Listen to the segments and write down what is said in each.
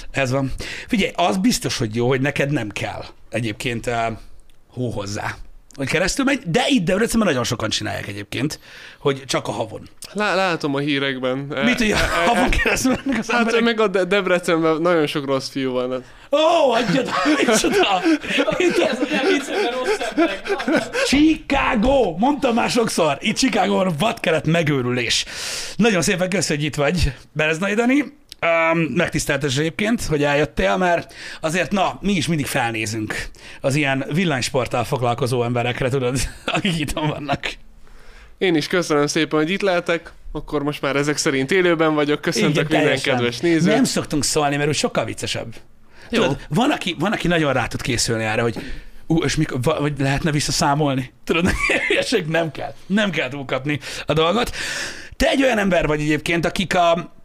Ez van. Figyelj, az biztos, hogy jó, hogy neked nem kell egyébként hó hozzá, hogy keresztül megy, de itt Debrecenben nagyon sokan csinálják egyébként, hogy csak a havon. Látom a hírekben. Mit, hogy a havon keresztül mennek az emberek? Meg a Debrecenben nagyon sok rossz fiú van. Ó, adjad, micsoda! Ez a Debrecenben rossz emberek. Chicago! Mondtam már sokszor, itt Chicagóban vadkeret megőrülés. Nagyon szépen köszönjük, hogy itt vagy, Bereznai Dani. Megtiszteltes egyébként, hogy eljöttél, mert azért, mi is mindig felnézünk az ilyen villanysporttal foglalkozó emberekre, tudod, akik itt vannak. Én is köszönöm szépen, hogy itt lehetek, akkor most már ezek szerint élőben vagyok, köszöntök minden kedves nézőt. Nem szoktunk szólni, mert úgy sokkal viccesebb. Tudod, van, aki nagyon rá tud készülni erre, hogy és hogy lehetne visszaszámolni. Tudod, nem kell túlkapni a dolgot. Te egy olyan ember vagy egyébként, akit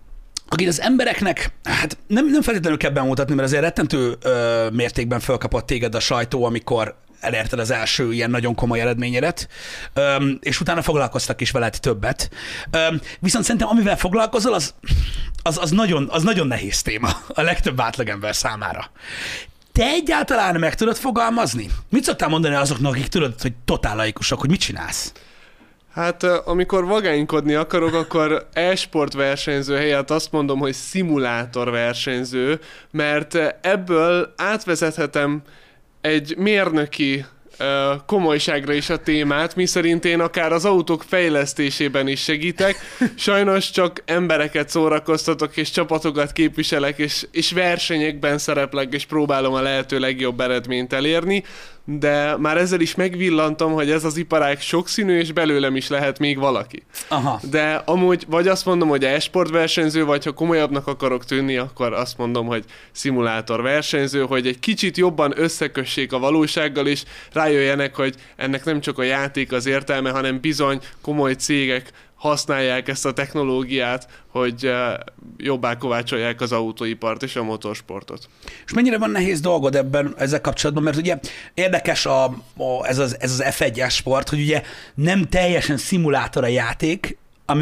az embereknek, hát nem feltétlenül kell bemutatni, mert azért rettentő mértékben fölkapott téged a sajtó, amikor elérted az első ilyen nagyon komoly eredményedet, és utána foglalkoztak is veled többet. Viszont szerintem amivel foglalkozol, az nagyon nehéz téma a legtöbb átlagember számára. Te egyáltalán meg tudod fogalmazni? Mit szoktál mondani azoknak, akik tudod, hogy totál laikusok, hogy mit csinálsz? Hát amikor vagánykodni akarok, akkor e-sport versenyző helyett azt mondom, hogy szimulátor versenyző, mert ebből átvezethetem egy mérnöki komolyságra is a témát, miszerint én akár az autók fejlesztésében is segítek. Sajnos csak embereket szórakoztatok, és csapatokat képviselek, és versenyekben szereplek, és próbálom a lehető legjobb eredményt elérni, de már ezzel is megvillantom, hogy ez az iparág sokszínű, és belőlem is lehet még valaki. Aha. De amúgy vagy azt mondom, hogy e-sport versenyző, vagy ha komolyabbnak akarok tűnni, akkor azt mondom, hogy szimulátor versenyző, hogy egy kicsit jobban összekössék a valósággal, és rájöjjenek, hogy ennek nem csak a játék az értelme, hanem bizony komoly cégek használják ezt a technológiát, hogy jobbá kovácsolják az autóipart és a motorsportot. És mennyire van nehéz dolgod ezzel kapcsolatban, mert ugye érdekes ez az F1-es sport, hogy ugye nem teljesen szimulátor a játék,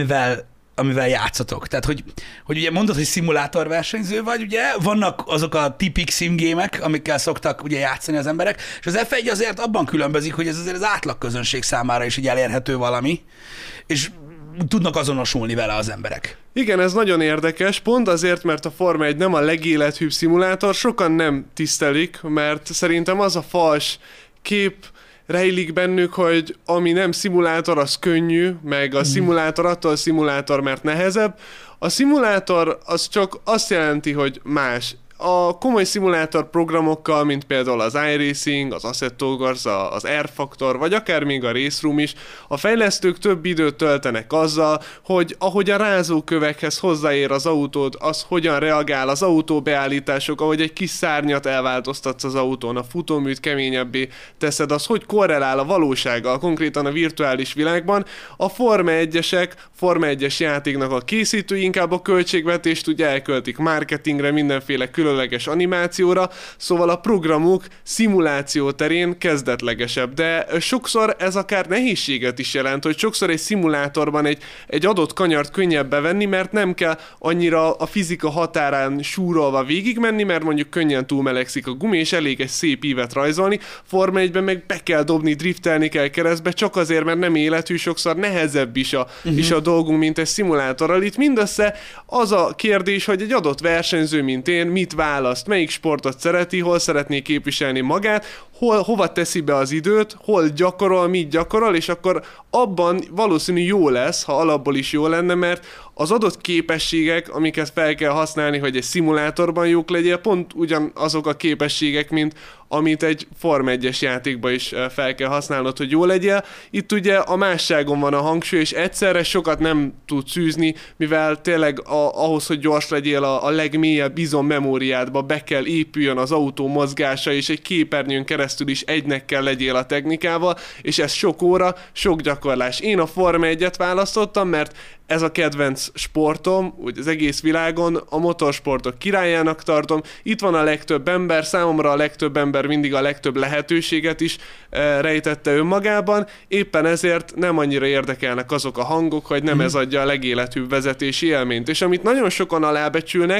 amivel játszatok. Tehát, hogy ugye mondod, hogy szimulátorversenyző vagy, ugye vannak azok a tipik simgémek, amikkel szoktak ugye játszani az emberek, és az F1 azért abban különbözik, hogy ez azért az átlag közönség számára is így elérhető valami, és tudnak azonosulni vele az emberek. Igen, ez nagyon érdekes, pont azért, mert a Forma 1 nem a legélethűbb szimulátor, sokan nem tisztelik, mert szerintem az a fals kép rejlik bennük, hogy ami nem szimulátor, az könnyű, meg a szimulátor attól szimulátor, mert nehezebb. A szimulátor az csak azt jelenti, hogy más. A komoly szimulátor programokkal, mint például az iRacing, az Assetto Corsa, az Air Factor, vagy akár még a Race Room is, a fejlesztők több időt töltenek azzal, hogy ahogy a rázókövekhez hozzáér az autód, az hogyan reagál az autóbeállítások, ahogy egy kis szárnyat elváltoztatsz az autón, a futóműt keményebbé teszed, az hogy korrelál a valósággal, konkrétan a virtuális világban. A Forma 1-esek, Forma 1-es játéknak a készítői inkább a költségvetést ugye elköltik marketingre, mindenféle különleges animációra, szóval a programuk szimuláció terén kezdetlegesebb, de sokszor ez akár nehézséget is jelent, hogy sokszor egy szimulátorban egy adott kanyart könnyebb bevenni, mert nem kell annyira a fizika határán súrolva végigmenni, mert mondjuk könnyen túlmelegszik a gumi, és elég egy szép ívet rajzolni. Forma 1-ben meg be kell dobni, driftelni kell keresztbe, csak azért, mert nem élethű, sokszor nehezebb is a dolgunk, mint egy szimulátorral. Itt mindössze az a kérdés, hogy egy adott versenyző, mint én, mit választ, melyik sportot szereti, hol szeretné képviselni magát, hova teszi be az időt, hol gyakorol, mit gyakorol, és akkor abban valószínű jó lesz, ha alapból is jó lenne, mert az adott képességek, amiket fel kell használni, hogy egy szimulátorban jók legyél, pont ugyanazok a képességek, mint amit egy Forma 1-es játékban is fel kell használnod, hogy jó legyél. Itt ugye a másságon van a hangsúly, és egyszerre sokat nem tudsz űzni, mivel tényleg ahhoz, hogy gyors legyél, a legmélyebb izom-memóriádba be kell épüljön az autó mozgása, és egy képernyőn keresztül is egynek kell legyél a technikával, és ez sok óra, sok gyakorlás. Én a Forma 1-et választottam, mert ez a kedvenc sportom, úgy az egész világon, a motorsportok királyának tartom. Itt van a legtöbb ember, számomra a legtöbb ember mindig a legtöbb lehetőséget is rejtette önmagában, éppen ezért nem annyira érdekelnek azok a hangok, hogy nem ez adja a legélethűbb vezetési élményt. És amit nagyon sokan alábecsülnek,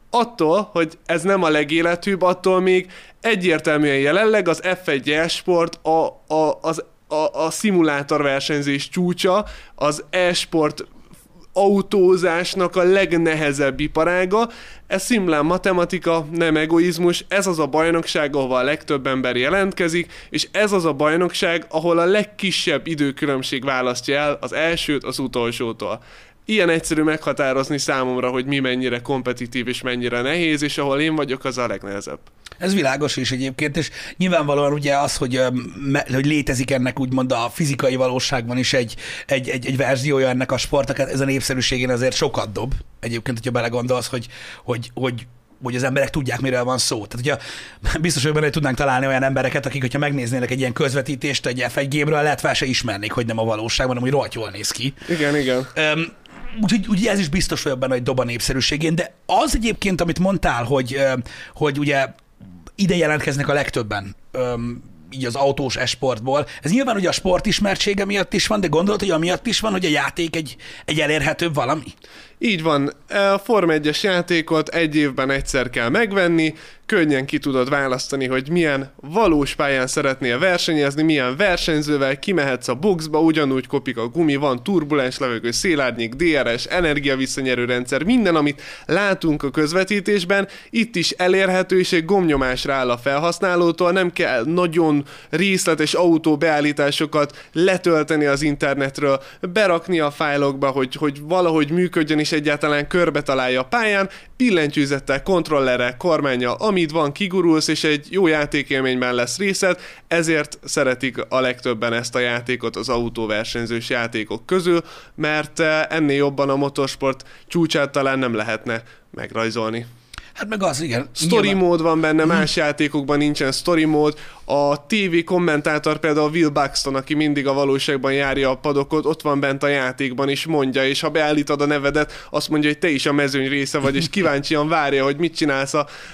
attól, hogy ez nem a legéletűbb, attól még egyértelműen jelenleg az F1 e-sport a szimulátorversenyzés csúcsa, az e-sport autózásnak a legnehezebb iparága. Ez szimplán matematika, nem egoizmus, ez az a bajnokság, ahol a legtöbb ember jelentkezik, és ez az a bajnokság, ahol a legkisebb időkülönbség választja el az elsőt az utolsótól. Ilyen egyszerű meghatározni számomra, hogy mi mennyire kompetitív és mennyire nehéz, és ahol én vagyok, az a legnehezebb. Ez világos is egyébként, és nyilvánvalóan ugye az, hogy létezik ennek úgymond a fizikai valóságban is egy verziója ennek a sportnak, ez a népszerűségén azért sokat dob. Egyébként, hogyha belegondolsz, hogy az emberek tudják, miről van szó. Tehát ugye biztos, hogy benne tudnánk találni olyan embereket, akik, hogyha megnéznének egy ilyen közvetítést egy F1 game-ről, lehet fel se ismernék, hogy nem a valóságban, hanem hogy rohadt jól néz ki. Igen. Úgyhogy ez is biztos vagyok benne, hogy dob a népszerűségén, de az egyébként, amit mondtál, hogy ugye ide jelentkeznek a legtöbben így az autós esportból. Ez nyilván ugye a sport ismertsége miatt is van, de gondolod, hogy amiatt is van, hogy a játék egy elérhetőbb valami? Így van. A Forma 1-es játékot egy évben egyszer kell megvenni, könnyen ki tudod választani, hogy milyen valós pályán szeretnél versenyezni, milyen versenyzővel, kimehetsz a boxba, ugyanúgy kopik a gumi, van turbulens levegő, szélárnyék, DRS, energiavisszanyerő rendszer, minden, amit látunk a közvetítésben, itt is elérhető, és egy gombnyomásra áll a felhasználótól, nem kell nagyon részletes autóbeállításokat letölteni az internetről, berakni a fájlokba, hogy valahogy működjön, és egyáltalán körbe találja a pályán, billentyűzettel, kontrollerrel, kormánnyal, amit van, kigurulsz, és egy jó játékélményben lesz részed, ezért szeretik a legtöbben ezt a játékot az autóversenyzős játékok közül, mert ennél jobban a motorsport csúcsát talán nem lehetne megrajzolni. Hát meg az, igen. Story mód van benne, más játékokban nincsen story mód. A TV kommentátor például Will Buxton, aki mindig a valóságban járja a padokot, ott van bent a játékban is mondja, és ha beállítod a nevedet, azt mondja, hogy te is a mezőny része vagy, és kíváncsian várja, hogy mit csinálsz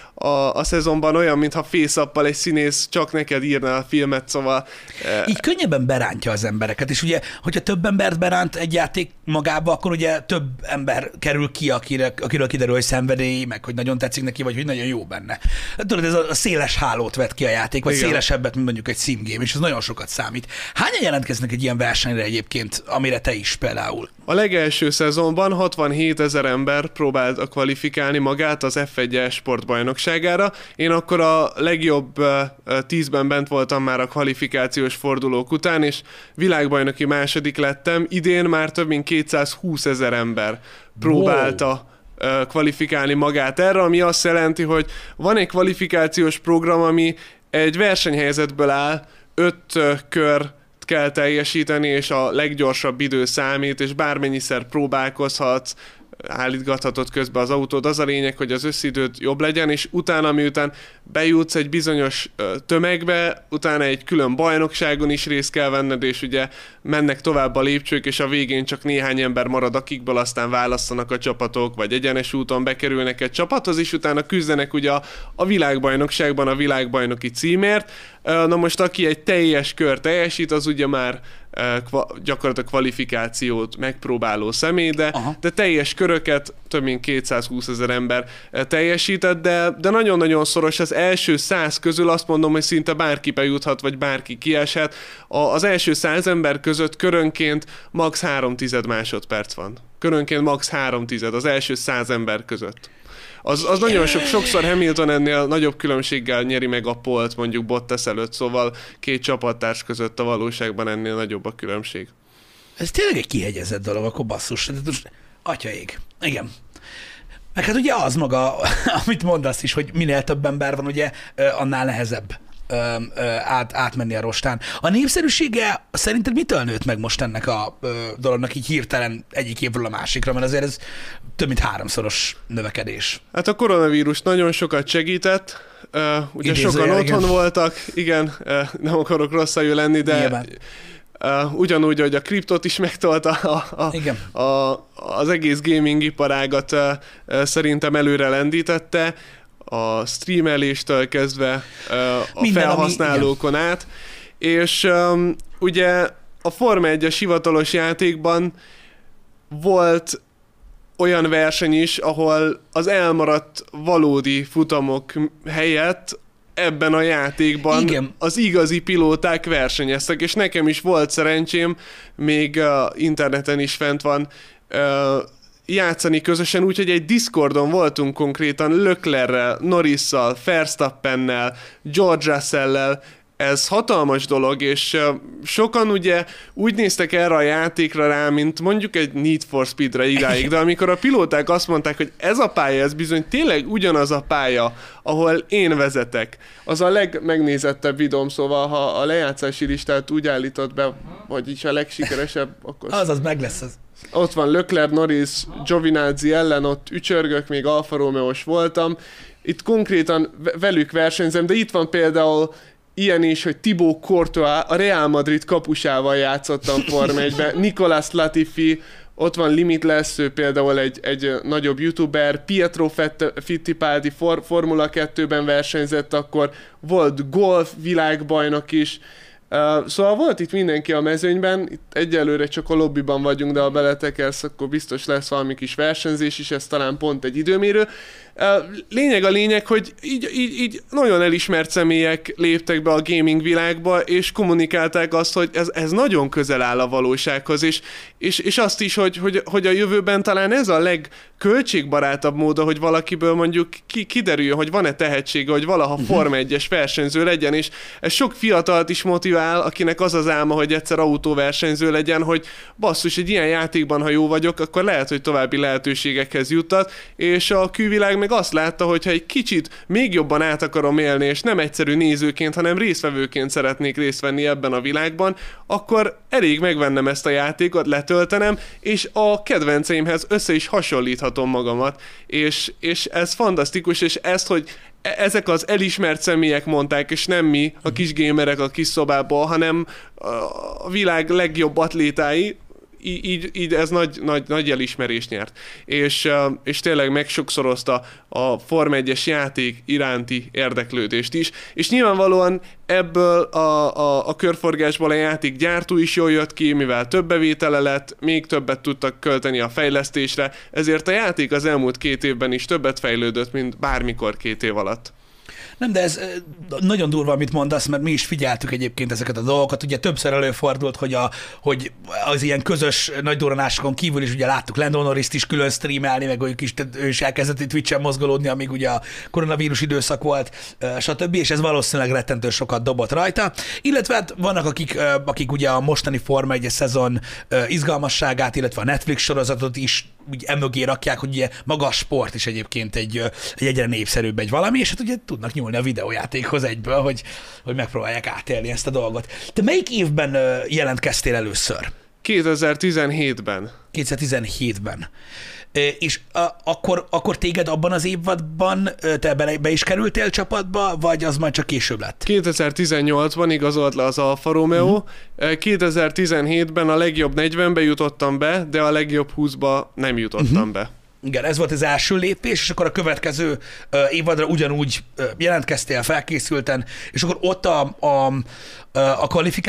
a szezonban, olyan, mintha face-uppal egy színész csak neked írna a filmet, szóval... Így könnyebben berántja az embereket, és ugye, hogyha több embert beránt egy játék magába, akkor ugye több ember kerül ki, akiről kiderül, hogy szenvedély, meg hogy nagyon tetszik neki, vagy hogy nagyon jó benne. Tudod, ez a széles hálót vet ki a játék, vagy szélesebbet, mint mondjuk egy simgame, és ez nagyon sokat számít. Hányan jelentkeznek egy ilyen versenyre egyébként, amire te is például? A legelső szezonban 67 000 ember próbált kvalifikálni magát az F1 sportbajnokságára. Én akkor a legjobb 10-ben bent voltam már a kvalifikációs fordulók után, és világbajnoki második lettem. Idén már több mint 220 000 ember próbálta kvalifikálni magát erre, ami azt jelenti, hogy van egy kvalifikációs program, ami egy versenyhelyzetből áll, 5 kör kell teljesíteni, és a leggyorsabb idő számít, és bármennyiszer próbálkozhatsz, állítgathatod közben az autód. Az a lényeg, hogy az összidőd jobb legyen, és utána, miután bejutsz egy bizonyos tömegbe, utána egy külön bajnokságon is részt kell venned, és ugye mennek tovább a lépcsők, és a végén csak néhány ember marad, akikből aztán választanak a csapatok, vagy egyenes úton bekerülnek egy csapathoz, és utána küzdenek ugye a világbajnokságban a világbajnoki címért. Na most aki egy teljes kör teljesít, az ugye már gyakorlatilag kvalifikációt megpróbáló személy, de teljes köröket több mint 220 000 ember teljesített, de nagyon-nagyon szoros. Az első 100 közül azt mondom, hogy szinte bárki bejuthat, vagy bárki kieshet. Az első 100 ember között körönként max. 3/10 másodperc van. Körönként max. 3/10 az első 100 ember között. Az nagyon sokszor Hamilton ennél nagyobb különbséggel nyeri meg a polt mondjuk Bottas előtt, szóval két csapattárs között a valóságban ennél nagyobb a különbség. Ez tényleg egy kihegyezett dolog, akkor basszus. Atyaég. Igen. Meg hát ugye az maga, amit mondasz is, hogy minél több ember van, ugye annál nehezebb átmenni a rostán. A népszerűsége szerinted mitől nőtt meg most ennek a dolognak így hirtelen egyik évről a másikra, mert azért ez több mint 3-szoros növekedés. Hát a koronavírus nagyon sokat segített, ugye sokan otthon voltak, igen, nem akarok rosszul lenni, de ugyanúgy, hogy a kriptot is megtolta az egész gaming iparágat szerintem előre lendítette, a streameléstől kezdve a felhasználókon át, és ugye a Forma 1-es hivatalos játékban volt olyan verseny is, ahol az elmaradt valódi futamok helyett ebben a játékban Igen. az igazi pilóták versenyeztek, és nekem is volt szerencsém, még interneten is fent van, játszani közösen, úgyhogy egy Discordon voltunk konkrétan Leclerrel, Norrisszal, Verstappennel, George Russell-lel. Ez hatalmas dolog, és sokan ugye úgy néztek erre a játékra rá, mint mondjuk egy Need for Speed-re idáig, de amikor a pilóták azt mondták, hogy ez a pálya, ez bizony tényleg ugyanaz a pálya, ahol én vezetek, az a legmegnézettebb videóm, szóval ha a lejátszási listát úgy állított be, vagyis a legsikeresebb, akkor... Az meg lesz az. Ott van Leclerc, Norris, Giovinazzi ellen, ott ücsörgök, még Alfa Romeo-s voltam. Itt konkrétan velük versenyzem, de itt van például ilyen is, hogy Thibaut Courtois a Real Madrid kapusával játszottam Forma 1-ben, Nicolas Latifi, ott van Limitless, ő például egy nagyobb youtuber, Pietro Fittipaldi Formula 2-ben versenyzett, akkor volt golf világbajnok is, szóval volt itt mindenki a mezőnyben, itt egyelőre csak a lobbyban vagyunk, de ha beletekersz, akkor biztos lesz valami kis versenyzés is, ez talán pont egy időmérő. Lényeg a lényeg, hogy így nagyon elismert személyek léptek be a gaming világba, és kommunikálták azt, hogy ez nagyon közel áll a valósághoz, és azt is, hogy a jövőben talán ez a legköltségbarátabb móda, hogy valakiből mondjuk kiderüljön, hogy van-e tehetsége, hogy valaha Forma 1-es versenyző legyen, és ez sok fiatalt is motivál, akinek az az álma, hogy egyszer autóversenyző legyen, hogy basszus, egy ilyen játékban, ha jó vagyok, akkor lehet, hogy további lehetőségekhez juttat, és a külvilág meg azt látta, hogy ha egy kicsit még jobban át akarom élni, és nem egyszerű nézőként, hanem résztvevőként szeretnék részt venni ebben a világban, akkor elég megvennem ezt a játékot, letöltenem, és a kedvenceimhez össze is hasonlíthatom magamat, és ez fantasztikus, és ezt, hogy ezek az elismert személyek mondták, és nem mi, a kis gamerek a kis szobából, hanem a világ legjobb atlétái, így ez nagy elismerést nyert. És tényleg megsokszorozta a Forma 1-es játék iránti érdeklődést is. És nyilvánvalóan ebből a körforgásból a játék gyártó is jól jött ki, mivel több bevétele lett, még többet tudtak költeni a fejlesztésre, ezért a játék az elmúlt 2 évben is többet fejlődött, mint bármikor 2 év alatt. Nem, de ez nagyon durva, amit mondasz, mert mi is figyeltük egyébként ezeket a dolgokat. Ugye többször előfordult, hogy az ilyen közös nagy duranásokon kívül is ugye láttuk Lando Norrist is külön streamelni, meg ő is elkezdett itt Twitch-en mozgolódni, amíg ugye a koronavírus időszak volt, stb. És ez valószínűleg rettentő sokat dobott rajta. Illetve hát vannak, akik ugye a mostani Forma 1-es szezon izgalmasságát, illetve a Netflix sorozatot is úgy emögé rakják, hogy ugye maga a sport is egyébként egy egyre népszerűbb egy valami, és hát ugye tudnak nyúlni a videójátékhoz egyből, hogy megpróbálják átélni ezt a dolgot. Te melyik évben jelentkeztél először? 2017-ben. 2017-ben. És akkor téged abban az évadban te be is kerültél csapatba, vagy az majd csak később lett? 2018-ban igazolt le az Alfa Romeo, 2017-ben a legjobb 40-be jutottam be, de a legjobb 20-ba nem jutottam be. Igen, ez volt az első lépés, és akkor a következő évadra ugyanúgy jelentkeztél felkészülten, és akkor ott a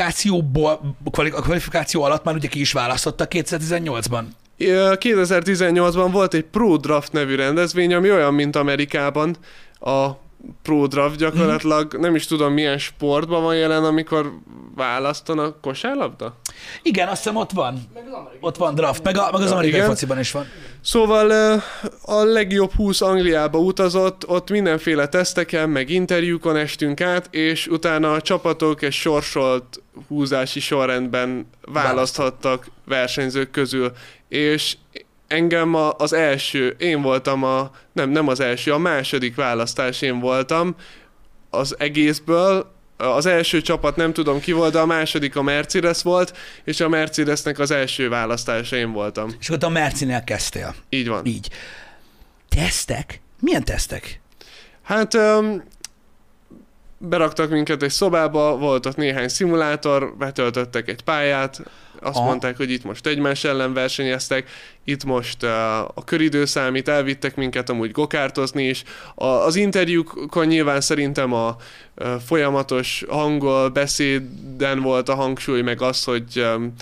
kvalifikáció alatt már ugye ki is választottak 2018-ban. 2018-ban volt egy Pro Draft nevű rendezvény, ami olyan, mint Amerikában. A Pro Draft gyakorlatilag, nem is tudom milyen sportban van jelen, amikor választanak kosárlabda? Igen, azt hiszem ott van. Ott van draft, meg az amerikai fociban is van. Szóval a legjobb 20 Angliába utazott, ott mindenféle teszteken, meg interjúkon estünk át, és utána a csapatok egy sorsolt húzási sorrendben választhattak versenyzők közül. És engem az első, én voltam nem az első, a második választás én voltam az egészből. Az első csapat nem tudom ki volt, de a második a Mercedes volt, és a Mercedesnek az első választása én voltam. És akkor a Mercinél kezdtél. Így van. Így. Tesztek? Milyen tesztek? Hát beraktak minket egy szobába, volt ott néhány szimulátor, betöltöttek egy pályát, azt mondták, hogy itt most egymás ellen versenyeztek, itt most a köridő számít, elvittek minket amúgy gokártozni is. Az interjúkon nyilván szerintem a folyamatos hangol beszéden volt a hangsúly, meg az, hogy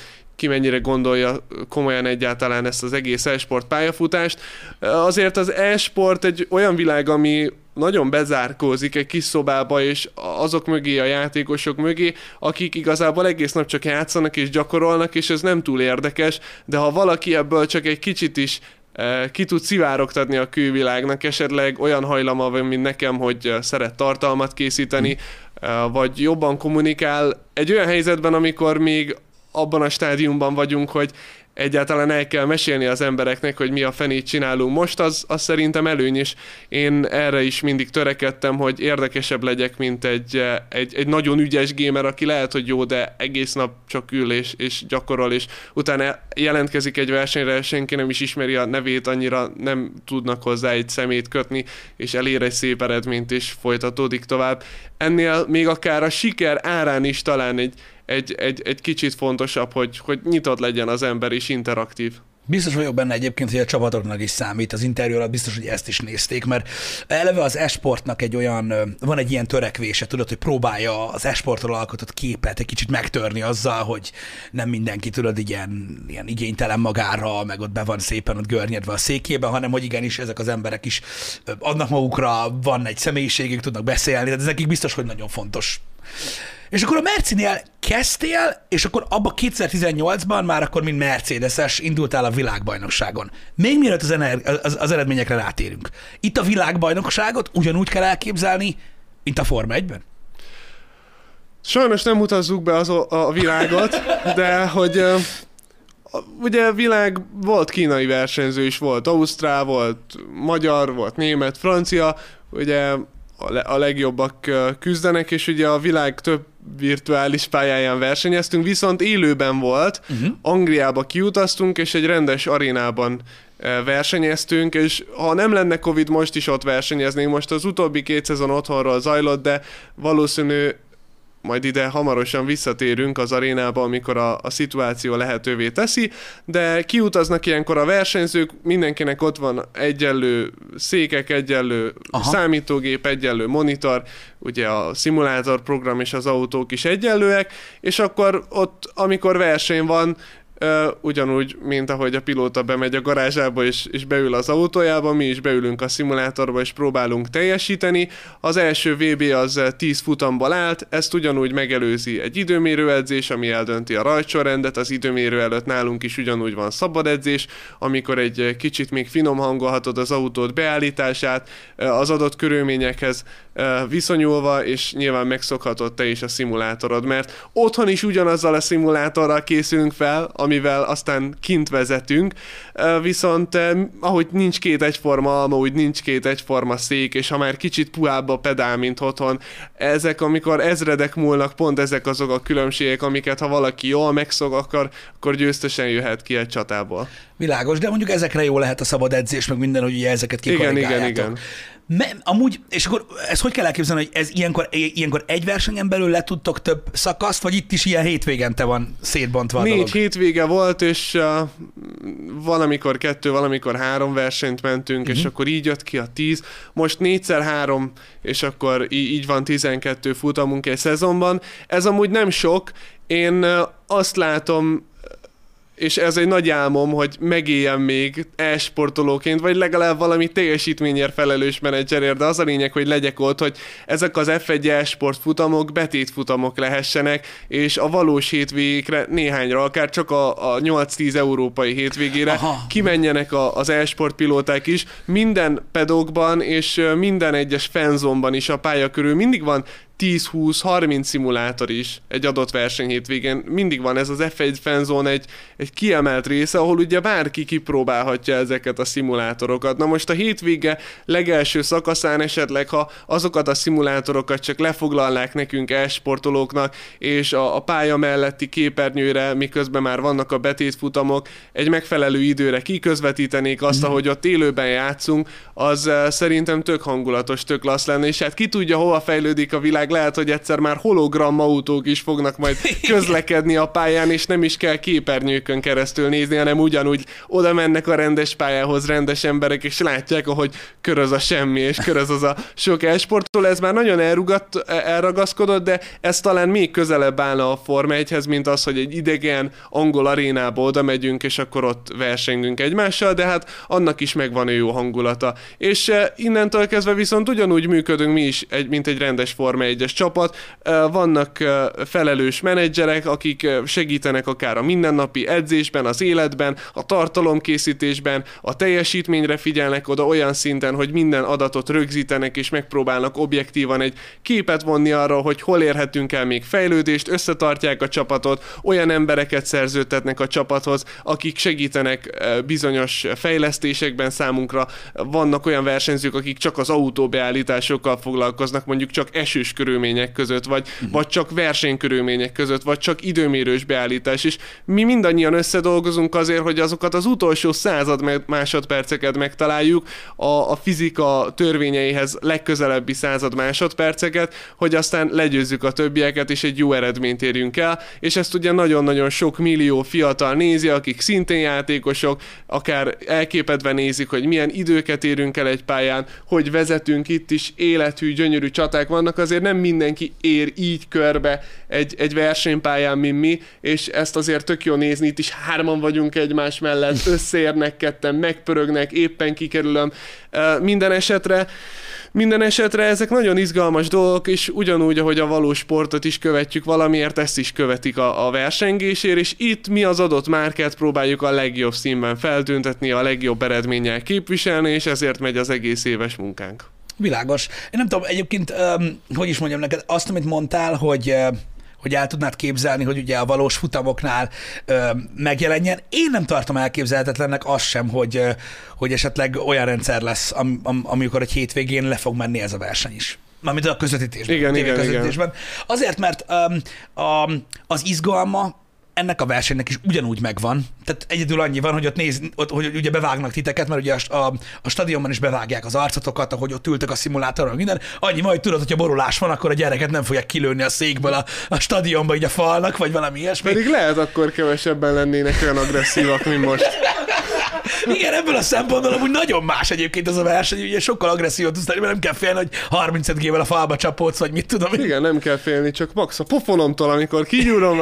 ki mennyire gondolja komolyan egyáltalán ezt az egész e-sport pályafutást. Azért az e-sport egy olyan világ, ami nagyon bezárkózik egy kis szobába, és azok mögé, a játékosok mögé, akik igazából egész nap csak játszanak és gyakorolnak, és ez nem túl érdekes, de ha valaki ebből csak egy kicsit is ki tud szivárogtatni a külvilágnak, esetleg olyan hajlama van, mint nekem, hogy szeret tartalmat készíteni, vagy jobban kommunikál egy olyan helyzetben, amikor még abban a stádiumban vagyunk, hogy egyáltalán el kell mesélni az embereknek, hogy mi a fenét csinálunk most, az szerintem előny, és én erre is mindig törekedtem, hogy érdekesebb legyek, mint egy nagyon ügyes gamer, aki lehet, hogy jó, de egész nap csak ül és gyakorol, és utána jelentkezik egy versenyre, senki nem is ismeri a nevét, annyira nem tudnak hozzá egy szemét kötni, és elér egy szép eredményt, és folytatódik tovább. Ennél még akár a siker árán is talán egy kicsit fontosabb, hogy nyitott legyen az ember és interaktív. Biztos vagyok benne egyébként, hogy a csapatoknak is számít. Az interjú alatt biztos, hogy ezt is nézték, mert eleve az e-sportnak van egy ilyen törekvése, tudod, hogy próbálja az e-sportról alkotott képet egy kicsit megtörni azzal, hogy nem mindenki, tudod, ilyen igénytelen magára, meg ott be van szépen ott görnyedve a székében, hanem hogy igenis ezek az emberek is adnak magukra, van egy személyiségük, tudnak beszélni, tehát ez nekik biztos, hogy nagyon fontos. És akkor a Mercinél kezdtél, és akkor abba 2018-ban már akkor mint Mercedes-es indultál a világbajnokságon. Még mielőtt az eredményekre rátérünk. Itt a világbajnokságot ugyanúgy kell elképzelni, mint a Forma 1-ben? Sajnos nem utazzuk be a világot, de hogy ugye világ volt kínai versenyző is, volt ausztrál, volt magyar, volt német, francia, ugye a legjobbak küzdenek, és ugye a világ több virtuális pályáján versenyeztünk, viszont élőben volt, Angliába kiutaztunk, és egy rendes arénában versenyeztünk, és ha nem lenne Covid, most is ott versenyeznénk. Most az utóbbi 2 szezon otthonról zajlott, de valószínű majd ide hamarosan visszatérünk az arénába, amikor a szituáció lehetővé teszi, de kiutaznak ilyenkor a versenyzők, mindenkinek ott van egyenlő székek, egyenlő számítógép, egyenlő monitor, ugye a szimulátor program és az autók is egyenlőek, és akkor ott, amikor verseny van, ugyanúgy, mint ahogy a pilóta bemegy a garázsába és beül az autójába, mi is beülünk a szimulátorba és próbálunk teljesíteni. Az első VB az 10 futamból állt, ezt ugyanúgy megelőzi egy időmérőedzés, ami eldönti a rajtsorrendet, az időmérő előtt nálunk is ugyanúgy van szabad edzés, amikor egy kicsit még finom hangolhatod az autót beállítását, az adott körülményekhez viszonyulva, és nyilván megszokhatod te is a szimulátorod, mert otthon is ugyanazzal a szimulátorral készülünk fel, amivel aztán kint vezetünk, viszont ahogy nincs 2 egyforma alma, úgy nincs 2 egyforma szék, és ha már kicsit puhább a pedál, mint otthon, ezek, amikor ezredek múlnak, pont ezek azok a különbségek, amiket ha valaki jól megszok, akkor győztesen jöhet ki egy csatából. Világos, de mondjuk ezekre jó lehet a szabad edzés, meg minden, hogy ugye ezeket kikorrigáljátok. Igen. Amúgy, és akkor ezt hogy kell elképzelni, hogy ez ilyenkor egy versenyen belül letudtok több szakaszt, vagy itt is ilyen hétvégente van szétbontva a 4 dolog? hétvége volt, és valamikor 2, valamikor 3 versenyt mentünk, és akkor így jött ki a 10. Most 4x3, és akkor így van 12 futamunk egy szezonban. Ez amúgy nem sok. Én azt látom, és ez egy nagy álmom, hogy megéljem még e-sportolóként, vagy legalább valami teljesítményért felelős menedzserért, de az a lényeg, hogy legyek ott, hogy ezek az F1 e-sport futamok betétfutamok lehessenek, és a valós hétvégékre néhányra, akár csak a 8-10 európai hétvégére kimenjenek az e-sport pilóták is. Minden pedokban és minden egyes fanzone-ban is a pálya körül mindig van 10-20-30 szimulátor is egy adott verseny hétvégén. Mindig van ez az F1 fanzone egy kiemelt része, ahol ugye bárki kipróbálhatja ezeket a szimulátorokat. Na most a hétvége legelső szakaszán esetleg, ha azokat a szimulátorokat csak lefoglalnák nekünk e-sportolóknak, és a pálya melletti képernyőre, miközben már vannak a betétfutamok, egy megfelelő időre kiközvetítenék azt, ahogy ott élőben játszunk, az szerintem tök hangulatos, tök lassz lenne, és hát ki tudja, hova fejlődik a világ, világ, lehet, hogy egyszer már hologram autók is fognak majd közlekedni a pályán, és nem is kell képernyőkön keresztül nézni, hanem ugyanúgy oda mennek a rendes pályához rendes emberek, és látják, ahogy köröz a semmi, és köröz az a sok e-sporttól. Ez már nagyon elragaszkodott, de ez talán még közelebb állna a Forma 1-hez, mint az, hogy egy idegen angol arénába oda megyünk, és akkor ott versengünk egymással, de hát annak is megvan a jó hangulata. És innentől kezdve viszont ugyanúgy működünk mi is, mint egy rendes Forma 1-es csapat. Vannak felelős menedzserek, akik segítenek akár a mindennapi edzésben, az életben, a tartalomkészítésben, a teljesítményre figyelnek oda olyan szinten, hogy minden adatot rögzítenek, és megpróbálnak objektívan egy képet vonni arról, hogy hol érhetünk el még fejlődést, összetartják a csapatot, olyan embereket szerződtetnek a csapathoz, akik segítenek bizonyos fejlesztésekben számunkra. Vannak olyan versenyzők, akik csak az autóbeállításokkal foglalkoznak, mondjuk csak esős körülmények között, vagy csak versenykörülmények között, vagy csak időmérős beállítás, és mi mindannyian összedolgozunk azért, hogy azokat az utolsó 100 másodperceket megtaláljuk, a fizika törvényeihez legközelebbi 100 másodperceket, hogy aztán legyőzzük a többieket, és egy jó eredményt érjünk el, és ezt ugye nagyon-nagyon sok millió fiatal nézi, akik szintén játékosok, akár elképedve nézik, hogy milyen időket érünk el egy pályán, hogy vezetünk, itt is élethű, gyönyörű csaták vannak, azért nem mindenki ér így körbe egy versenypályán, mint mi, és ezt azért tök jó nézni, itt is 3-an vagyunk egymás mellett, összeérnek ketten, megpörögnek, éppen kikerülöm. Minden esetre ezek nagyon izgalmas dolgok, és ugyanúgy, ahogy a valós sportot is követjük valamiért, ezt is követik a versengésért, és itt mi az adott márkát próbáljuk a legjobb színben feltüntetni, a legjobb eredménnyel képviselni, és ezért megy az egész éves munkánk. Világos. Én nem tudom, egyébként, hogy is mondjam neked, azt, amit mondtál, hogy el tudnád képzelni, hogy ugye a valós futamoknál megjelenjen. Én nem tartom elképzelhetetlennek azt sem, hogy esetleg olyan rendszer lesz, amikor egy hétvégén le fog menni ez a verseny is. Mármint a közvetítésben. Igen. Azért, mert az izgalma ennek a versenynek is ugyanúgy megvan. Tehát egyedül annyi van, hogy hogy ugye bevágnak titeket, mert ugye a stadionban is bevágják az arcotokat, ahogy ott ültek a szimulátoron, minden. Annyi majd tudod, hogyha borulás van, akkor a gyereket nem fogják kilőni a székből a stadionba, így a falnak, vagy valami ilyesmi. Pedig lehet akkor kevesebben lennének olyan agresszívak, mint most. Igen, ebből a szempontból amúgy nagyon más egyébként az a verseny, ugye sokkal agresszívot tudsz tenni, mert nem kell félni, hogy 35G-vel a falba csapódsz, vagy mit tudom. Igen, nem kell félni, csak max a pofonomtól, amikor kigyúrom.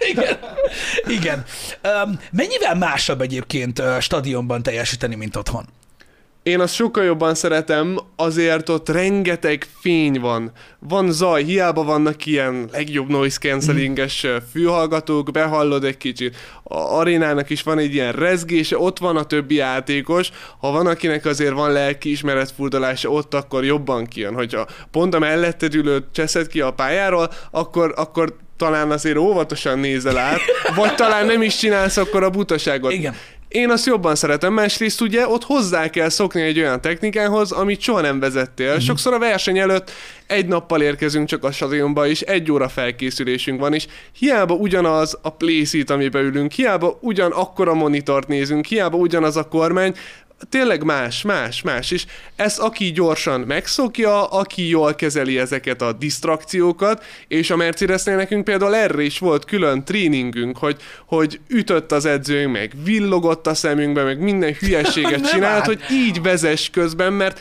Igen. Mennyivel másabb egyébként stadionban teljesíteni, mint otthon? Én azt sokkal jobban szeretem, azért ott rengeteg fény van. Van zaj, hiába vannak ilyen legjobb noise cancellinges fülhallgatók, behallod egy kicsit. A arénának is van egy ilyen rezgése, ott van a többi játékos. Ha van, akinek azért van lelkiismeretfurdalása, ott akkor jobban kijön. Hogyha pont a melletted ülőt cseszed ki a pályáról, akkor talán azért óvatosan nézel át, vagy talán nem is csinálsz akkor a butaságot. Igen. Én azt jobban szeretem, másrészt ugye ott hozzá kell szokni egy olyan technikához, amit soha nem vezettél. Sokszor a verseny előtt egy nappal érkezünk csak a stadionba, és 1 óra felkészülésünk van, és hiába ugyanaz a playseat, amiben ülünk, hiába ugyanakkora monitort nézünk, hiába ugyanaz a kormány, tényleg más, és ezt aki gyorsan megszokja, aki jól kezeli ezeket a disztrakciókat, és a Mercedesnél nekünk például erre is volt külön tréningünk, hogy ütött az edzőnk, meg villogott a szemünkbe, meg minden hülyeséget csinált, hogy így vezess közben, mert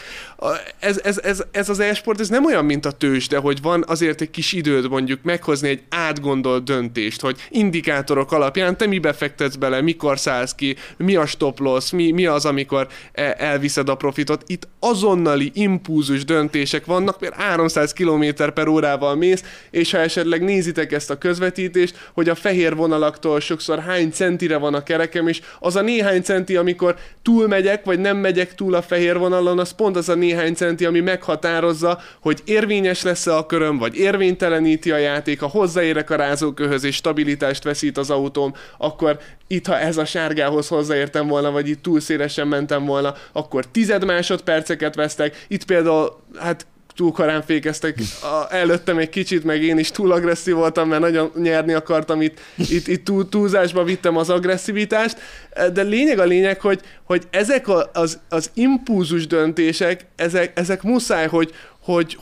ez az e-sport, ez nem olyan, mint a tőzsde, hogy van azért egy kis időd mondjuk meghozni egy átgondolt döntést, hogy indikátorok alapján te mibe fektetsz bele, mikor szállsz ki, mi a stop loss, mi az, amikor elviszed a profitot. Itt azonnali impulzus döntések vannak, mert 300 km/h mész, és ha esetleg nézitek ezt a közvetítést, hogy a fehér vonalaktól sokszor hány centire van a kerekem, és az a néhány centi, amikor túlmegyek, vagy nem megyek túl a fehér vonalon, az pont az a néhány centi, ami meghatározza, hogy érvényes lesz-e a köröm, vagy érvényteleníti a játék, ha hozzáérek a rázókőhöz és stabilitást veszít az autóm, akkor itt, ha ez a sárgához hozzáértem volna, vagy itt túl szélesen mentem volna, akkor 10 másodperceket vesztek. Itt például, hát túl korán fékeztek előttem egy kicsit, meg én is túl agresszív voltam, mert nagyon nyerni akartam, itt túlzásba vittem az agresszivitást, de lényeg, hogy ezek az impulzus döntések, ezek muszáj, hogy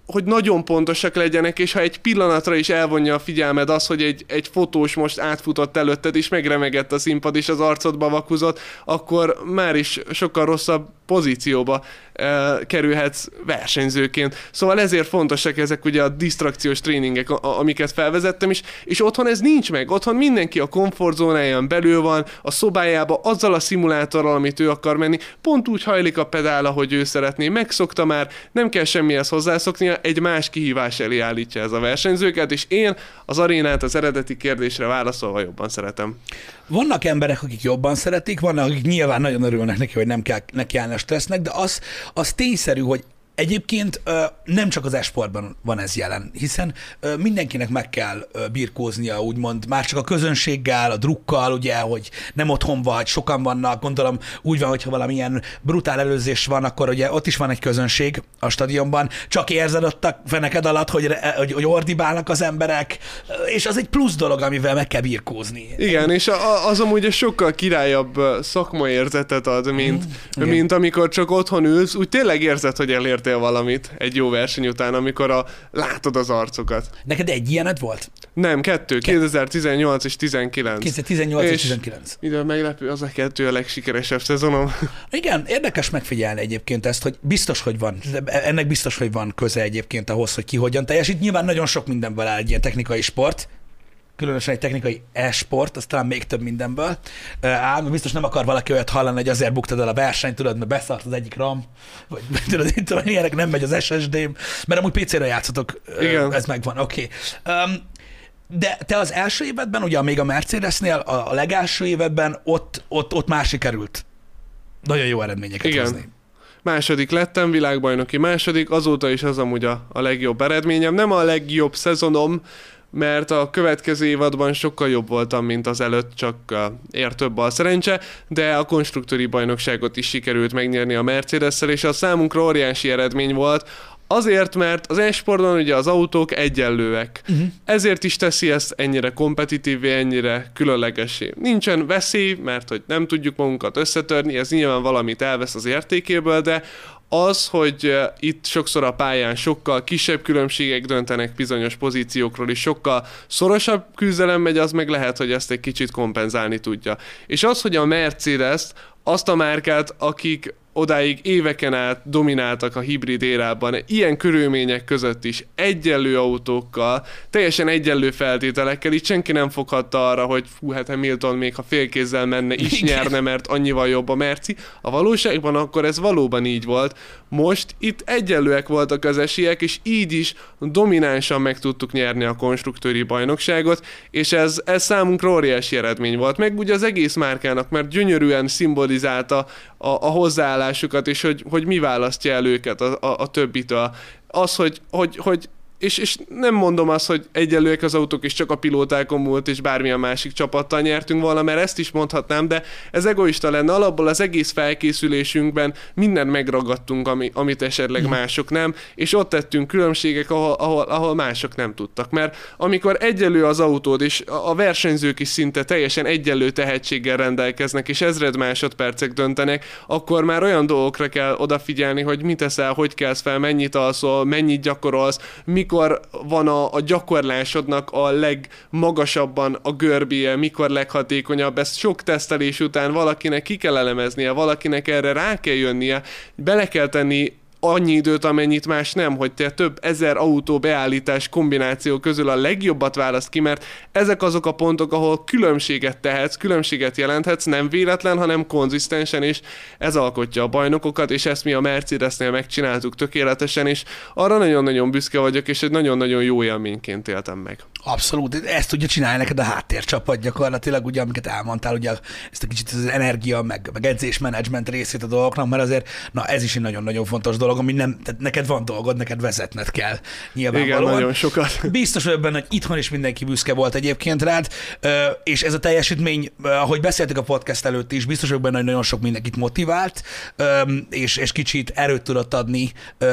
hogy nagyon pontosak legyenek, és ha egy pillanatra is elvonja a figyelmed az, hogy egy fotós most átfutott előtted, és megremegett a színpad, és az arcodba vakuzott, akkor már is sokkal rosszabb pozícióba kerülhetsz versenyzőként. Szóval ezért fontosak ezek ugye a disztrakciós tréningek, amiket felvezettem is, és otthon ez nincs meg. Otthon mindenki a komfortzónáján belül van, a szobájába, azzal a szimulátorral, amit ő akar menni, pont úgy hajlik a pedál, ahogy ő szeretné. Megszokta már, nem kell semmihez hozzászoknia, egy más kihívás elé állítja ez a versenyzőket, és én az arénát az eredeti kérdésre válaszolva jobban szeretem. Vannak emberek, akik jobban szeretik, vannak, akik nyilván nagyon örülnek neki, hogy nem kell nekiállni a stressznek, de az tényszerű, hogy egyébként nem csak az e-sportban van ez jelen, hiszen mindenkinek meg kell birkóznia, úgymond már csak a közönséggel, a drukkal, ugye, hogy nem otthon vagy, sokan vannak, gondolom úgy van, hogyha valamilyen brutál előzés van, akkor ugye ott is van egy közönség a stadionban, csak érzed ott a feneked alatt, hogy ordibálnak az emberek, és az egy plusz dolog, amivel meg kell birkózni. Igen, és az amúgy sokkal királyabb szakmai érzetet ad, mint amikor csak otthon ülsz, úgy tényleg érzed, hogy elértél valamit egy jó verseny után, amikor látod az arcokat. Neked egy ilyened volt? Nem, 2018 és 19. 2018 és 19. Ide meglepő, az a 2 a legsikeresebb szezonom. Igen, érdekes megfigyelni egyébként ezt, hogy biztos, hogy van. Ennek biztos, hogy van köze egyébként ahhoz, hogy ki hogyan teljesít. Nyilván nagyon sok mindenből áll egy ilyen technikai sport, különösen egy technikai e-sport, az talán még több mindenből. Ám biztos nem akar valaki olyat hallani, hogy azért buktad el a versenyt, tudod, mert beszart az egyik RAM, vagy tudod, ilyenek nem megy az SSD-m, mert amúgy PC-re játszotok, ez megvan, oké. De te az első évedben, ugye még a Mercedesnél, a legelső évedben ott már sikerült nagyon jó eredményeket hozni. Második lettem, világbajnoki második, azóta is az amúgy a legjobb eredményem. Nem a legjobb szezonom, mert a következő évadban sokkal jobb voltam, mint az előtt, csak ér több a szerencse, de a konstruktőri bajnokságot is sikerült megnyerni a Mercedes-szel, és a számunkra óriási eredmény volt, azért, mert az e-sportban ugye az autók egyenlőek. Ezért is teszi ezt ennyire kompetitívvé, ennyire különlegessé. Nincsen veszély, mert hogy nem tudjuk magunkat összetörni, ez nyilván valamit elvesz az értékéből, de az, hogy itt sokszor a pályán sokkal kisebb különbségek döntenek bizonyos pozíciókról, és sokkal szorosabb küzdelem megy, az meg lehet, hogy ezt egy kicsit kompenzálni tudja. És az, hogy a Mercedes, azt a márkát, akik odáig éveken át domináltak a hibrid érában, ilyen körülmények között is, egyenlő autókkal, teljesen egyenlő feltételekkel, itt senki nem foghatta arra, hogy hát Hamilton még ha félkézzel menne is nyerne, mert annyival jobb a Merci. A valóságban akkor ez valóban így volt. Most itt egyenlőek voltak az esélyek, és így is dominánsan meg tudtuk nyerni a konstruktőri bajnokságot, és ez számunkra óriási eredmény volt. Meg ugye az egész márkának, mert gyönyörűen szimbolizálta a hozzáállásukat, és hogy mi választja el őket a többitől. Az, hogy és nem mondom azt, hogy egyenlőek az autók, és csak a pilótákon múlt, és bármilyen másik csapattal nyertünk volna, mert ezt is mondhatnám, de ez egoista lenne. Alapból az egész felkészülésünkben mindent megragadtunk, amit esetleg mások nem, és ott tettünk különbségek, ahol mások nem tudtak. Mert amikor egyenlő az autód, és a versenyzők is szinte teljesen egyenlő tehetséggel rendelkeznek, és ezred másodpercek döntenek, akkor már olyan dolgokra kell odafigyelni, hogy mit teszel, hogy kelsz fel, mennyit alszol, mennyit gyakorolsz, mikor van a gyakorlásodnak a legmagasabban a görbéje, mikor leghatékonyabb, ezt sok tesztelés után valakinek ki kell elemeznie, valakinek erre rá kell jönnie, bele kell tenni annyi időt, amennyit más nem, hogy te több ezer autó beállítás kombináció közül a legjobbat választ ki, mert ezek azok a pontok, ahol különbséget tehetsz, különbséget jelenthetsz, nem véletlen, hanem konzisztensen, és ez alkotja a bajnokokat, és ezt mi a Mercedesnél megcsináltuk tökéletesen, és arra nagyon-nagyon büszke vagyok, és egy nagyon-nagyon jó élményként éltem meg. Abszolút, ezt tudja csinálni neked a háttércsapat gyakorlatilag, ugye, amiket elmondtál, ugye ezt a kicsit az energia, meg edzésmenedzsment részét a dolgoknak, mert azért, ez is egy nagyon-nagyon fontos dolog, ami nem, tehát neked van dolgod, neked vezetned kell. Nyilvánvalóan. Igen, nagyon sokat. Biztos vagyok benne, hogy itthon is mindenki büszke volt egyébként rád, és ez a teljesítmény, ahogy beszéltük a podcast előtt is, biztos vagyok benne, hogy nagyon sok mindenkit motivált, és kicsit erőt tudott adni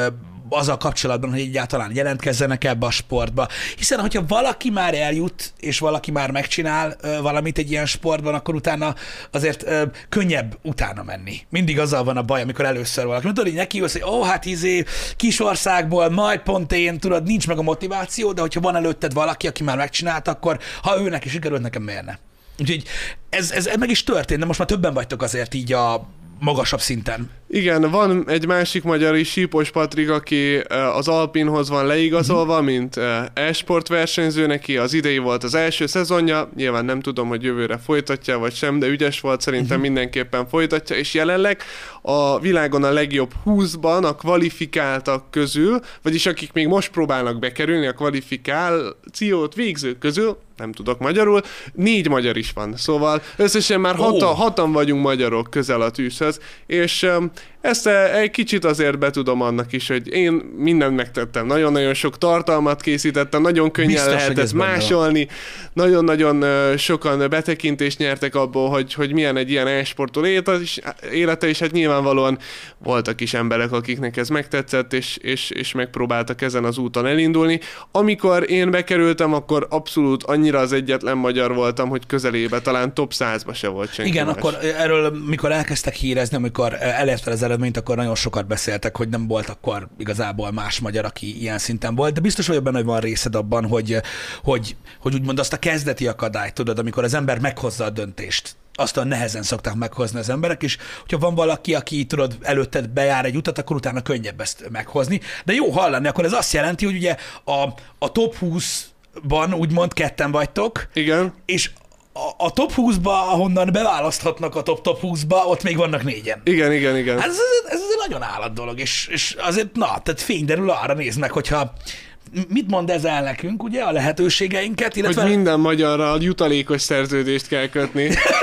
azzal kapcsolatban, hogy egyáltalán jelentkezzenek ebbe a sportba. Hiszen, hogyha valaki már eljut, és valaki már megcsinál valamit egy ilyen sportban, akkor utána azért könnyebb utána menni. Mindig azzal van a baj, amikor először valaki. Tudod, így nekiülsz, hogy hát kis országból, majd pont én, tudod, nincs meg a motiváció, de hogyha van előtted valaki, aki már megcsinálta, akkor ha őnek is sikerült, nekem miért ne? Úgyhogy ez meg is történt, de most már többen vagytok azért így a magasabb szinten. Igen, van egy másik magyar is, Sípos Patrik, aki az Alpinhoz van leigazolva, mint e-sport versenyző, neki az idei volt az első szezonja, nyilván nem tudom, hogy jövőre folytatja vagy sem, de ügyes volt, szerintem mindenképpen folytatja, és jelenleg a világon a legjobb 20-ban a kvalifikáltak közül, vagyis akik még most próbálnak bekerülni a kvalifikációt végzők közül, nem tudok magyarul, 4 magyar is van, szóval összesen már 6-an vagyunk magyarok közel a tűzhöz, és ezt egy kicsit azért betudom annak is, hogy én mindent megtettem, nagyon-nagyon sok tartalmat készítettem, nagyon könnyen biztos, lehetett másolni, nagyon-nagyon sokan betekintést nyertek abból, hogy milyen egy ilyen e-sportol élete, és hát nyilvánvalóan voltak is emberek, akiknek ez megtetszett, és megpróbáltak ezen az úton elindulni. Amikor én bekerültem, akkor abszolút annyira az egyetlen magyar voltam, hogy közelébe talán top 100-ba se volt senki. Igen, más. akkor erről, mikor elkezdtek hírezni, amikor elérte az eredményt, akkor nagyon sokat beszéltek, hogy nem volt akkor igazából más magyar, aki ilyen szinten volt, de biztos vagyok benne, hogy van részed abban, hogy úgymond azt a kezdeti akadályt, tudod, amikor az ember meghozza a döntést. Aztán nehezen szokták meghozni az emberek, és hogyha van valaki, aki tudod, előtted bejár egy utat, akkor utána könnyebb ezt meghozni. De jó hallani, akkor ez azt jelenti, hogy ugye a top 20-ban úgymond ketten vagytok, igen, és a top 20-ba, ahonnan beválaszthatnak a top 20-ba, ott még vannak 4-en. Igen. Hát ez egy nagyon állat dolog, és azért, tehát fény derül arra, nézd meg, hogyha mit mond ez el nekünk, ugye, a lehetőségeinket, illetve... Hogy minden magyarral jutalékos szerződést kell kötni.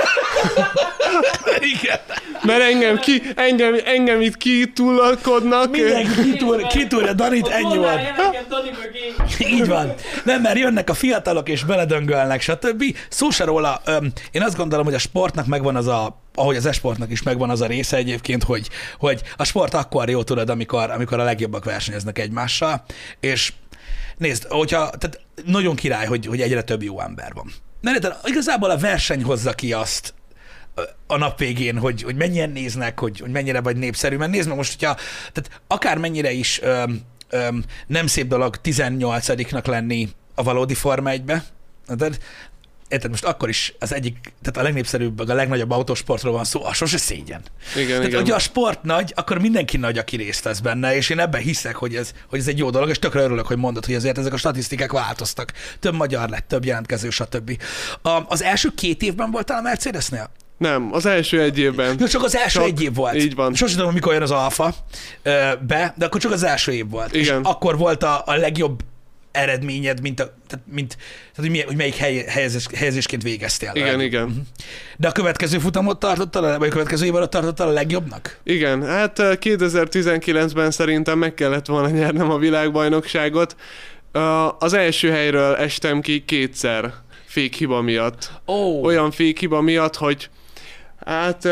Igen. Mert engem itt kitúlkodnak. Mindenki kitúlja Danit, ennyi van. Így van. Nem, mert jönnek a fiatalok és beledöngölnek, stb. Szó se róla. Én azt gondolom, hogy a sportnak megvan az ahogy az esportnak is megvan az a része egyébként, hogy a sport akkor jó, tudod, amikor a legjobbak versenyeznek egymással, és nézd, tehát nagyon király, hogy egyre több jó ember van. Mert igazából a verseny hozza ki azt a nap végén, hogy mennyien néznek, hogy mennyire vagy népszerű, mert nézd meg most, hogyha tehát akármennyire is nem szép dolog 18-nak lenni a valódi Forma 1-be, érted, most akkor is az egyik, tehát a legnépszerűbb, a legnagyobb autósportról van szó, sose szégyen. Igen. Hogyha a sport nagy, akkor mindenki nagy, aki részt vesz benne, és én ebben hiszek, hogy ez egy jó dolog, és tökre örülök, hogy mondod, hogy azért ezek a statisztikák változtak. Több magyar lett, több jelentkező, stb. Az első 2 évben voltál a Mercedesnél? Nem, az első 1 évben. Jó, csak az első 1 év volt. Így van. Sosem tudom, mikor jön az Alfa de akkor csak az első év volt. Igen. És akkor volt a legjobb eredményed, hogy melyik helyezésként végeztél. Igen. De a következő futamot tartottál, vagy a következő évadot tartottál a legjobbnak? Igen, hát 2019-ben szerintem meg kellett volna nyernem a világbajnokságot. Az első helyről estem ki 2-szer fékhiba miatt. Olyan fékhiba miatt, hogy hát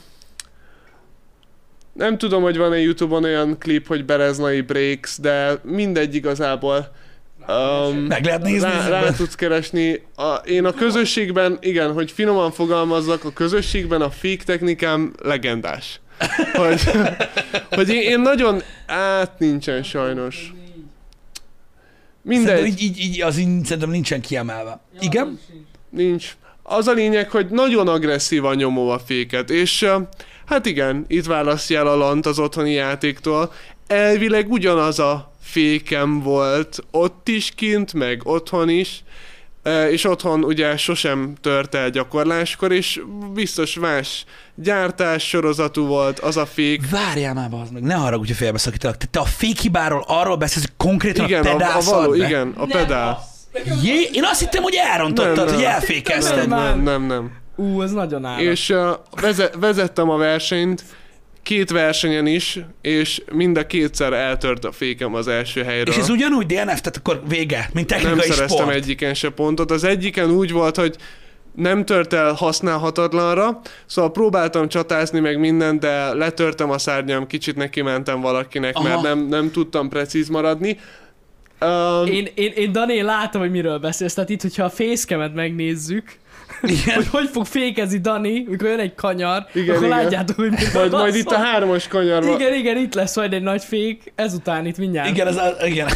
nem tudom, hogy van-e YouTube-on olyan klip, hogy Bereznai breaks, de mindegy igazából. Meg lehet nézni. Rá tudsz keresni. Én a közösségben, igen, hogy finoman fogalmazzak, a közösségben a fék technikám legendás. Hogy én nagyon nincsen sajnos. Mindegy. Szerintem nincsen kiemelve. Igen? Nincs. Az a lényeg, hogy nagyon agresszívan nyomom a féket, és hát igen, itt választja el a lant az otthoni játéktól. Elvileg ugyanaz a fékem volt ott is kint, meg otthon is, és otthon ugye sosem tört el gyakorláskor, és biztos más gyártás sorozatú volt az a fék. Várjál már, meg, ne haragudj, hogy félbeszakítalak. Te a fékhibáról arról beszélsz, hogy konkrétan igen, a pedál szart be? Igen, a pedál. Én azt hittem, hogy elrontottad, hogy elfékezted. Nem. Ez nagyon állat. És vezettem a versenyt, 2 versenyen is, és mind a 2-szer eltört a fékem az első helyről. És ez ugyanúgy DNF, tehát akkor vége, mint technikai sport. sport. Nem szereztem egyiken se pontot. Az egyiken úgy volt, hogy nem tört el használhatatlanra, szóval próbáltam csatázni meg mindent, de letörtem a szárnyam, kicsit nekimentem valakinek, mert nem tudtam precíz maradni. Én Dani, látom, hogy miről beszélsz. Tehát itt, hogyha a facecam-et megnézzük, hogy fog fékezni Dani, mikor jön egy kanyar, igen, akkor igen. Látjátok, hogy miről majd itt a 3-as kanyarban. Igen, itt lesz majd egy nagy fék, ezután itt mindjárt. Igen.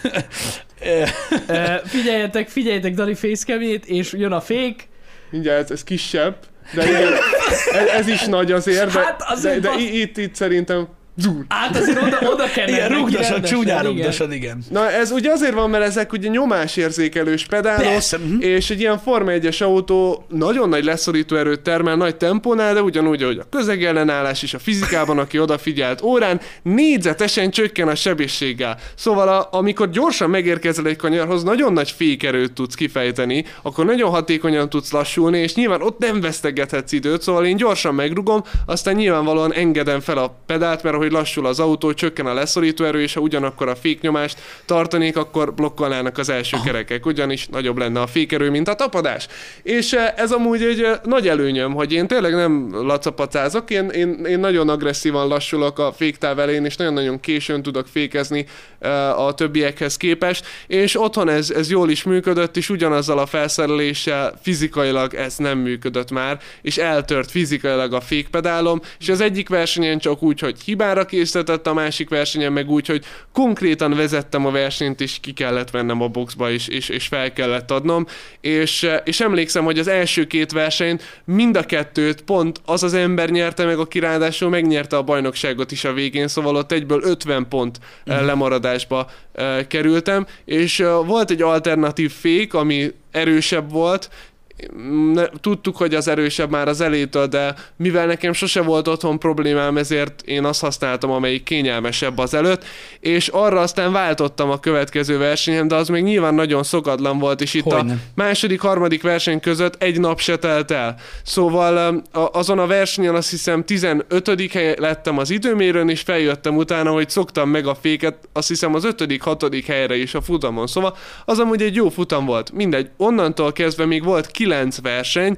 Figyeljetek Dani facecam-ét, és jön a fék. Mindjárt ez kisebb, de igen, ez is nagy azért, de itt szerintem Hát azért oda kell igen, rúgdosod, csúnyán rúgdosod, igen. Na ez ugye azért van, mert ezek ugye nyomásérzékelős pedálok, és egy ilyen Forma 1-es autó nagyon nagy leszorító erőt termel nagy tempónál, de ugyanúgy, hogy a közegellenállás is a fizikában, aki odafigyelt órán, négyzetesen csökken a sebességgel. Szóval amikor gyorsan megérkezel egy kanyarhoz, nagyon nagy fékerőt tudsz kifejteni, akkor nagyon hatékonyan tudsz lassulni, és nyilván ott nem vesztegethetsz időt, szóval én gyorsan megrugom, aztán nyilvánvalóan engedem fel a pedált, mert ahogy lassul az autó, csökken a leszorító erő, és ha ugyanakkor a féknyomást tartanék, akkor blokkolnának az első kerekek, ugyanis nagyobb lenne a fékerő, mint a tapadás. És ez amúgy egy nagy előnyöm, hogy én tényleg nem lacapacázok, én nagyon agresszívan lassulok a féktáv elején, és nagyon-nagyon későn tudok fékezni a többiekhez képest, és otthon ez jól is működött, és ugyanazzal a felszereléssel fizikailag ez nem működött már, és eltört fizikailag a fékpedálom, és az egyik versenyen csak úgy, hogy hibára készített, a másik versenyen meg úgy, hogy konkrétan vezettem a versenyt, és ki kellett vennem a boxba, és fel kellett adnom, és emlékszem, hogy az első két versenyt mind a kettőt pont az az ember nyerte meg, aki ráadásul megnyerte a bajnokságot is a végén, szóval ott egyből 50 pont lemaradásba kerültem, és volt egy alternatív fék, ami erősebb volt, tudtuk, hogy az erősebb már az elétől, de mivel nekem sose volt otthon problémám, ezért én azt használtam, amelyik kényelmesebb az előtt, és arra aztán váltottam a következő versenyen, de az még nyilván nagyon szokatlan volt, és itt a második, harmadik verseny között egy nap se telt el. Szóval azon a versenyen azt hiszem 15. hely lettem az időmérőn, és feljöttem utána, hogy szoktam meg a féket, azt hiszem az 5., 6. helyre is a futamon. Szóval az amúgy egy jó futam volt. Mindegy, onnantól kezdve még volt 9 verseny,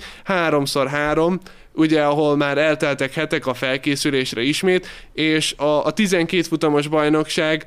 3x3, ugye, ahol már elteltek hetek a felkészülésre ismét, és a 12 futamos bajnokság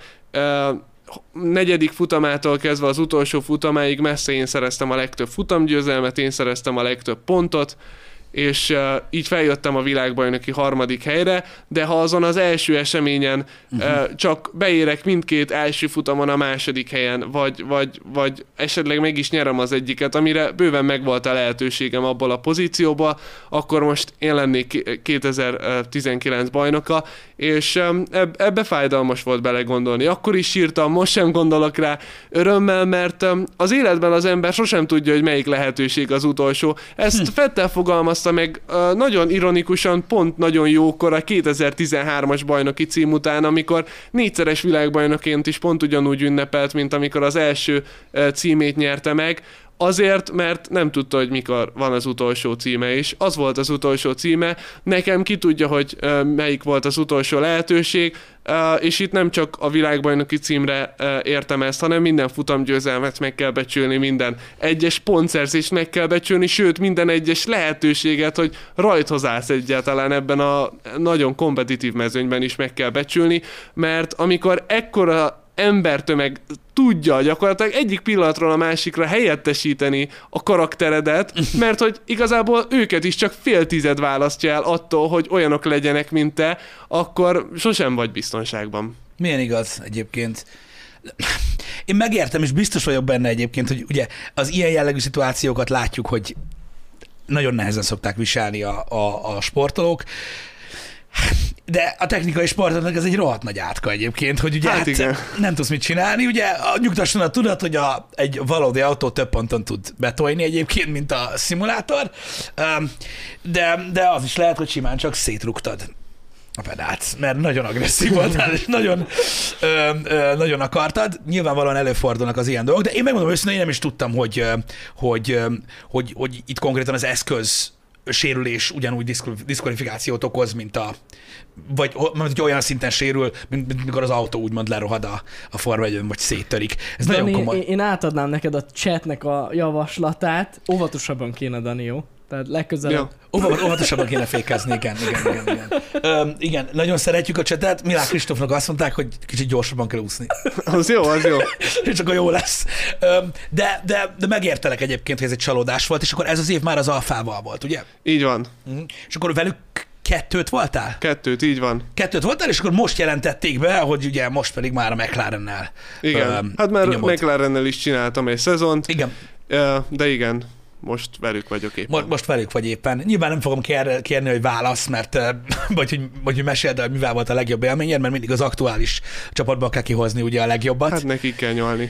4. futamától kezdve az utolsó futamáig messze én szereztem a legtöbb futamgyőzelmet, én szereztem a legtöbb pontot, és így feljöttem a világbajnoki 3. helyre, de ha azon az első eseményen csak beérek mindkét első futamon a 2. helyen, vagy esetleg meg is nyerem az egyiket, amire bőven megvolt a lehetőségem abból a pozícióba, akkor most én lennék 2019 bajnoka, és ebbe fájdalmas volt belegondolni. Akkor is sírtam, most sem gondolok rá örömmel, mert az életben az ember sosem tudja, hogy melyik lehetőség az utolsó. Ezt Vettel fogalmazta meg nagyon ironikusan, pont nagyon jókor a 2013-as bajnoki cím után, amikor 4-szeres világbajnoként is pont ugyanúgy ünnepelt, mint amikor az első címét nyerte meg. Azért, mert nem tudta, hogy mikor van az utolsó címe is. Az volt az utolsó címe. Nekem ki tudja, hogy melyik volt az utolsó lehetőség, és itt nem csak a világbajnoki címre értem ezt, hanem minden futamgyőzelmet meg kell becsülni, minden egyes pontszerzést meg kell becsülni, sőt, minden egyes lehetőséget, hogy rajthoz állsz egyáltalán ebben a nagyon kompetitív mezőnyben is meg kell becsülni, mert amikor ekkora embertömeg tudja gyakorlatilag egyik pillanatról a másikra helyettesíteni a karakteredet, mert hogy igazából őket is csak fél tized választja el attól, hogy olyanok legyenek, mint te, akkor sosem vagy biztonságban. Milyen igaz egyébként. Én megértem, és biztos vagyok benne egyébként, hogy ugye az ilyen jellegű szituációkat látjuk, hogy nagyon nehezen szokták viselni a sportolók, de a technikai sportnak ez egy rohadt nagy átka egyébként, hogy ugye hát nem tudsz mit csinálni, ugye nyugtasson a tudat, hogy egy valódi autó több ponton tud betolni egyébként, mint a szimulátor, de az is lehet, hogy simán csak szétrugtad a pedált, mert nagyon agresszív voltál, és nagyon akartad. Nyilvánvalóan előfordulnak az ilyen dolgok, de én megmondom őszintén, én nem is tudtam, hogy itt konkrétan az eszköz sérülés ugyanúgy diszkvalifikációt okoz, mint hogy olyan szinten sérül, mint mikor az autó úgymond lerohad a Forma 1-ön, vagy széttörik. Ez Dani, nagyon komoly. Én átadnám neked a chatnek a javaslatát. Óvatosabban kéne, Dani, jó? Tehát legközelebb. Ja. Óvatosabban kéne fékezni, igen. Igen, nagyon szeretjük a chatet. Milák Kristófnak azt mondták, hogy kicsit gyorsabban kell úszni. Az jó. És akkor jó lesz. De megértelek egyébként, hogy ez egy csalódás volt, és akkor ez az év már az Alfával volt, ugye? Így van. És akkor velük 2 voltál? 2, így van. 2 voltál, és akkor most jelentették be, hogy ugye most pedig már a McLarennel. Igen, hát már McLarennel is csináltam egy szezont. Igen. De igen, most velük vagyok éppen. Most velük vagy éppen. Nyilván nem fogom kérni, hogy válasz, mert vagy hogy meséld el, mivel volt a legjobb élményed, mert mindig az aktuális csapatban kell kihozni ugye a legjobbat. Hát nekik kell nyalni.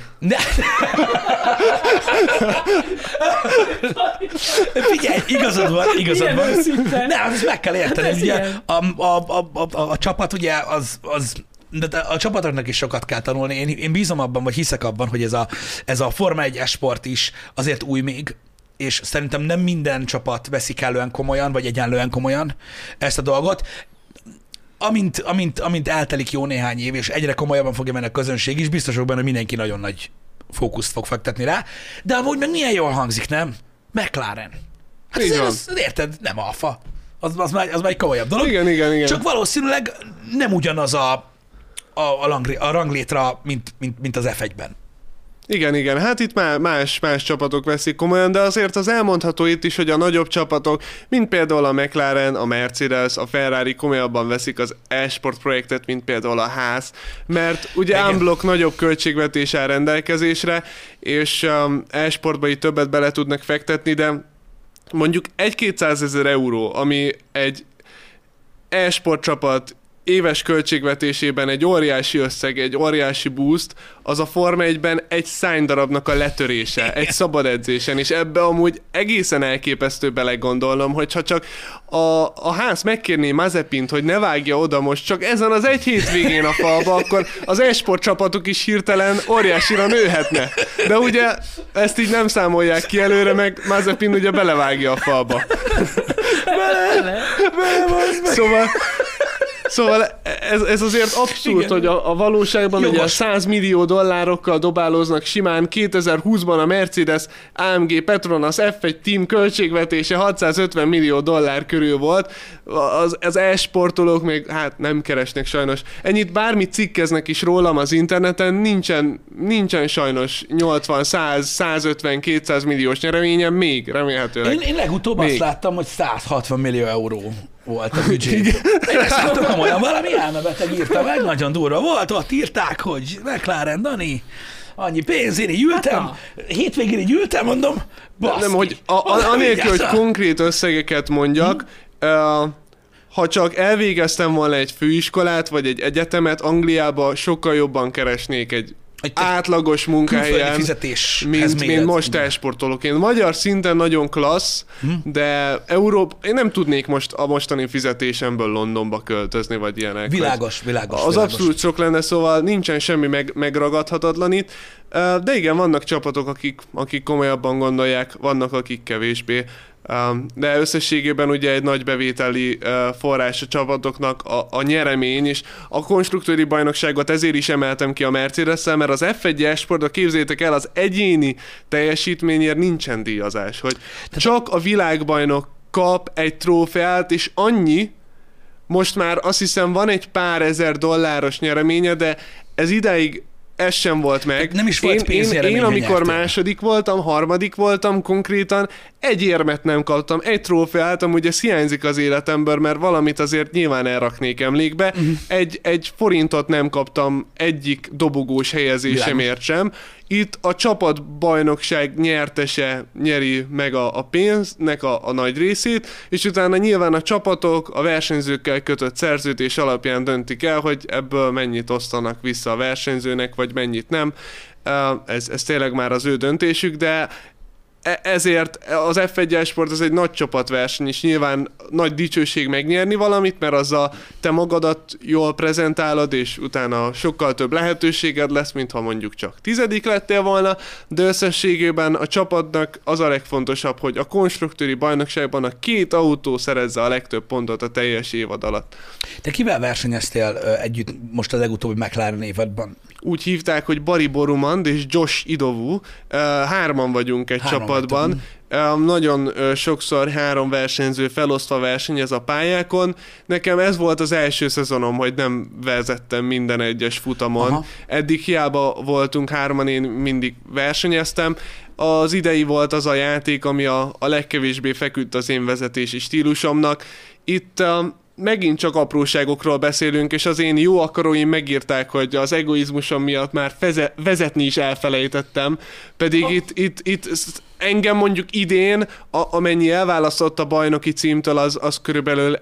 Figyelj, igazad van. Nem, ezt meg kell érteni. Ugye, a csapat ugye de a csapatoknak is sokat kell tanulni. Én bízom abban, vagy hiszek abban, hogy ez a Forma 1 esport is azért új még, és szerintem nem minden csapat veszi kellően komolyan, vagy egyenlően komolyan ezt a dolgot. Amint eltelik jó néhány év, és egyre komolyabban fogja menni a közönség is, biztos vagyok benne, hogy mindenki nagyon nagy fókuszt fog fektetni rá. De amúgy meg milyen jól hangzik, nem? McLaren. Hát ez érted, nem alfa. Az már egy komolyabb dolog. Igen. Csak valószínűleg nem ugyanaz a ranglétra, mint az F1-ben. Igen, hát itt más csapatok veszik komolyan, de azért az elmondható itt is, hogy a nagyobb csapatok, mint például a McLaren, a Mercedes, a Ferrari komolyabban veszik az e-sport projektet, mint például a Haas, mert ugye unblock nagyobb költségvetés áll rendelkezésre, és e-sportba így többet bele tudnak fektetni, de mondjuk 1-200 000 euró, ami egy e-sport csapat éves költségvetésében egy óriási összeg, egy óriási boost, az a Forma 1-ben egy szánydarabnak a letörése, egy szabad edzésen, és ebbe amúgy egészen elképesztő belegondolnom, hogyha csak a ház megkérné Mazepint, hogy ne vágja oda most csak ezen az egy hétvégén a falba, akkor az e-sport csapatok is hirtelen óriásira nőhetne. De ugye ezt így nem számolják ki előre, meg Mazepin ugye belevágja a falba. Szóval ez azért abszurd, igen, hogy a valóságban ugye 100 millió dollárokkal dobálóznak simán. 2020-ban a Mercedes AMG Petronas F1 team költségvetése 650 millió dollár körül volt. Az e-sportolók még hát nem keresnek sajnos. Ennyit bármit cikkeznek is rólam az interneten, nincsen sajnos 80, 100, 150, 200 milliós nyereményem még, remélhetőleg. Én legutóbb azt láttam, hogy 160 millió euró volt a büdzsé. Én ezt láttam komolyan, valami elmebeteg írta meg, nagyon durva volt, ott írták, hogy McLaren, Dani, annyi pénz, én így ültem, hétvégén így ültem, mondom, baszki. Nem, hogy anélkül, hogy konkrét összegeket mondjak, ha csak elvégeztem volna egy főiskolát, vagy egy egyetemet, Angliába sokkal jobban keresnék egy átlagos munkahelyen, mint most e-sportolóként. Magyar szinten nagyon klassz, de én nem tudnék most a mostani fizetésemből Londonba költözni, vagy ilyenek. Világos. Az abszolút sok lenne, szóval nincsen semmi megragadhatatlan itt. De igen, vannak csapatok, akik komolyabban gondolják, vannak, akik kevésbé. De összességében ugye egy nagy bevételi forrás a csapatoknak a nyeremény, és a konstruktőri bajnokságot ezért is emeltem ki a Mercedes-szel, mert az F1 e-sportba, képzeljétek el, az egyéni teljesítményért nincsen díjazás, hogy csak a világbajnok kap egy trófeát, és annyi, most már azt hiszem van egy pár ezer dolláros nyereménye, de ez idáig ez sem volt meg. Nem is volt pénzjeremény. Én amikor második voltam, harmadik voltam konkrétan, egy érmet nem kaptam, egy trófeát, amúgy ez hiányzik az életemből, mert valamit azért nyilván elraknék emlékbe. Egy forintot nem kaptam egyik dobogós helyezésemért sem. Itt a csapatbajnokság nyertese nyeri meg a pénznek a nagy részét, és utána nyilván a csapatok a versenyzőkkel kötött szerződés alapján döntik el, hogy ebből mennyit osztanak vissza a versenyzőnek, vagy mennyit nem. Ez tényleg már az ő döntésük, de ezért az F1 sport az egy nagy csapatverseny, és nyilván nagy dicsőség megnyerni valamit, mert azzal te magadat jól prezentálod, és utána sokkal több lehetőséged lesz, mint ha mondjuk csak 10. lettél volna, de összességében a csapatnak az a legfontosabb, hogy a konstruktőri bajnokságban a 2 autó szerezze a legtöbb pontot a teljes évad alatt. Te kivel versenyeztél együtt most a legutóbbi McLaren évadban? Úgy hívták, hogy Bari Borumand és Josh Idovu. 3-an vagyunk egy csapatban. Nagyon sokszor 3 versenyző felosztva versenyez a pályákon. Nekem ez volt az első szezonom, hogy nem vezettem minden egyes futamon. Aha. Eddig hiába voltunk 3-an, én mindig versenyeztem. Az idei volt az a játék, ami a legkevésbé feküdt az én vezetési stílusomnak. Itt megint csak apróságokról beszélünk, és az én jó akaróim megírták, hogy az egoizmusom miatt már vezetni is elfelejtettem, pedig itt engem mondjuk idén, amennyi elválasztott a bajnoki címtől, az körülbelül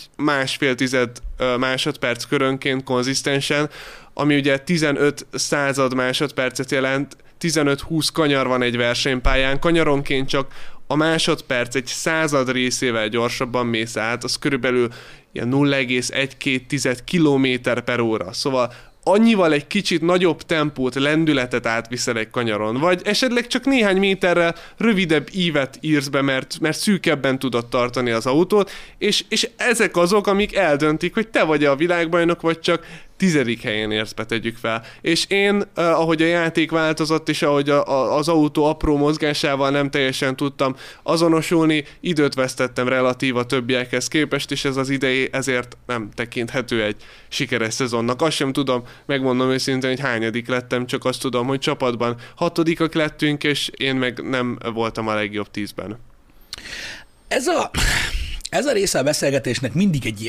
1,5 másodperc körönként konzisztensen, ami ugye 15 század másodpercet jelent, 15-20 kanyar van egy versenypályán, kanyaronként csak a másodperc egy század részével gyorsabban mész át, az körülbelül ilyen 0,1-2 km/óra. Szóval annyival egy kicsit nagyobb tempót, lendületet átviszel egy kanyaron, vagy esetleg csak néhány méterrel rövidebb ívet írsz be, mert szűkebben tudod tartani az autót, és ezek azok, amik eldöntik, hogy te vagy a világbajnok, vagy csak 10. helyen érsz be, tegyük fel. És én, ahogy a játék változott, és ahogy az autó apró mozgásával nem teljesen tudtam azonosulni, időt vesztettem relatív a többiekhez képest, és ez az idei ezért nem tekinthető egy sikeres szezonnak. Azt sem tudom, megmondom őszintén, hogy hányadik lettem, csak azt tudom, hogy csapatban 6. lettünk, és én meg nem voltam a legjobb 10-ben. Ez a része a beszélgetésnek mindig egy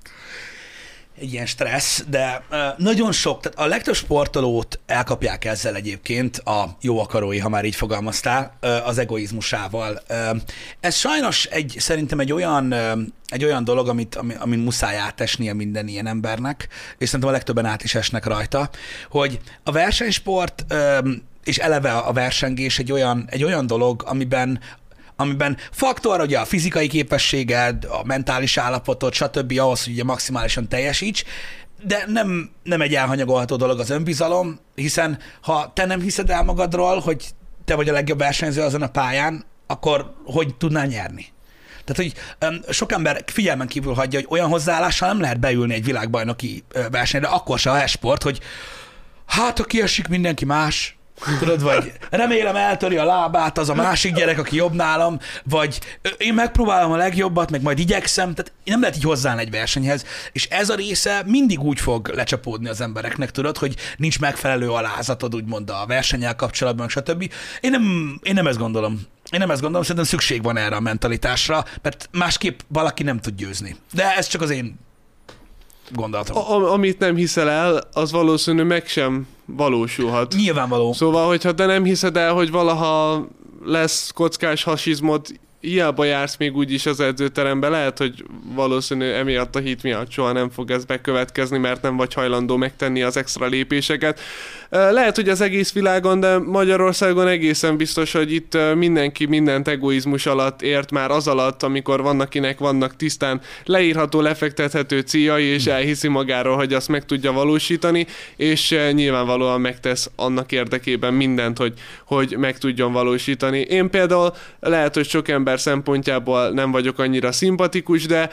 ilyen stressz, de nagyon sok, tehát a legtöbb sportolót elkapják ezzel egyébként a jó akarói, ha már így fogalmaztál, az egoizmusával. Ez sajnos szerintem egy olyan dolog, amin muszáj átesnie minden ilyen embernek, és szerintem a legtöbben át is esnek rajta, hogy a versenysport és eleve a versengés egy olyan dolog, amiben faktor, ugye a fizikai képességed, a mentális állapotod, stb. Ahhoz, hogy ugye maximálisan teljesíts, de nem egy elhanyagolható dolog az önbizalom, hiszen ha te nem hiszed el magadról, hogy te vagy a legjobb versenyző azon a pályán, akkor hogy tudnál nyerni? Tehát, hogy sok ember figyelmen kívül hagyja, hogy olyan hozzáállással nem lehet beülni egy világbajnoki versenyre, akkor se a e-sport, hogy hát, ha kiesik mindenki más, tudod, vagy remélem eltöri a lábát az a másik gyerek, aki jobb nálam, vagy én megpróbálom a legjobbat, meg majd igyekszem, tehát nem lehet így hozzáállni egy versenyhez, és ez a része mindig úgy fog lecsapódni az embereknek, tudod, hogy nincs megfelelő alázatod, úgymond a versennyel kapcsolatban, stb. Én nem ezt gondolom. Szerintem szükség van erre a mentalitásra, mert másképp valaki nem tud győzni. De ez csak az én gondolatom. Amit nem hiszel el, az valószínű meg sem valósulhat. Nyilvánvaló. Szóval, hogyha te nem hiszed el, hogy valaha lesz kockás hasizmod, hiába jársz még úgyis az edzőterembe, lehet, hogy valószínű emiatt a hit miatt soha nem fog ez bekövetkezni, mert nem vagy hajlandó megtenni az extra lépéseket. Lehet, hogy az egész világon, de Magyarországon egészen biztos, hogy itt mindenki mindent egoizmus alatt ért már az alatt, amikor vannak tisztán leírható, lefektethető céljai, és elhiszi magáról, hogy azt meg tudja valósítani, és nyilvánvalóan megtesz annak érdekében mindent, hogy meg tudjon valósítani. Én például lehet, hogy sok ember szempontjából nem vagyok annyira szimpatikus, de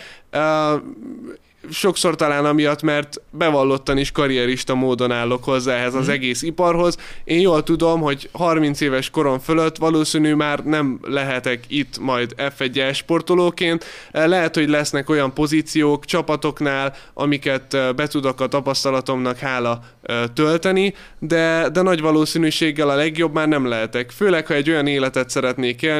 sokszor talán amiatt, mert bevallottan is karrierista módon állok hozzá ehhez az egész iparhoz. Én jól tudom, hogy 30 éves korom fölött valószínű már nem lehetek itt majd F1 sportolóként. Lehet, hogy lesznek olyan pozíciók csapatoknál, amiket be tudok a tapasztalatomnak hála tölteni, de nagy valószínűséggel a legjobb már nem lehetek. Főleg, ha egy olyan életet szeretnék élni,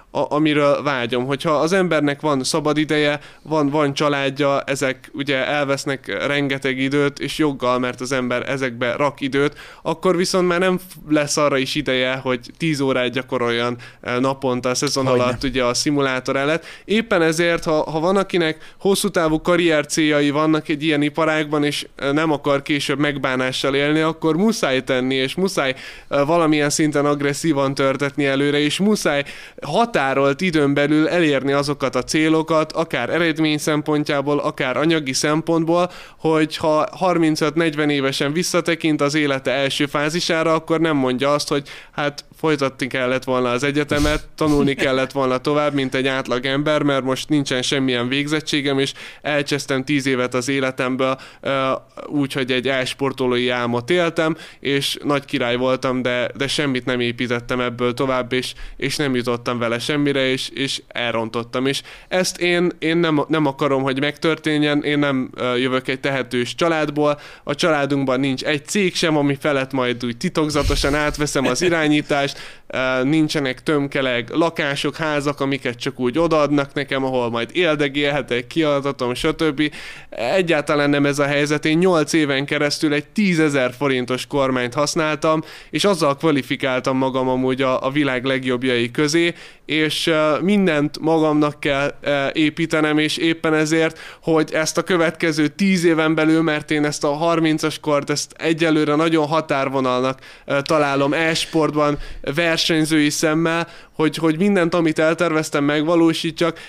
amiről vágyom. Hogyha az embernek van szabad ideje, van családja, ezek ugye elvesznek rengeteg időt, és joggal, mert az ember ezekbe rak időt, akkor viszont már nem lesz arra is ideje, hogy 10 órát gyakoroljon naponta a szezon alatt ugye a szimulátor előtt. Éppen ezért, ha van akinek hosszú távú karrier céljai vannak egy ilyen iparágban, és nem akar később megbánással élni, akkor muszáj tenni, és muszáj valamilyen szinten agresszívan törtetni előre, és muszáj határolt időn belül elérni azokat a célokat, akár eredmény szempontjából, akár anyagi szempontból, hogy ha 35-40 évesen visszatekint az élete első fázisára, akkor nem mondja azt, hogy hát folytatni kellett volna az egyetemet, tanulni kellett volna tovább, mint egy átlag ember, mert most nincsen semmilyen végzettségem, és elcsesztem 10 évet az életemből úgy, hogy egy elsportolói álmot éltem, és nagy király voltam, de semmit nem építettem ebből tovább, és nem jutottam vele semmire, és elrontottam. És ezt én nem akarom, hogy megtörténjen, én nem jövök egy tehetős családból, a családunkban nincs egy cég sem, ami felett majd úgy titokzatosan átveszem az irányítást, nincsenek tömkeleg lakások, házak, amiket csak úgy odaadnak nekem, ahol majd éldegélhetek, kiadatom, stb. Egyáltalán nem ez a helyzet. Én 8 éven keresztül egy 10 000 forintos kormányt használtam, és azzal kvalifikáltam magam amúgy a világ legjobbjai közé, és mindent magamnak kell építenem, és éppen ezért, hogy ezt a következő 10 éven belül, mert én ezt a 30-as kort, ezt egyelőre nagyon határvonalnak találom e-sportban, versenyzői szemmel, hogy mindent, amit elterveztem, megvalósítsak,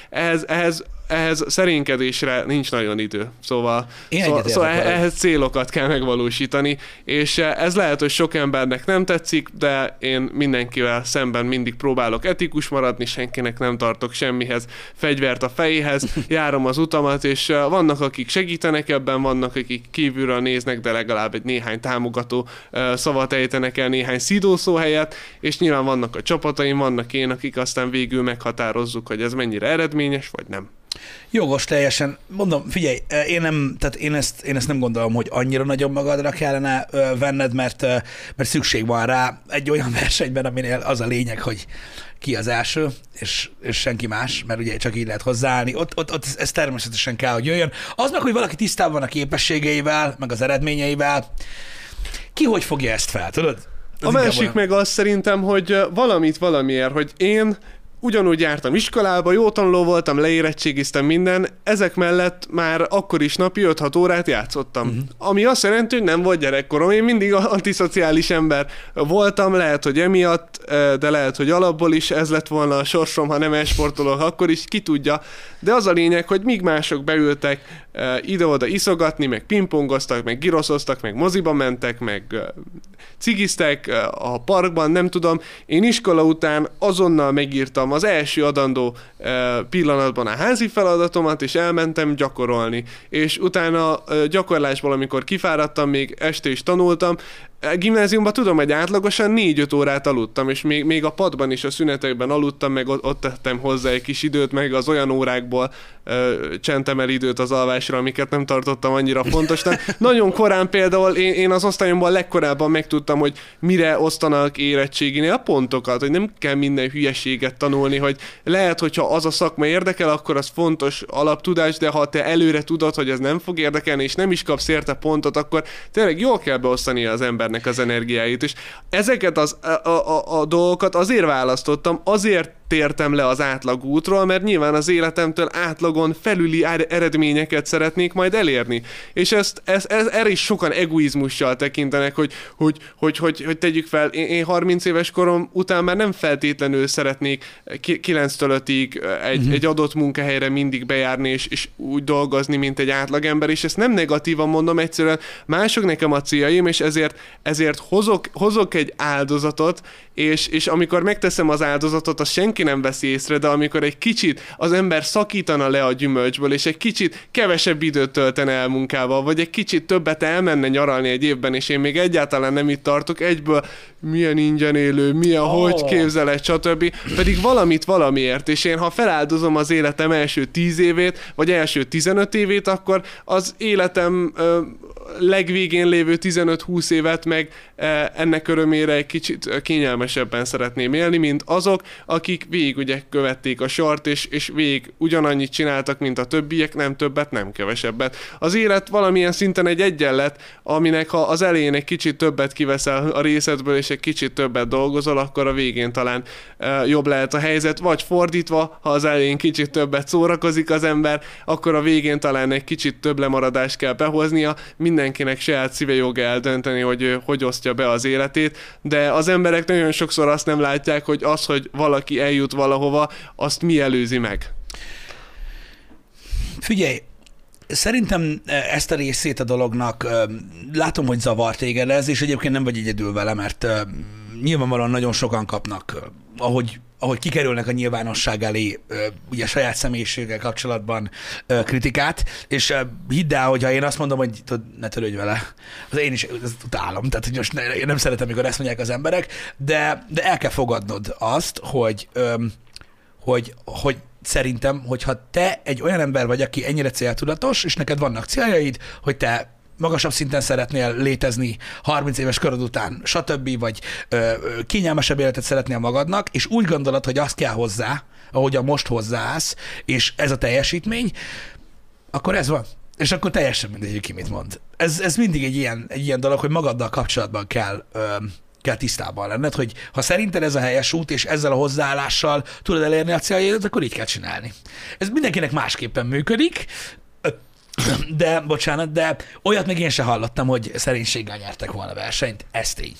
ehhez szerénykedésre nincs nagyon idő. Szóval ehhez célokat kell megvalósítani, és ez lehet, hogy sok embernek nem tetszik, de én mindenkivel szemben mindig próbálok etikus maradni, senkinek nem tartok semmihez fegyvert a fejéhez, járom az utamat, és vannak, akik segítenek ebben, vannak, akik kívülről néznek, de legalább egy néhány támogató szavat ejtenek el néhány szídószó helyett, és nyilván vannak a csapataim, vannak én, akik aztán végül meghatározzuk, hogy ez mennyire eredményes, vagy nem. Jogos teljesen. Mondom, figyelj, én ezt nem gondolom, hogy annyira nagyon magadra kellene venned, mert szükség van rá egy olyan versenyben, aminél az a lényeg, hogy ki az első, és senki más, mert ugye csak így lehet hozzáállni. Ott ez természetesen kell, hogy jöjjön. Az meg, hogy valaki tisztában van a képességeivel, meg az eredményeivel, ki hogy fogja ezt fel, tudod? A másik meg az szerintem, hogy valamiért, hogy én ugyanúgy jártam iskolába, jó tanuló voltam, leérettségiztem minden, ezek mellett már akkor is napi 5-6 órát játszottam. Ami azt jelenti, hogy nem volt gyerekkorom. Én mindig antiszociális ember voltam, lehet, hogy emiatt, de lehet, hogy alapból is ez lett volna a sorsom, ha nem e-sportolok, akkor is, ki tudja. De az a lényeg, hogy míg mások beültek ide-oda iszogatni, meg pingpongoztak, meg giroszoztak, meg moziba mentek, meg cigiztek a parkban, nem tudom. Én iskola után azonnal megírtam az első adandó pillanatban a házi feladatomat, és elmentem gyakorolni. És utána gyakorlásból, amikor kifáradtam, még este is tanultam, gimnáziumban tudom, hogy átlagosan 4-5 órát aludtam, és még a padban is a szünetekben aludtam, meg ott tettem hozzá egy kis időt, meg az olyan órákból csentem el időt az alvásra, amiket nem tartottam annyira fontosnak. Nagyon korán például én az osztályomban legkorábban megtudtam, hogy mire osztanak érettséginél a pontokat, hogy nem kell minden hülyeséget tanulni, hogy lehet, hogyha az a szakma érdekel, akkor az fontos alaptudás, de ha te előre tudod, hogy ez nem fog érdekelni, és nem is kapsz érte pontot, akkor tényleg jól kell beosztani az embernek az energiáit. És ezeket a dolgokat azért választottam, azért tértem le az átlagútról, mert nyilván az életemtől átlagon felüli eredményeket szeretnék majd elérni. És erre is sokan egoizmussal tekintenek, hogy tegyük fel, én 30 éves korom után már nem feltétlenül szeretnék 9-től 5-ig egy adott munkahelyre mindig bejárni, és úgy dolgozni, mint egy átlagember, és ezt nem negatívan mondom, egyszerűen mások nekem a céljaim, és ezért hozok egy áldozatot, és amikor megteszem az áldozatot, az senki nem veszi észre, de amikor egy kicsit az ember szakítana le a gyümölcsből, és egy kicsit kevesebb időt töltene el munkával, vagy egy kicsit többet elmenne nyaralni egy évben, és én még egyáltalán nem itt tartok, egyből milyen ingyen élő, hogy képzeled, stb. Pedig valamiért, és én ha feláldozom az életem első 10 évét, vagy első 15 évét, akkor az életem legvégén lévő 15-20 évet meg ennek örömére egy kicsit kényelmesebben szeretném élni, mint azok, akik végig ugye követték a sort, és végig ugyanannyit csináltak, mint a többiek, nem többet, nem kevesebbet. Az élet valamilyen szinten egy egyenlet, aminek ha az elején egy kicsit többet kiveszel a részedből, és egy kicsit többet dolgozol, akkor a végén talán jobb lehet a helyzet, vagy fordítva, ha az elején kicsit többet szórakozik az ember, akkor a végén talán egy kicsit több lemaradást kell behoznia, mindenkinek saját szíve joga eldönteni, hogy osztja be az életét, de az emberek nagyon sokszor azt nem látják, hogy az, hogy valaki eljut valahova, azt mi előzi meg. Figyelj, szerintem ezt a részét a dolognak látom, hogy zavar téged ez, és egyébként nem vagy egyedül vele, mert nyilvánvalóan nagyon sokan kapnak, ahogy kikerülnek a nyilvánosság elé, ugye saját személyiséggel kapcsolatban kritikát, és hidd el, hogyha én azt mondom, hogy ne törődj vele, az én is ezt utálom, tehát hogy most én nem szeretem, amikor ezt mondják az emberek, de el kell fogadnod azt, hogy szerintem, hogyha te egy olyan ember vagy, aki ennyire céltudatos, és neked vannak céljaid, hogy te magasabb szinten szeretnél létezni 30 éves korod után, stb., vagy kényelmesebb életet szeretnél magadnak, és úgy gondolod, hogy azt kell hozzá, ahogyan most hozzáállsz, és ez a teljesítmény, akkor ez van. És akkor teljesen mindegy, hogy ki mit mond. Ez mindig egy ilyen dolog, hogy magaddal kapcsolatban kell tisztában lenned, hogy ha szerinted ez a helyes út, és ezzel a hozzáállással tudod elérni a céljaidat, akkor így kell csinálni. Ez mindenkinek másképpen működik, de olyat még én sem hallottam, hogy szerénységgel nyertek volna versenyt. Ez tény.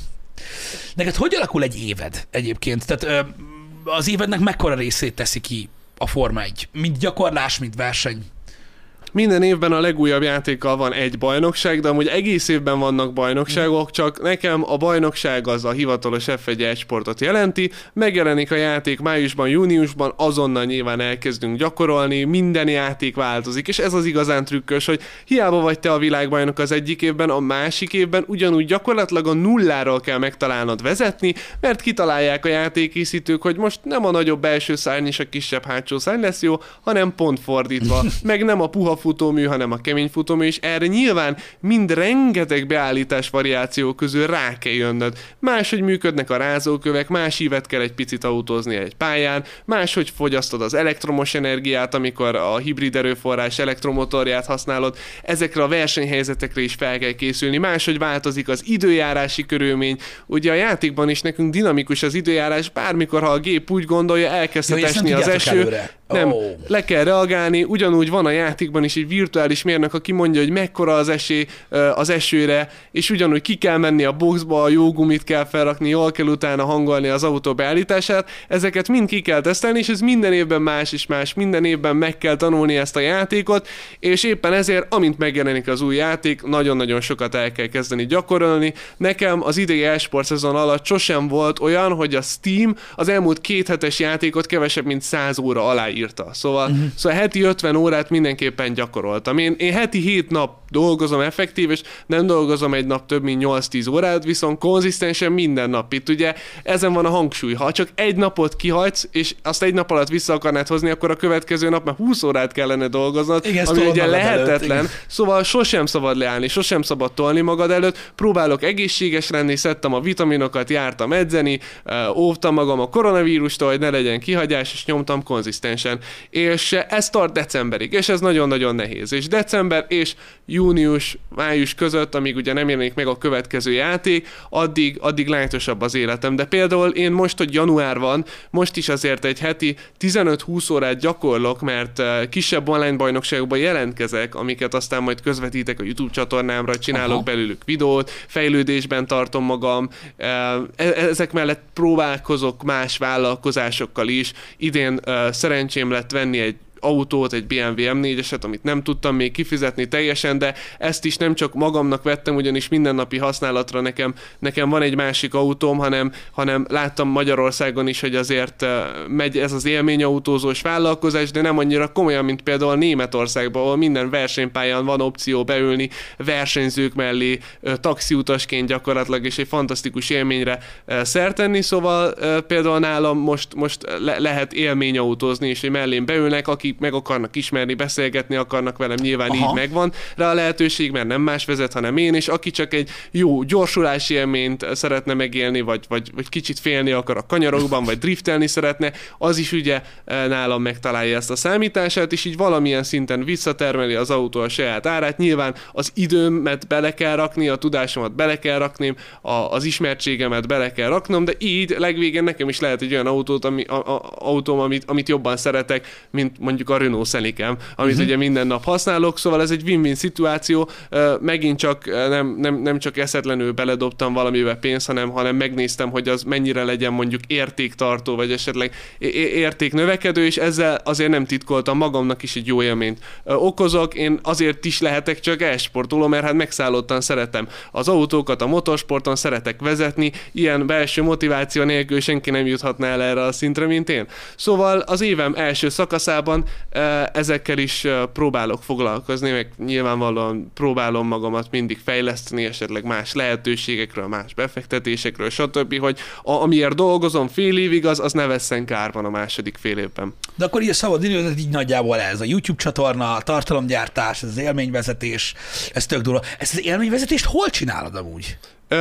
Neked hogy alakul egy éved egyébként? Tehát az évednek mekkora részét teszi ki a Forma 1? Mint gyakorlás, mint verseny? Minden évben a legújabb játékkal van egy bajnokság, de amúgy egész évben vannak bajnokságok, csak nekem a bajnokság az a hivatalos F1 Egysportot jelenti, megjelenik a játék májusban, júniusban, azonnal nyilván elkezdünk gyakorolni, minden játék változik, és ez az igazán trükkös, hogy hiába vagy te a világbajnok az egyik évben, a másik évben ugyanúgy gyakorlatilag a nulláról kell megtalálnod vezetni, mert kitalálják a játékkészítők, hogy most nem a nagyobb belső szárny és a kisebb hátsó szárny lesz jó, hanem pont fordítva, meg nem a puha futómű, hanem a kemény futómű, és erre nyilván mind rengeteg beállítás variáció közül rá kell jönnöd. Máshogy működnek a rázókövek, más ívet kell egy picit autózni egy pályán, máshogy fogyasztod az elektromos energiát, amikor a hibrid erőforrás elektromotorját használod, ezekre a versenyhelyzetekre is fel kell készülni, máshogy változik az időjárási körülmény. Ugye a játékban is nekünk dinamikus az időjárás, bármikor, ha a gép úgy gondolja, elkezdhet esni az eső. Nem, le kell reagálni, ugyanúgy van a játékban is egy virtuális mérnök, aki mondja, hogy mekkora az esély az esőre, és ugyanúgy ki kell menni a boxba, a jó gumit kell felrakni, jól kell utána hangolni az autó beállítását, ezeket mind ki kell tesztelni, és ez minden évben más és más, minden évben meg kell tanulni ezt a játékot, és éppen ezért, amint megjelenik az új játék, nagyon-nagyon sokat el kell kezdeni gyakorolni. Nekem az idei e-sport szezon alatt sosem volt olyan, hogy a Steam az elmúlt 2 hetes játékot kevesebb, mint 100 óra alá írta. Szóval heti 50 órát mindenképpen gyakoroltam. Én heti 7 nap dolgozom effektív, és nem dolgozom egy nap több mint 8-10 órát, viszont konzisztensen minden nap. Itt ugye ezen van a hangsúly. Ha csak egy napot kihagysz, és azt egy nap alatt vissza akarnád hozni, akkor a következő nap már 20 órát kellene dolgoznod, igen, ami ugye lehetetlen. Előtt, szóval sosem szabad leállni, sosem szabad tolni magad előtt. Próbálok egészséges lenni, szedtem a vitaminokat, jártam edzeni, óvtam magam a koronavírustól, hogy ne legyen kihagyás, és nyomtam konzisztensen. És ez tart decemberig, és ez nagyon-nagyon nehéz. És december és június, május között, amíg ugye nem jelenik meg a következő játék, addig lájtosabb az életem. De például én most, hogy január van, most is azért egy heti 15-20 órát gyakorlok, mert kisebb online bajnokságokban jelentkezek, amiket aztán majd közvetítek a YouTube csatornámra, csinálok belőlük videót, fejlődésben tartom magam, ezek mellett próbálkozok más vállalkozásokkal is. Idén szerencsém lett venni egy autót, egy BMW M4-eset, amit nem tudtam még kifizetni teljesen, de ezt is nem csak magamnak vettem, ugyanis mindennapi használatra nekem van egy másik autóm, hanem láttam Magyarországon is, hogy azért megy ez az élményautózós vállalkozás, de nem annyira komolyan, mint például Németországban, ahol minden versenypályán van opció beülni versenyzők mellé, taxiutasként gyakorlatilag, és egy fantasztikus élményre szert tenni, szóval például nálam most lehet élményautózni, és mellém beülnek, aki akik meg akarnak ismerni, beszélgetni akarnak velem, nyilván így megvan rá a lehetőség, mert nem más vezet, hanem én, és aki csak egy jó gyorsulási élményt szeretne megélni, vagy kicsit félni akar a kanyarokban, vagy driftelni szeretne, az is ugye nálam megtalálja ezt a számítását, és így valamilyen szinten visszatermeli az autó a saját árát. Nyilván az időmet bele kell rakni, a tudásomat bele kell rakni, az ismertségemet bele kell raknom, de így legvégén nekem is lehet egy olyan autóm, amit jobban szeretek, mint mondjuk a Renault Scenic-em, amit ugye minden nap használok, szóval ez egy win-win szituáció. Megint csak nem csak eszetlenül beledobtam valamibe pénzt, hanem megnéztem, hogy az mennyire legyen mondjuk értéktartó, vagy esetleg értéknövekedő, és ezzel azért nem titkoltam, magamnak is egy jó élményt okozok. Én azért is lehetek csak e-sportoló, mert hát megszállottan szeretem az autókat, a motorsporton szeretek vezetni, ilyen belső motiváció nélkül senki nem juthatna el erre a szintre, mint én. Szóval az évem első szakaszában ezekkel is próbálok foglalkozni, meg nyilvánvalóan próbálom magamat mindig fejleszteni, esetleg más lehetőségekről, más befektetésekről, stb., hogy amiért dolgozom fél évig, az ne vesszen kárban a második fél évben. De akkor így a szabad időt így nagyjából ez a YouTube csatorna, a tartalomgyártás, ez az élményvezetés, ez tök durva. Ezt az élményvezetést hol csinálod amúgy?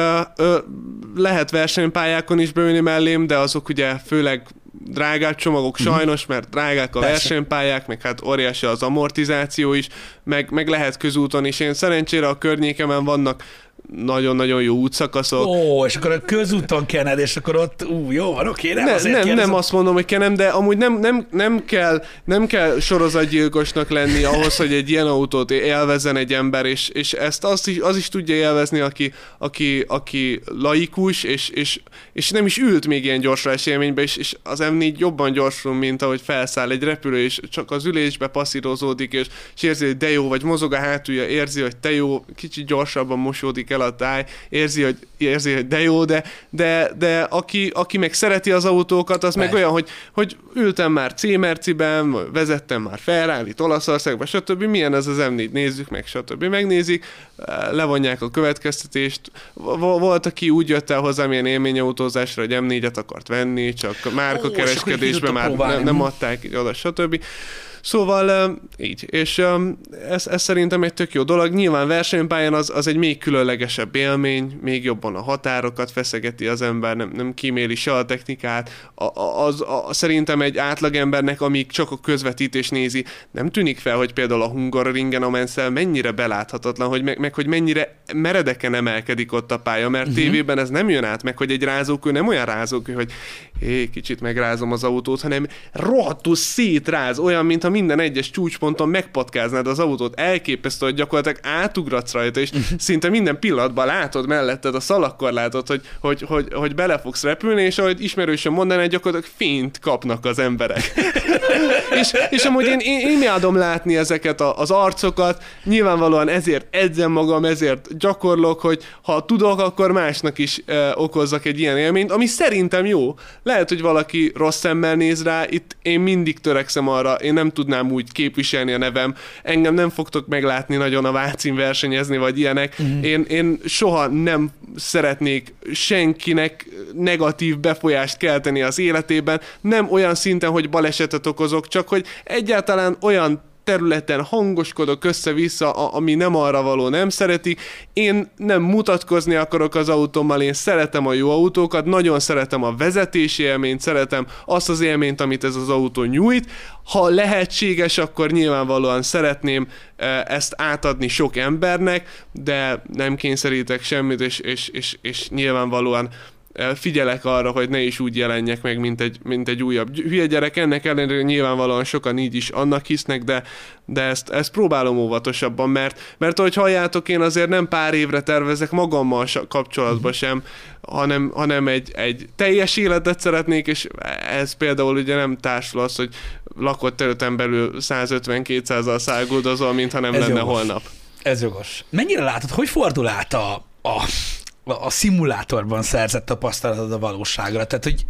Lehet versenypályákon is beülni mellém, de azok ugye főleg drágább csomagok sajnos, mert drágák a versenypályák, meg hát óriási az amortizáció is, meg lehet közúton is. Én szerencsére a környékemen vannak nagyon-nagyon jó útszakaszok. Ó, és akkor a közúton kened, és akkor ott, jó van, oké, nem azt mondom, hogy kenem, de amúgy nem kell sorozatgyilkosnak lenni ahhoz, hogy egy ilyen autót élvezzen egy ember, és ezt az is tudja élvezni, aki laikus, és nem is ült még ilyen gyorsulási élménybe, és az M4 jobban gyorsul, mint ahogy felszáll egy repülő, és csak az ülésbe passzírozódik, és érzi, hogy de jó, vagy mozog a hátulja, érzi, hogy te jó, kicsit gyorsabban mosódik el a táj, érzi, hogy de jó, de aki meg szereti az autókat, az meg olyan, hogy ültem már C-Merciben, vezettem már Ferrarit Olaszországba, stb. Milyen ez az M4, nézzük meg, stb. Megnézik, levonják a következtetést. Volt, aki úgy jött el hozzám ilyen élményautózásra, hogy M4-et akart venni, csak márkakereskedésben már nem adták oda, stb. Szóval így, és ez szerintem egy tök jó dolog. Nyilván versenypályán az egy még különlegesebb élmény, még jobban a határokat feszegeti az ember, nem kíméli se a technikát. Szerintem egy átlagembernek, amíg csak a közvetítés nézi, nem tűnik fel, hogy például a Hungaroringen a Mansell mennyire beláthatatlan, hogy mennyire meredeken emelkedik ott a pálya, mert tévében ez nem jön át, meg hogy egy rázókő nem olyan rázókő, hogy kicsit megrázom az autót, hanem rohadtul szétráz, olyan, mintha minden egyes csúcsponton megpatkáznád az autót, elképesztő, hogy gyakorlatilag átugratsz rajta, és szinte minden pillanatban látod melletted a szalagkorlátot, hogy bele fogsz repülni, és ahogy ismerősen mondaná, gyakorlatilag fényt kapnak az emberek. és amúgy én imádom látni ezeket az arcokat, nyilvánvalóan ezért edzem magam, ezért gyakorlok, hogy ha tudok, akkor másnak is okozzak egy ilyen élményt, ami szerintem jó. Lehet, hogy valaki rossz szemmel néz rá, itt én mindig törekszem arra, én nem tudnám úgy képviselni a nevem, engem nem fogtok meglátni nagyon a Vácin versenyezni, vagy ilyenek. Én soha nem szeretnék senkinek negatív befolyást kelteni az életében, nem olyan szinten, hogy balesetet okozok, csak hogy egyáltalán olyan területen hangoskodok össze-vissza, ami nem arra való, nem szeretik. Én nem mutatkozni akarok az autómmal, én szeretem a jó autókat, nagyon szeretem a vezetési élményt, szeretem azt az élményt, amit ez az autó nyújt. Ha lehetséges, akkor nyilvánvalóan szeretném ezt átadni sok embernek, de nem kényszerítek semmit, és nyilvánvalóan figyelek arra, hogy ne is úgy jelenjek meg, mint egy újabb hülye gyerek. Ennek ellenére nyilvánvalóan sokan így is annak hisznek, de ezt próbálom óvatosabban, mert ahogy halljátok, én azért nem pár évre tervezek magammal kapcsolatban sem, hanem egy teljes életet szeretnék, és ez például ugye nem társul az, hogy lakott területen belül 150-200-al száguldozol, mintha nem ez lenne jogos. Holnap. Ez jogos. Mennyire látod, hogy fordul át a szimulátorban szerzett tapasztalatod a valóságra? Tehát, hogy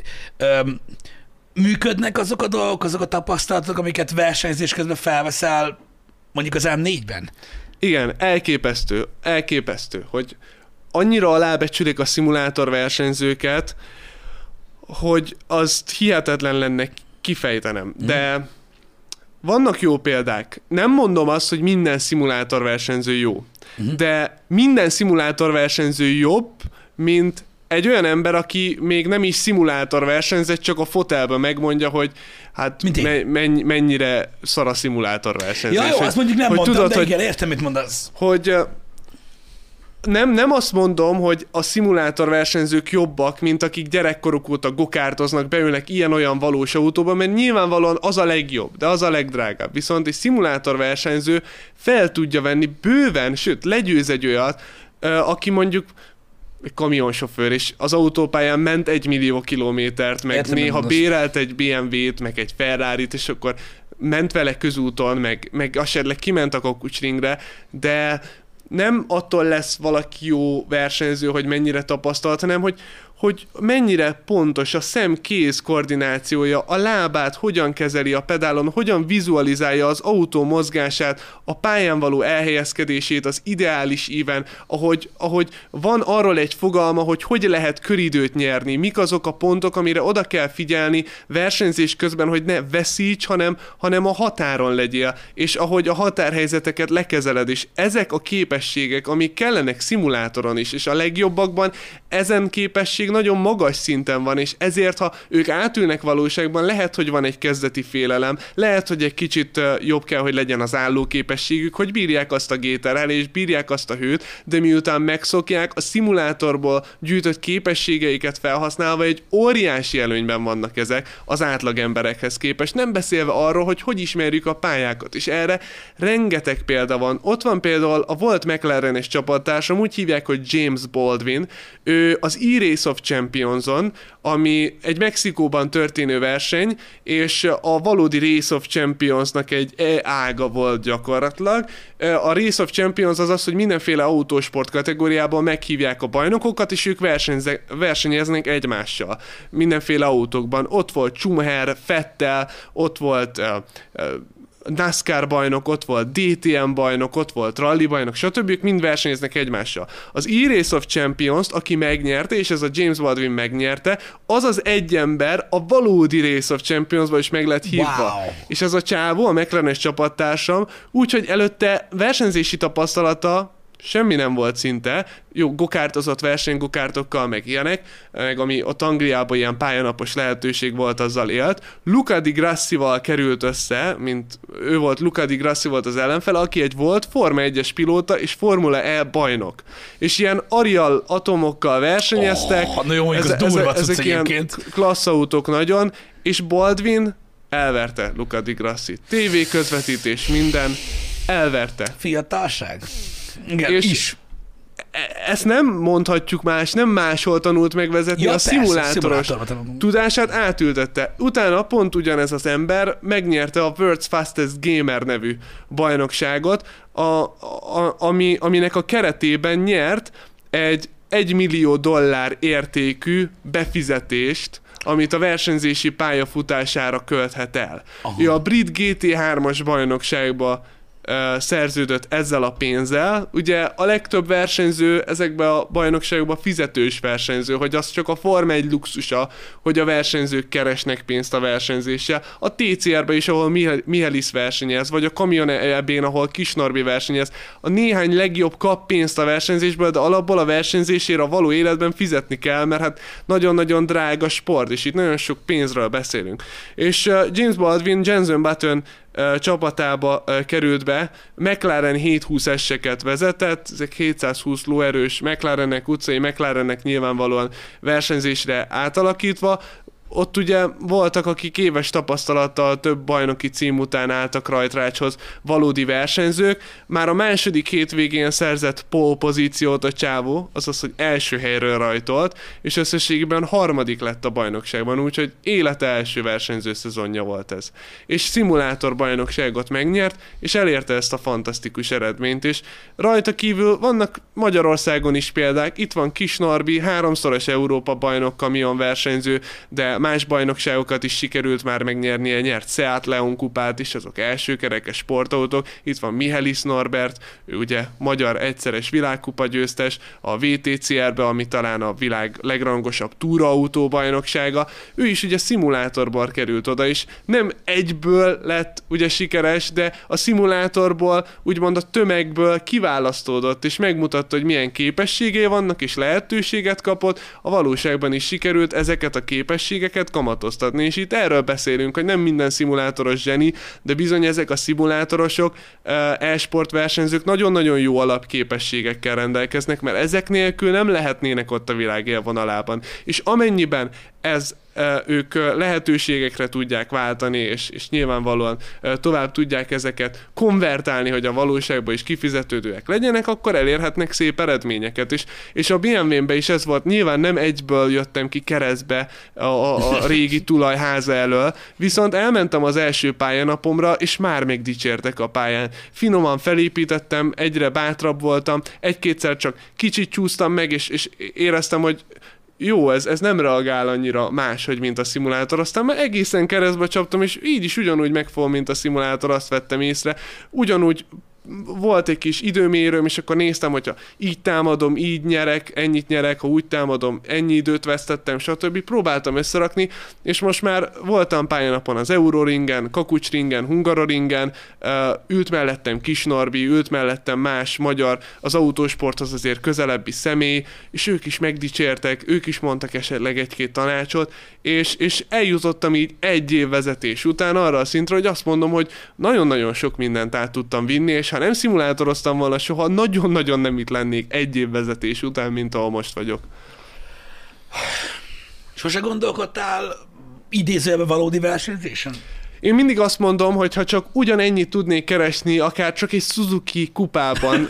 működnek azok a dolgok, azok a tapasztalatok, amiket versenyzés közben felveszel mondjuk az M4-ben? Igen, elképesztő, hogy annyira alábecsülik a szimulátor versenyzőket, hogy azt hihetetlen lenne kifejtenem, de vannak jó példák. Nem mondom azt, hogy minden szimulátorversenyző jó. De minden szimulátorversenyző jobb, mint egy olyan ember, aki még nem is szimulátorversenyzett, csak a fotelben megmondja, hogy hát mennyire szar a szimulátorversenyzés. Ja, jó, azt mondjuk nem mondtam, tudod, de igen, értem, mit mondasz. Hogy nem azt mondom, hogy a szimulátorversenyzők jobbak, mint akik gyerekkoruk óta gokártoznak, beülnek ilyen-olyan valós autóba, mert nyilvánvalóan az a legjobb, de az a legdrágább. Viszont egy szimulátorversenyző fel tudja venni bőven, sőt, legyőz egy olyat, aki mondjuk egy kamionsofőr, és az autópályán ment 1 millió kilométert, meg értem, néha bérelt egy BMW-t, meg egy Ferrarit, és akkor ment vele közúton, meg esetleg kiment a Kakucsringre, de nem attól lesz valaki jó versenyző, hogy mennyire tapasztalt, hanem hogy mennyire pontos a szem-kéz koordinációja, a lábát hogyan kezeli a pedálon, hogyan vizualizálja az autó mozgását, a pályán való elhelyezkedését az ideális íven, ahogy van arról egy fogalma, hogy lehet köridőt nyerni, mik azok a pontok, amire oda kell figyelni versenyzés közben, hogy ne veszíts, hanem a határon legyél, és ahogy a határhelyzeteket lekezeled, és ezek a képességek, amik kellenek szimulátoron is, és a legjobbakban ezen képesség nagyon magas szinten van, és ezért, ha ők átülnek valóságban, lehet, hogy van egy kezdeti félelem, lehet, hogy egy kicsit jobb kell, hogy legyen az állóképességük, hogy bírják azt a géterelést, bírják azt a hőt, de miután megszokják, a szimulátorból gyűjtött képességeiket felhasználva egy óriási előnyben vannak ezek az átlag emberekhez képest, nem beszélve arról, hogy ismerjük a pályákat, és erre rengeteg példa van. Ott van például a volt McLaren-es csapattársam, úgy hívják, hogy James Baldwin, ő az E-Race of Championson, ami egy Mexikóban történő verseny, és a valódi Race of Championsnak egy ága volt gyakorlatilag. A Race of Champions az, hogy mindenféle autósport kategóriában meghívják a bajnokokat, és ők versenyeznek egymással. Mindenféle autókban. Ott volt Schumacher, Vettel, ott volt NASCAR bajnok, ott volt DTM bajnok, ott volt rally bajnok, stb. Ők mind versenyeznek egymással. Az E-Race of Champions-t, aki megnyerte, és ez a James Baldwin megnyerte, az az egy ember a valódi Race of Champions-ba is meg lett hívva. Wow. És ez a csávó, a McLaren-es csapattársam, úgyhogy előtte versenyzési tapasztalata semmi nem volt szinte, jó, gokártozott versenygokártokkal, meg ilyenek, meg ami ott Angliában ilyen pályanapos lehetőség volt, azzal élt. Luca Di Grassival került össze, Luca Di Grassi volt az ellenfele, aki egy volt Forma 1-es pilóta és Formula E bajnok. És ilyen Arial atomokkal versenyeztek. Na jó, ezek ilyen klassz autók nagyon, és Baldwin elverte Luca Di Grassi. TV közvetítés, minden, elverte. Fiatalság. Igen, és is. Ezt nem mondhatjuk nem máshol tanult megvezetni, a szimulátoros tudását átültette. Utána pont ugyanez az ember megnyerte a World's Fastest Gamer nevű bajnokságot, aminek a keretében nyert egy $1 millió értékű befizetést, amit a versenyzési pályafutására költhet el. Ő a brit GT3-as bajnokságba szerződött ezzel a pénzzel. Ugye a legtöbb versenyző ezekben a bajnokságokban fizetős versenyző, hogy az csak a Forma 1 luxusa, hogy a versenyzők keresnek pénzt a versenyzéssel. A TCR-ben is, ahol Mihelis versenyez, vagy a Camion EB-n, ahol Kis Norbi versenyez, a néhány legjobb kap pénzt a versenyzésből, de alapból a versenyzésére a való életben fizetni kell, mert hát nagyon-nagyon drága sport, és itt nagyon sok pénzről beszélünk. És James Baldwin, Jenson Button csapatába került be, McLaren 720-eseket vezetett, ezek 720 lóerős McLarenek, utcai McLarenek nyilvánvalóan versenyzésre átalakítva. Ott ugye voltak, akik éves tapasztalattal több bajnoki cím után álltak rajtrácshoz, valódi versenyzők. Már a második hétvégén szerzett pole pozíciót a csávó, azaz, hogy első helyről rajtolt, és összességében harmadik lett a bajnokságban, úgyhogy élete első versenyző szezonja volt ez. És szimulátor bajnokságot megnyert, és elérte ezt a fantasztikus eredményt, és rajta kívül vannak Magyarországon is példák, itt van Kis Norbi, 3-szoros Európa bajnok kamionversenyző, de más bajnokságokat is sikerült már megnyernie, nyert Seat Leon kupát is, azok elsőkerekes sportautók. Itt van Michelis Norbert, ő ugye magyar egyszeres világkupa győztes, a VTCR-be, ami talán a világ legrangosabb túraautó bajnoksága. Ő is ugye szimulátorban került oda, és nem egyből lett ugye sikeres, de a szimulátorból, úgymond a tömegből kiválasztódott, és megmutatta, hogy milyen képességei vannak, és lehetőséget kapott, a valóságban is sikerült ezeket a képességeket kamatoztatni, és itt erről beszélünk, hogy nem minden szimulátoros zseni, de bizony ezek a szimulátorosok, e-sport versenyzők nagyon-nagyon jó alapképességekkel rendelkeznek, mert ezek nélkül nem lehetnének ott a világ élvonalában. És amennyiben ők lehetőségekre tudják váltani, és nyilvánvalóan tovább tudják ezeket konvertálni, hogy a valóságban is kifizetődőek legyenek, akkor elérhetnek szép eredményeket is. És a BMW-ben is ez volt, nyilván nem egyből jöttem ki keresztbe a régi tulajháza elől, viszont elmentem az első pályanapomra, és már megdicsértek a pályán. Finoman felépítettem, egyre bátrabb voltam, egy-kétszer csak kicsit csúsztam meg, és éreztem, hogy jó, ez nem reagál annyira máshogy, mint a szimulátor. Aztán már egészen keresztbe csaptam, és így is ugyanúgy megfogom, mint a szimulátor, azt vettem észre. Ugyanúgy volt egy kis időmérőm, és akkor néztem, hogyha így támadom, így nyerek, ennyit nyerek, ha úgy támadom, ennyi időt vesztettem, stb. Próbáltam összerakni, és most már voltam pályanapon az Euroringen, Kakucsringen, Hungaroringen, ült mellettem Kis Norbi, ült mellettem más magyar, az autósporthoz azért közelebbi személy, és ők is megdicsértek, ők is mondtak esetleg egy-két tanácsot, és eljutottam így egy év vezetés után arra a szintre, hogy azt mondom, hogy nagyon-nagyon sok mindent át tudtam vinni, és ha nem szimulátoroztam volna soha, nagyon-nagyon nem itt lennék egy év vezetés után, mint ahol most vagyok. Sose gondolkodtál idézőjelben valódi versenyzésen? Én mindig azt mondom, hogy ha csak ugyanennyit tudnék keresni, akár csak egy Suzuki kupában,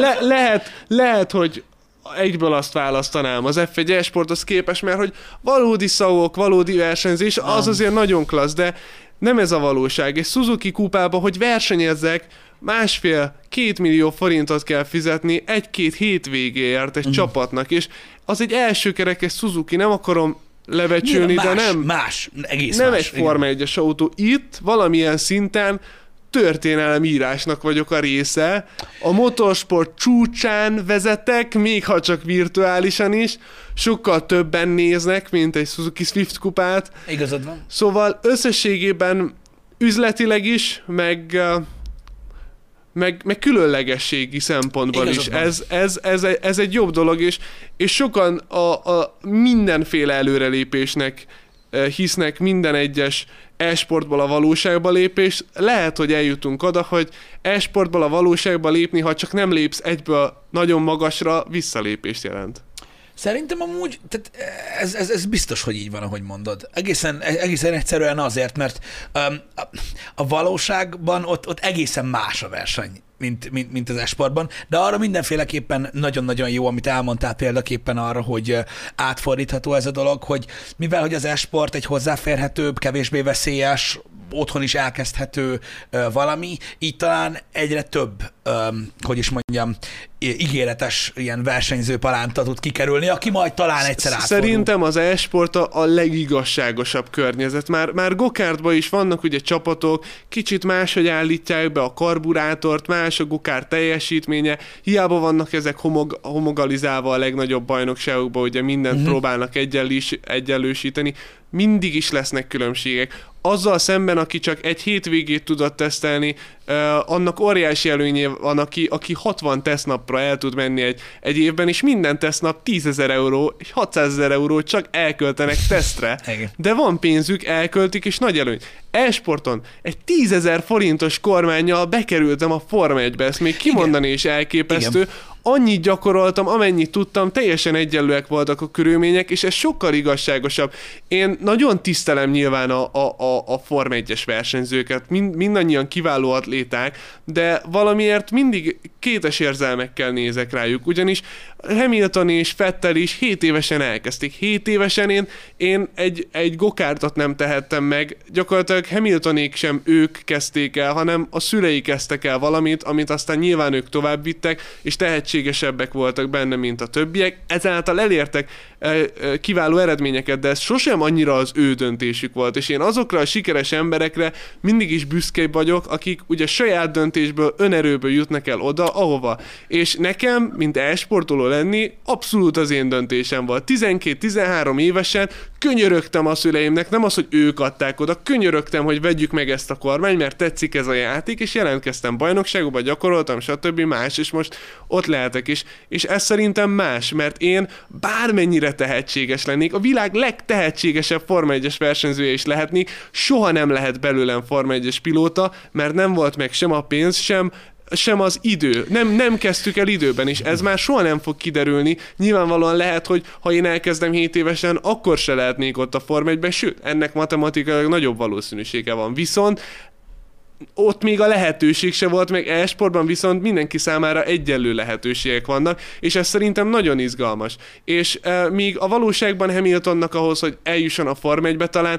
lehet, hogy egyből azt választanám az F1 e-sporthoz képest, mert hogy valódi szavok, valódi versenyzés, az azért nagyon klassz, de nem ez a valóság. És Suzuki kupába, hogy versenyezzek, 1,5-2 millió forintot kell fizetni egy-két hétvégéért egy csapatnak, és az egy elsőkerekes Suzuki, nem akarom lebecsülni, de nem egy Forma 1-es autó. Itt valamilyen szinten történelemírásnak vagyok a része. A motorsport csúcsán vezetek, még ha csak virtuálisan is. Sokkal többen néznek, mint egy Suzuki Swift kupát. Igazad van. Szóval összességében üzletileg is, meg különlegességi szempontból igazad is. Ez egy jobb dolog, és sokan a mindenféle előrelépésnek hisznek, minden egyes e-sportból a valóságba lépés. Lehet, hogy eljutunk oda, hogy e-sportból a valóságba lépni, ha csak nem lépsz egyből nagyon magasra, visszalépést jelent. Szerintem amúgy, tehát ez biztos, hogy így van, ahogy mondod. Egészen egyszerűen azért, mert a valóságban ott egészen más a verseny, mint az e-sportban, de arra mindenféleképpen nagyon-nagyon jó, amit elmondtál példaképpen arra, hogy átfordítható ez a dolog, hogy mivel hogy az e-sport egy hozzáférhetőbb, kevésbé veszélyes, otthon is elkezdhető valami, így talán egyre több, hogy is mondjam, ígéretes ilyen versenyző palánta tud kikerülni, aki majd talán egyszer átfordul. Szerintem az e-sport a legigazságosabb környezet. Már go-kartban is vannak ugye csapatok, kicsit máshogy állítják be a karburátort, más a go-kart teljesítménye, hiába vannak ezek homogalizálva a legnagyobb bajnokságokban, ugye mindent próbálnak egyenlősíteni, mindig is lesznek különbségek. Azzal szemben, aki csak egy hétvégét tudott tesztelni, annak óriási előnye van, aki 60 tesztnapra el tud menni egy évben, és minden tesztnap 10 000 euró, és 600 000 eurót csak elköltenek tesztre. De van pénzük, elköltik, és nagy előny. E-sporton egy 10 000 forintos kormánnyal bekerültem a Forma 1-be, ezt még kimondani is elképesztő. Igen. Annyit gyakoroltam, amennyit tudtam, teljesen egyenlőek voltak a körülmények, és ez sokkal igazságosabb. Én nagyon tisztelem nyilván a Forma 1-es versenyzőket, mindannyian kiváló atléták, de valamiért mindig kétes érzelmekkel nézek rájuk, ugyanis Hamilton és Vettel is 7 évesen elkezdték. 7 évesen én egy gokártot nem tehettem meg, gyakorlatilag Hamiltonék sem ők kezdték el, hanem a szülei kezdtek el valamit, amit aztán nyilván ők tovább vittek, és tehetségesebbek voltak benne, mint a többiek, ezáltal elértek kiváló eredményeket, de ez sosem annyira az ő döntésük volt, és én azokra a sikeres emberekre mindig is büszke vagyok, akik ugye saját döntésből, önerőből jutnak el oda, ahova. És nekem, mint e-sportoló lenni, abszolút az én döntésem volt. 12-13 évesen könyörögtem a szüleimnek, nem az, hogy ők adták oda, könyörögtem, hogy vegyük meg ezt a kormányt, mert tetszik ez a játék, és jelentkeztem bajnokságokba, gyakoroltam, stb. Más, és most ott lehetek is. És ez szerintem más, mert én bármennyire tehetséges lennék, a világ legtehetségesebb Forma 1-es versenyzője is lehetnék, soha nem lehet belőlem Forma 1-es pilóta, mert nem volt meg sem a pénz, sem az idő. Nem kezdtük el időben, és ez már soha nem fog kiderülni. Nyilvánvalóan lehet, hogy ha én elkezdem 7 évesen, akkor se lehetnék ott a Forma 1-ben, sőt, ennek matematikailag nagyobb valószínűsége van. Viszont ott még a lehetőség se volt, meg e-sportban viszont mindenki számára egyenlő lehetőségek vannak, és ez szerintem nagyon izgalmas. És míg a valóságban Hamiltonnak ahhoz, hogy eljusson a Forma 1-be, talán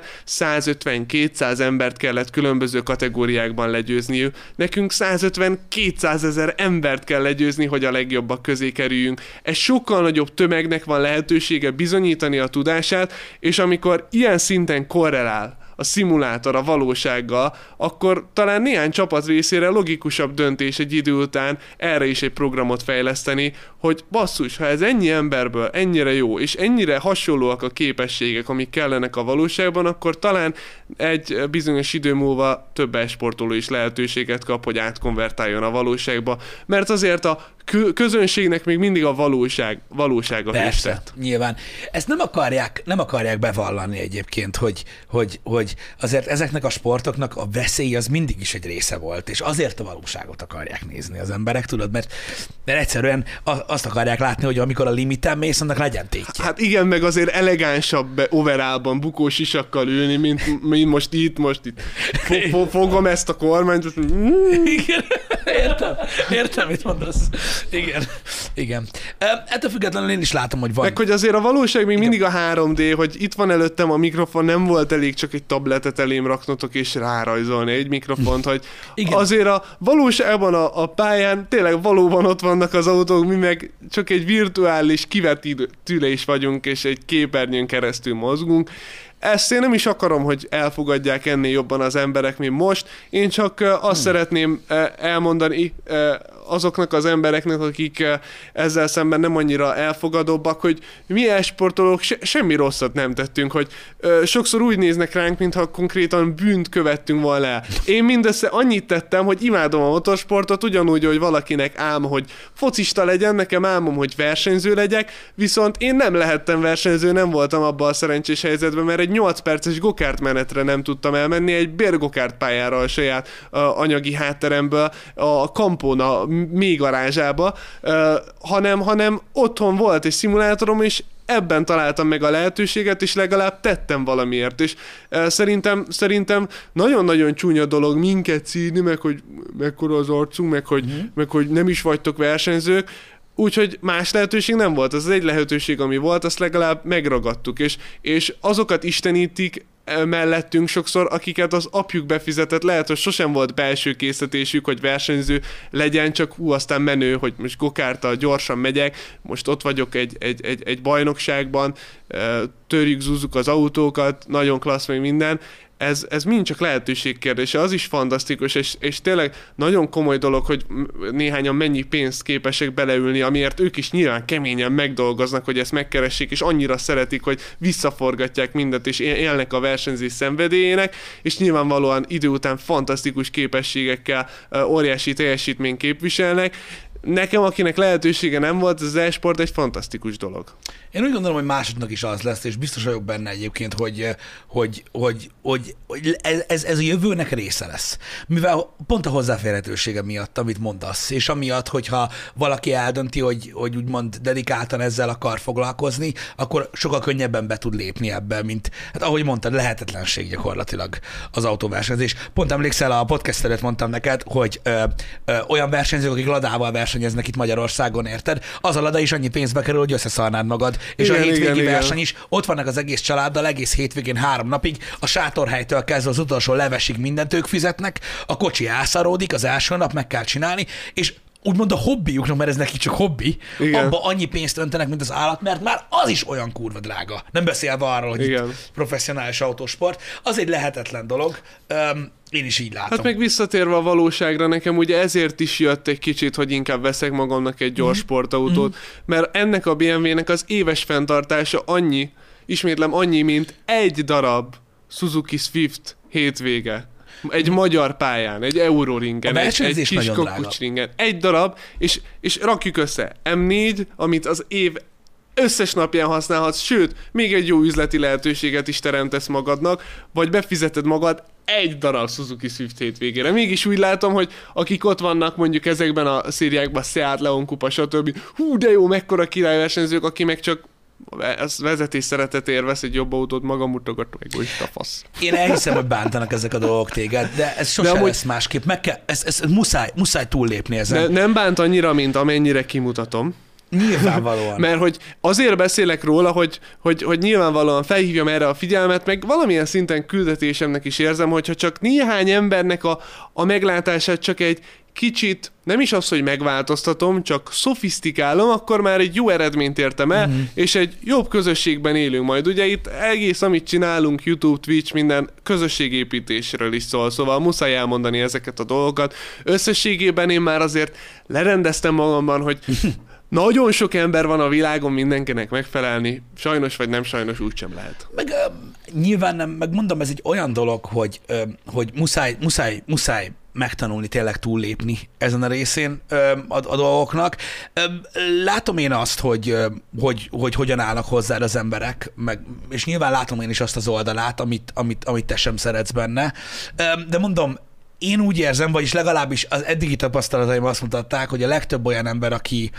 150-200 embert kellett különböző kategóriákban legyőzniük. Nekünk 150-200 ezer embert kell legyőzni, hogy a legjobbak közé kerüljünk. Ez sokkal nagyobb tömegnek van lehetősége bizonyítani a tudását, és amikor ilyen szinten korrelál a szimulátor a valósággal, akkor talán néhány csapat részére logikusabb döntés egy idő után erre is egy programot fejleszteni, hogy basszus, ha ez ennyi emberből ennyire jó, és ennyire hasonlóak a képességek, amik kellenek a valóságban, akkor talán egy bizonyos idő múlva több e-sportoló is lehetőséget kap, hogy átkonvertáljon a valóságba, mert azért a közönségnek még mindig a valóság a Persze, nyilván. Ezt nem akarják bevallani egyébként, hogy azért ezeknek a sportoknak a veszély az mindig is egy része volt, és azért a valóságot akarják nézni az emberek, tudod, mert egyszerűen azt akarják látni, hogy amikor a limiten mész, annak legyen tétje. Hát igen, meg azért elegánsabb overallban bukós isakkal ülni, mint most itt. Fogom ezt a kormányt. Igen, értem, mit mondasz. Igen. Ettől függetlenül én is látom, hogy van. Meg hogy azért a valóság még mindig a 3D, hogy itt van előttem a mikrofon, nem volt elég csak egy tabletet elém raknotok és rárajzolni egy mikrofont, hogy igen. Azért a valóságban a pályán tényleg valóban ott vannak az autók, mi meg csak egy virtuális kivetítőlés vagyunk, és egy képernyőn keresztül mozgunk. Ezt én nem is akarom, hogy elfogadják ennél jobban az emberek, mint most. Én csak azt szeretném elmondani azoknak az embereknek, akik ezzel szemben nem annyira elfogadóbbak, hogy mi e-sportolók semmi rosszat nem tettünk, hogy sokszor úgy néznek ránk, mintha konkrétan bűnt követtünk volna el. Én mindössze annyit tettem, hogy imádom a motorsportot, ugyanúgy, hogy valakinek álma, hogy focista legyen, nekem álmom, hogy versenyző legyek, viszont én nem lehettem versenyző, nem voltam abban a szerencsés helyzetben, mert egy 8 perces gokárt menetre nem tudtam elmenni, egy bérgokárt pályára a saját anyagi hátteremből, a Kampón, a mély garázsába, hanem otthon volt egy szimulátorom, és ebben találtam meg a lehetőséget, és legalább tettem valamiért, és szerintem nagyon-nagyon csúnya dolog minket szídni, meg hogy mekkora az arcunk, meg hogy nem is vagytok versenyzők, úgyhogy más lehetőség nem volt. Az egy lehetőség, ami volt, azt legalább megragadtuk, és azokat istenítik mellettünk sokszor, akiket az apjuk befizetett, lehet, hogy sosem volt belső készítésük, hogy versenyző legyen, csak aztán menő, hogy most gokárttal gyorsan megyek, most ott vagyok egy bajnokságban, törjük, zúzzuk az autókat, nagyon klassz meg minden. Ez mind csak lehetőség kérdése, az is fantasztikus, és tényleg nagyon komoly dolog, hogy néhányan mennyi pénzt képesek beleülni, amiért ők is nyilván keményen megdolgoznak, hogy ezt megkeressék, és annyira szeretik, hogy visszaforgatják mindent, és élnek a versenyzés szenvedélyének, és nyilvánvalóan idő után fantasztikus képességekkel óriási teljesítményt képviselnek. Nekem, akinek lehetősége nem volt, az e-sport egy fantasztikus dolog. Én úgy gondolom, hogy másodnak is az lesz, és biztos vagyok benne egyébként, hogy ez a jövőnek része lesz. Mivel pont a hozzáférhetősége miatt, amit mondasz, és amiatt, hogyha valaki eldönti, hogy úgymond dedikáltan ezzel akar foglalkozni, akkor sokkal könnyebben be tud lépni ebbe, mint, hát ahogy mondtad, lehetetlenség gyakorlatilag az autóversenyzés. Pont emlékszel, a podcast előtt mondtam neked, hogy olyan versenyzők, akik ladával versenyeznek itt Magyarországon, érted? Az a lada is annyi pénzbe kerül, hogy összeszarnád magad, és igen, a hétvégi verseny is, ott vannak az egész családdal, egész hétvégén 3 napig, a sátorhelytől kezdve az utolsó levesig mindent ők fizetnek, a kocsi elszaródik, az első nap meg kell csinálni, és úgymond a hobbiuknak, mert ez nekik csak hobbi, Igen. abba annyi pénzt öntenek, mint az állat, mert már az is olyan kurva drága. Nem beszélve arról, hogy Igen. itt professzionális autósport. Az egy lehetetlen dolog. Én is így látom. Hát meg visszatérve a valóságra, nekem ugye ezért is jött egy kicsit, hogy inkább veszek magamnak egy gyors sportautót, mert ennek a BMW-nek az éves fenntartása annyi, ismétlem annyi, mint egy darab Suzuki Swift hétvége. Egy magyar pályán, egy Euroringen, A egy versenyzés kis nagyon drága. kokucsringen. Egy darab, és rakjuk össze. M4, amit az év összes napján használhatsz, sőt, még egy jó üzleti lehetőséget is teremtesz magadnak, vagy befizeted magad egy darab Suzuki Swift hétvégére. Mégis úgy látom, hogy akik ott vannak mondjuk ezekben a szériákban, Seat, Leon Kupa, stb. Hú, de jó, mekkora királyversenyzők, aki meg csak vezetés szeretetért vesz egy jobb autót, maga mutogató, egoista fasz. Én elhiszem, hogy bántanak ezek a dolgok téged, de ez sosem amúgy- lesz másképp. Meg kell, ez muszáj túllépni ezen. De nem bánt annyira, mint amennyire kimutatom. Nyilvánvalóan. Mert hogy azért beszélek róla, hogy nyilvánvalóan felhívjam erre a figyelmet, meg valamilyen szinten küldetésemnek is érzem, hogyha csak néhány embernek a meglátását csak egy kicsit, nem is az, hogy megváltoztatom, csak szofisztikálom, akkor már egy jó eredményt értem el, és egy jobb közösségben élünk majd. Ugye itt egész, amit csinálunk, YouTube, Twitch, minden közösségépítésről is szól, szóval muszáj elmondani ezeket a dolgokat. Összességében én már azért lerendeztem magamban, hogy nagyon sok ember van a világon, mindenkinek megfelelni, sajnos vagy nem sajnos úgysem lehet. Meg nyilván nem, meg mondom, ez egy olyan dolog, hogy muszáj megtanulni, tényleg túllépni ezen a részén a dolgoknak. Látom én azt, hogy hogyan állnak hozzá az emberek, és nyilván látom én is azt az oldalát, amit te sem szeretsz benne. De mondom, én úgy érzem, vagyis legalábbis az eddigi tapasztalataim azt mutatták, hogy a legtöbb olyan ember,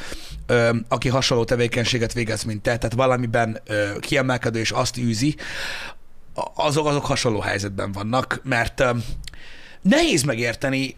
aki hasonló tevékenységet végez, mint te, tehát valamiben kiemelkedő és azt űzi, azok hasonló helyzetben vannak, mert nehéz megérteni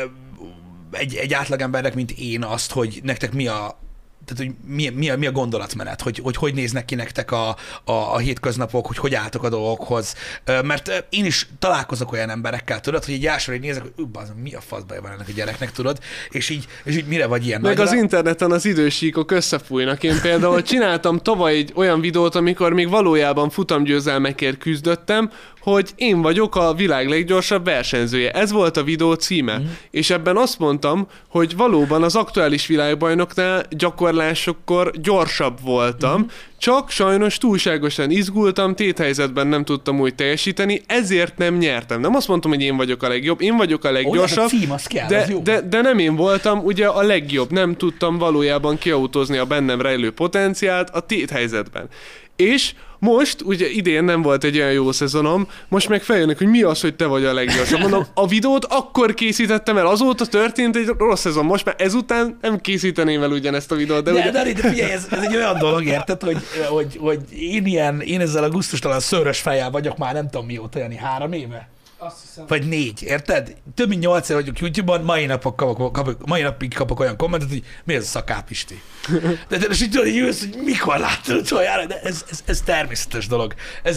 egy átlagembernek, mint én azt, hogy nektek tehát, hogy mi a gondolatmenet, hogy néznek ki nektek a hétköznapok, hogy álltok a dolgokhoz. Mert én is találkozok olyan emberekkel, tudod, hogy egy elsőre nézek, hogy mi a faszba van ennek a gyereknek, tudod, és így mire vagy ilyen Meg nagyra? az interneten az idősíkok összefújnak. Én például csináltam tavaly egy olyan videót, amikor még valójában futamgyőzelmekért küzdöttem, hogy én vagyok a világ leggyorsabb versenyzője. Ez volt a videó címe. És ebben azt mondtam, hogy valóban az aktuális világbajnoknál gyakorlásokkor gyorsabb voltam, csak sajnos túlságosan izgultam, téthelyzetben nem tudtam úgy teljesíteni, ezért nem nyertem. Nem azt mondtam, hogy én vagyok a legjobb, én vagyok a leggyorsabb, a cím, az kell, az jó. de nem én voltam ugye a legjobb, nem tudtam valójában kiautózni a bennem rejlő potenciált a téthelyzetben. És most, ugye idén nem volt egy olyan jó szezonom, most meg feljönnek, hogy mi az, hogy te vagy a leggyorsabb. Mondom, a videót akkor készítettem el, azóta történt egy rossz szezon, most már ezután nem készíteném el ugyanezt a videót. De Figyelj, ez egy olyan dolog, érted, hogy én ezzel a gusztustalan szőrös fejjel vagyok már nem tudom mióta, Jani, 3 éve? Azt hiszem. Vagy 4, érted? Több mint 8 éve vagyok YouTube-on, mai napig kapok olyan kommentet, hogy mi ez a szakápisti. De és így tudod, hogy jössz, hogy mikor láttad utoljára, de ez természetes dolog.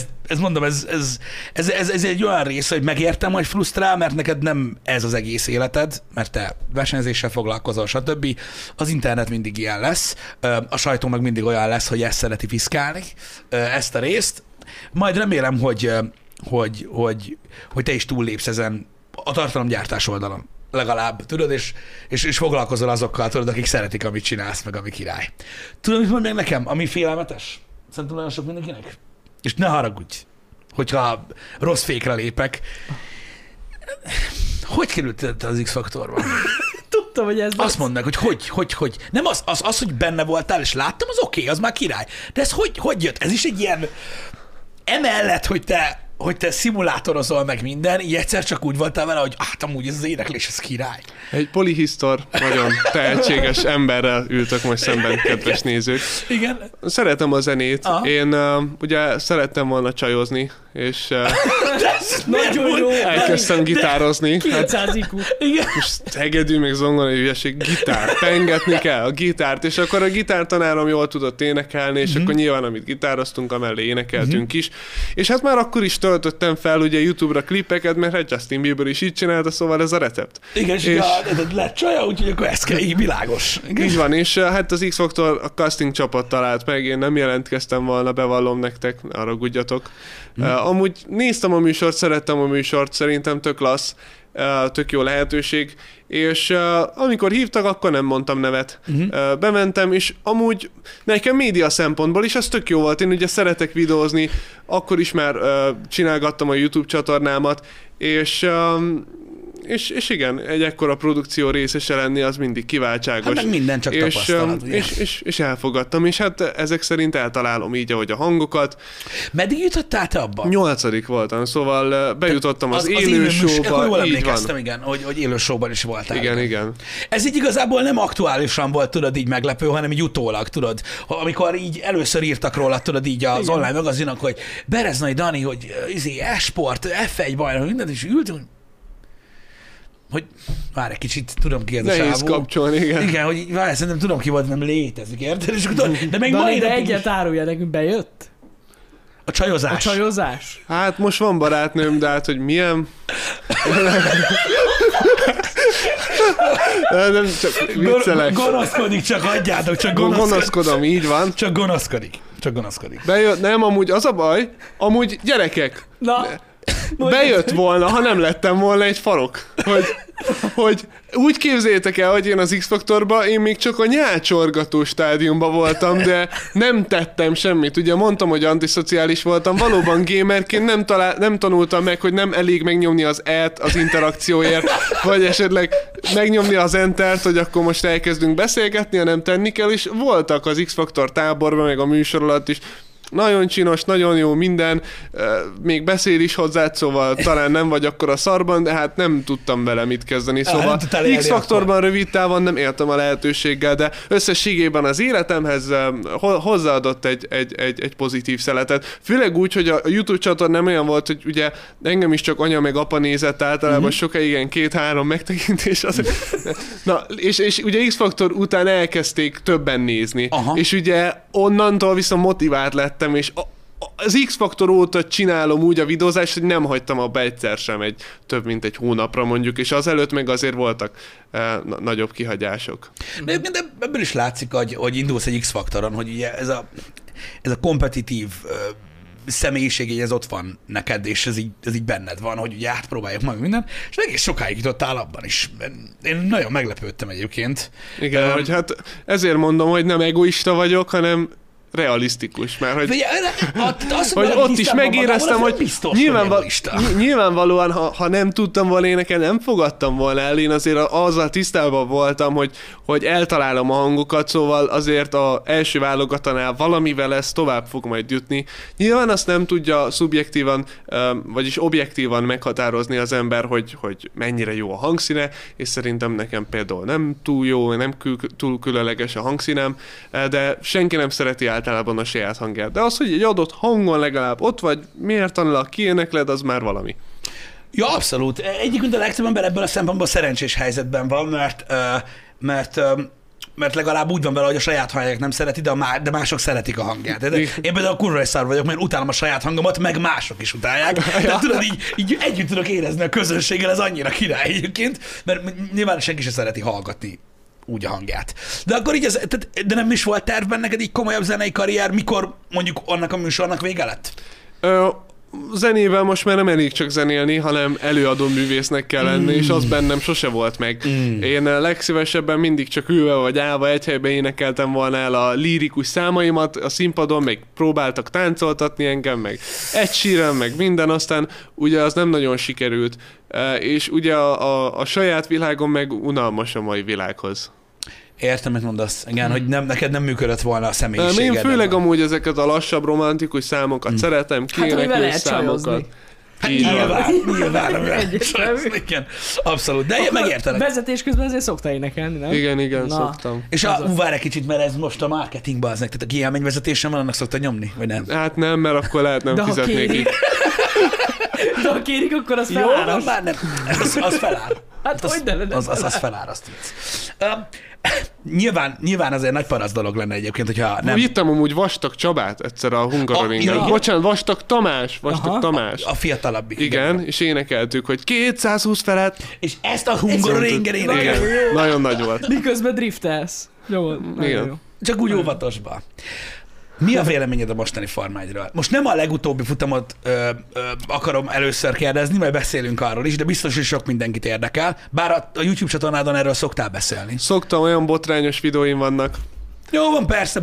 Ez egy olyan része, hogy megértem, hogy frusztrál, mert neked nem ez az egész életed, mert te versenyzéssel foglalkozol, stb. Az internet mindig ilyen lesz, a sajtó meg mindig olyan lesz, hogy ezt szereti piszkálni, ezt a részt. Majd remélem, hogy te is túllépsz ezen a tartalomgyártás oldalon. Legalább, tudod, és foglalkozol azokkal, tudod, akik szeretik, amit csinálsz, meg ami király. Tudod, mit mond meg nekem, ami félelmetes? Szerintem nagyon sok mindenkinek. És ne haragudj, hogyha rossz fékre lépek. Hogy kerültél te az X-faktorba? Tudtam, hogy ez Azt mondd meg, hogy. Nem az, hogy benne voltál, és láttam, az oké, az már király. De ez hogy jött? Ez is egy ilyen... Emellett, hogy te szimulátorozol meg minden, így egyszer csak úgy voltál vele, hogy hát amúgy ez az éneklés, ez király. egy polihisztor, nagyon tehetséges emberrel ültök most szemben, kedves nézők. Igen. Szeretem a zenét. Aha. Én ugye szerettem volna csajozni, és nagyon jó. elkezdtem gitározni. 200 IQ. Igen. Most hegedű, meg zongora, hülyeség, gitár. Pengetni kell a gitárt, és akkor a gitártanárom jól tudott énekelni, és akkor nyilván, amit gitároztunk, amellé énekeltünk is. És hát már akkor is töltöttem fel ugye YouTube-ra klippeket, mert hát Justin Bieber is így csinálta, szóval ez a recept. Igen, és lett csaja, úgyhogy akkor ez kell, így világos. Igen? Így van, és hát az X-Factor a casting csapat talált meg, én nem jelentkeztem volna, bevallom nektek, arra gudjatok. Amúgy néztem a műsort, szerettem a műsort, szerintem tök klassz, tök jó lehetőség, és amikor hívtak, akkor nem mondtam nevet. Bementem, és amúgy nekem média szempontból is ez tök jó volt. Én ugye szeretek videózni, akkor is már csinálgattam a YouTube csatornámat, és igen, egy ekkora produkció részese lenni, az mindig kiváltságos. Hát meg minden csak tapasztalat, ugye? És elfogadtam, és hát ezek szerint eltalálom így, ahogy a hangokat. Meddig jutottál te abban? 8. voltam, szóval bejutottam az élő showba. Akkor jól emlékeztem, igen, hogy élő showban is voltál. Igen. Ez így igazából nem aktuálisan volt, tudod, így meglepő, hanem így utólag, tudod. Amikor így először írtak róla, tudod, így az igen. online magazinok, hogy Bereznai Dani, hogy e-sport, F1 bajnok, mindent, és ültünk, hogy várj egy kicsit, tudom ki ez a sávú. Nehéz kapcsolni, igen. Igen, hogy várj, szerintem tudom ki volt, nem létezik, érted? És akkor, de még Dani, de egyet árulja nekünk, bejött? A csajozás. A csajozás? Hát most van barátnőm, de hát, hogy milyen? Nem, csak viccelek. Gonoszkodik, csak adjátok, csak gonoszkodik. Gonoszkodom, így van. Csak gonoszkodik. Bejött, nem, amúgy az a baj, amúgy gyerekek. Na. Bejött volna, ha nem lettem volna egy farok. Hogy úgy képzeljétek el, hogy én az X-Faktorban én még csak a nyálcsorgató stádiumban voltam, de nem tettem semmit. Ugye mondtam, hogy antiszociális voltam, valóban gamerként nem tanultam meg, hogy nem elég megnyomni az E-t az interakcióért, vagy esetleg megnyomni az Entert, hogy akkor most elkezdünk beszélgetni, hanem tenni kell, és voltak az X-Faktor táborban, meg a műsor alatt is nagyon csinos, nagyon jó minden, még beszél is hozzá, szóval talán nem vagy akkor a szarban, de hát nem tudtam vele mit kezdeni, szóval X-Faktorban rövid távon nem éltem a lehetőséggel, de összességében az életemhez hozzáadott egy pozitív szeletet. Főleg úgy, hogy a YouTube csatorna nem olyan volt, hogy ugye engem is csak anya meg apa nézett általában sokáig ilyen 2-3 megtekintés. Na, és ugye X-Faktor után elkezdték többen nézni. Aha. És ugye onnantól viszont motivált lett, és az X-Faktor óta csinálom úgy a videózást, hogy nem hagytam abba egyszer sem több mint egy hónapra mondjuk, és azelőtt meg azért voltak nagyobb kihagyások. De ebből is látszik, hogy indulsz egy X-Faktoron, hogy ugye ez a kompetitív személyiség, ez ott van neked, és ez így benned van, hogy ugye átpróbáljuk meg minden, és egész sokáig jutottál abban is. Én nagyon meglepődtem egyébként. Igen, hogy hát ezért mondom, hogy nem egoista vagyok, hanem realisztikus, mert hogy ott is megéreztem, hogy nyilvánvalóan, ha nem tudtam volna énekelni, nem fogadtam volna el, én azért azzal tisztában voltam, hogy eltalálom a hangokat, szóval azért az első válogatónál valamivel ez tovább fog majd jutni. Nyilván azt nem tudja szubjektívan, vagyis objektívan meghatározni az ember, hogy mennyire jó a hangszíne, és szerintem nekem például nem túl jó, nem túl különleges a hangszínem, de senki nem szereti általában a saját hangját. De az, hogy egy adott hangon legalább ott vagy, miért tanulak kiénekled, az már valami. Ja, abszolút. Egyébként a legtöbb ember ebből a szempontból szerencsés helyzetben van, mert legalább úgy van vele, hogy a saját hangját nem szereti, de mások szeretik a hangját. De én például kurva szar vagyok, mert utálom a saját hangomat, meg mások is utálják. Tehát tudod, így együtt tudok érezni a közönséggel, ez annyira király egyébként, mert nyilván senki sem szereti hallgatni úgy a hangját. De akkor így de nem is volt tervben neked így komolyabb zenei karrier, mikor mondjuk annak a műsornak vége lett? Zenével most már nem elég csak zenélni, hanem előadó művésznek kell lenni, és az bennem sose volt meg. Én legszívesebben mindig csak ülve vagy állva egy helyben énekeltem volna el a lírikus számaimat a színpadon, meg próbáltak táncoltatni engem, meg Ed Sheeran, meg minden, aztán ugye az nem nagyon sikerült. És ugye a saját világom meg unalmas a mai világhoz. Értem, mit mondasz. Igen, hogy neked nem működött volna a személyiséged. Én főleg amúgy ezeket a lassabb, romantikus számokat szeretem, kiéneklő számokat. Hát nyilván. Igen, abszolút. De megértelek. Vezetés közben azért szoktál énekelni, nem? Igen, szoktam. És várj egy kicsit, mert ez most a marketingban az nektek. Tehát aki élményvezetésen van, annak szoktál nyomni, vagy nem? Hát nem, mert akkor lehet nem fizetnék így. De ha kérik, akkor az feláll. Jó, már nem. Az feláll. Hát hogy de az feláll, azt tudsz. Nyilván azért nagy parasz dolog lenne egyébként, hogyha nem... Hittem amúgy Vastag Csabát egyszer a Hungaroringen. Ja. Bocsánat, Vastag Tamás. A fiatalabbik. Igen, és énekeltük, hogy 220 felett. És ezt a Hungaroringen énekeltük. Igen, nagyon nagy volt. Miközben driftelsz. Jó, Igen. jó. Csak úgy óvatosba. Mi a véleményed a mostani Forma 1-ről? Most nem a legutóbbi futamot akarom először kérdezni, majd beszélünk arról is, de biztos, hogy sok mindenkit érdekel. Bár a YouTube csatornádon erről szoktál beszélni. Szoktam, olyan botrányos videóim vannak. Jó van, persze,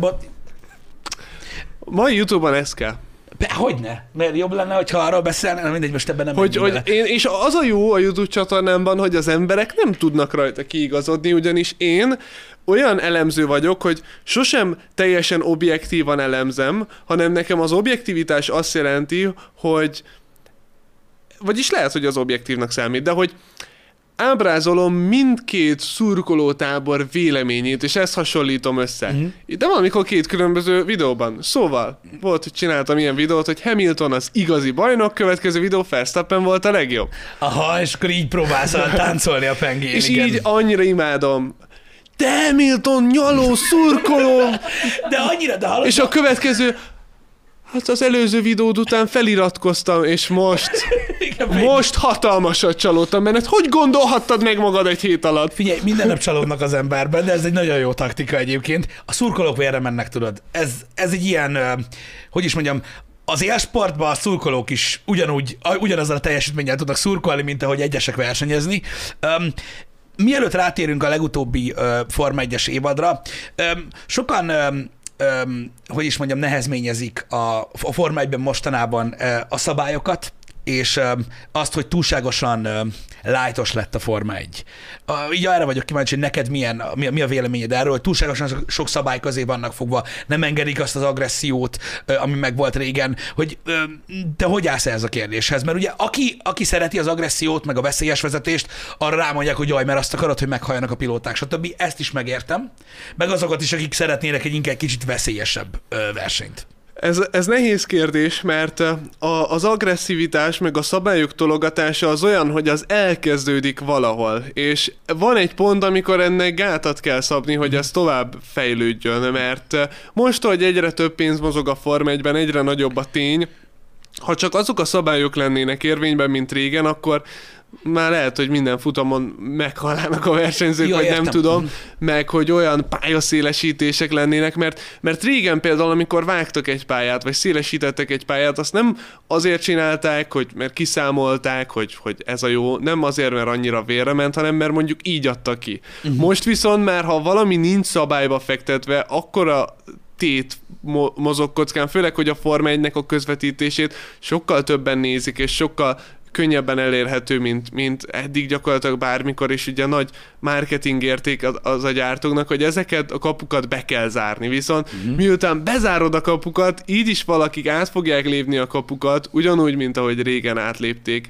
Mai YouTube-on ez kell. Hogyne? Mert jobb lenne, hogyha arról beszélne, nem mindegy, most ebben nem hogy és az a jó a YouTube csatornámban, hogy az emberek nem tudnak rajta kiigazodni, ugyanis én olyan elemző vagyok, hogy sosem teljesen objektívan elemzem, hanem nekem az objektivitás azt jelenti, hogy vagyis lehet, hogy az objektívnak számít, de hogy ábrázolom mindkét szurkolótábor véleményét, és ezt hasonlítom össze. De valamikor két különböző videóban. Szóval, volt, hogy csináltam ilyen videót, hogy Hamilton az igazi bajnok, következő videó Verstappen volt a legjobb. Aha, és akkor így próbálsz táncolni a pengén. És igen. így annyira imádom. De Hamilton nyaló szurkoló! De annyira, de hallod. És a következő... Hát az előző videód után feliratkoztam, és most hatalmasat csalódtam benned. Hogy gondolhattad meg magad egy hét alatt? Figyelj, minden nap csalódnak az emberben, de ez egy nagyon jó taktika egyébként. A szurkolók vérre mennek, tudod. Ez egy ilyen, hogy is mondjam, az élsportban a szurkolók is ugyanazzal a teljesítménnyel tudnak szurkolni, mint ahogy egyesek versenyezni. Mielőtt rátérünk a legutóbbi Forma 1-es évadra, sokan hogy is mondjam, nehezményezik a Forma 1-ben mostanában a szabályokat, és azt, hogy túlságosan lightos lett a Forma 1. Így arra vagyok kíváncsi, hogy neked mi a véleményed erről, hogy túlságosan sok szabály közé vannak fogva, nem engedik azt az agressziót, ami meg volt régen, hogy te hogy állsz ez a kérdéshez? Mert ugye aki szereti az agressziót, meg a veszélyes vezetést, arra rámondják, hogy jaj, mert azt akarod, hogy meghalljanak a pilóták, stb. Ezt is megértem. Meg azokat is, akik szeretnének egy inkább kicsit veszélyesebb versenyt. Ez nehéz kérdés, mert az agresszivitás meg a szabályok tologatása az olyan, hogy az elkezdődik valahol, és van egy pont, amikor ennek gátat kell szabni, hogy ez tovább fejlődjön, mert most, hogy egyre több pénz mozog a Forma 1-ben, egyre nagyobb a tény, ha csak azok a szabályok lennének érvényben, mint régen, akkor már lehet, hogy minden futamon meghalnának a versenyzők, vagy nem tudom, meg hogy olyan pályaszélesítések lennének, mert régen például, amikor vágtak egy pályát, vagy szélesítettek egy pályát, azt nem azért csinálták, mert kiszámolták, hogy ez a jó, nem azért, mert annyira vérre ment, hanem mert mondjuk így adta ki. Most viszont már, ha valami nincs szabályba fektetve, akkor a tét mozog kockán, főleg, hogy a Forma 1-nek a közvetítését sokkal többen nézik, és sokkal könnyebben elérhető, mint eddig gyakorlatilag bármikor, és ugye nagy marketing érték az a gyártóknak, hogy ezeket a kapukat be kell zárni. Viszont miután bezárod a kapukat, így is valakik át fogják lépni a kapukat, ugyanúgy, mint ahogy régen átlépték,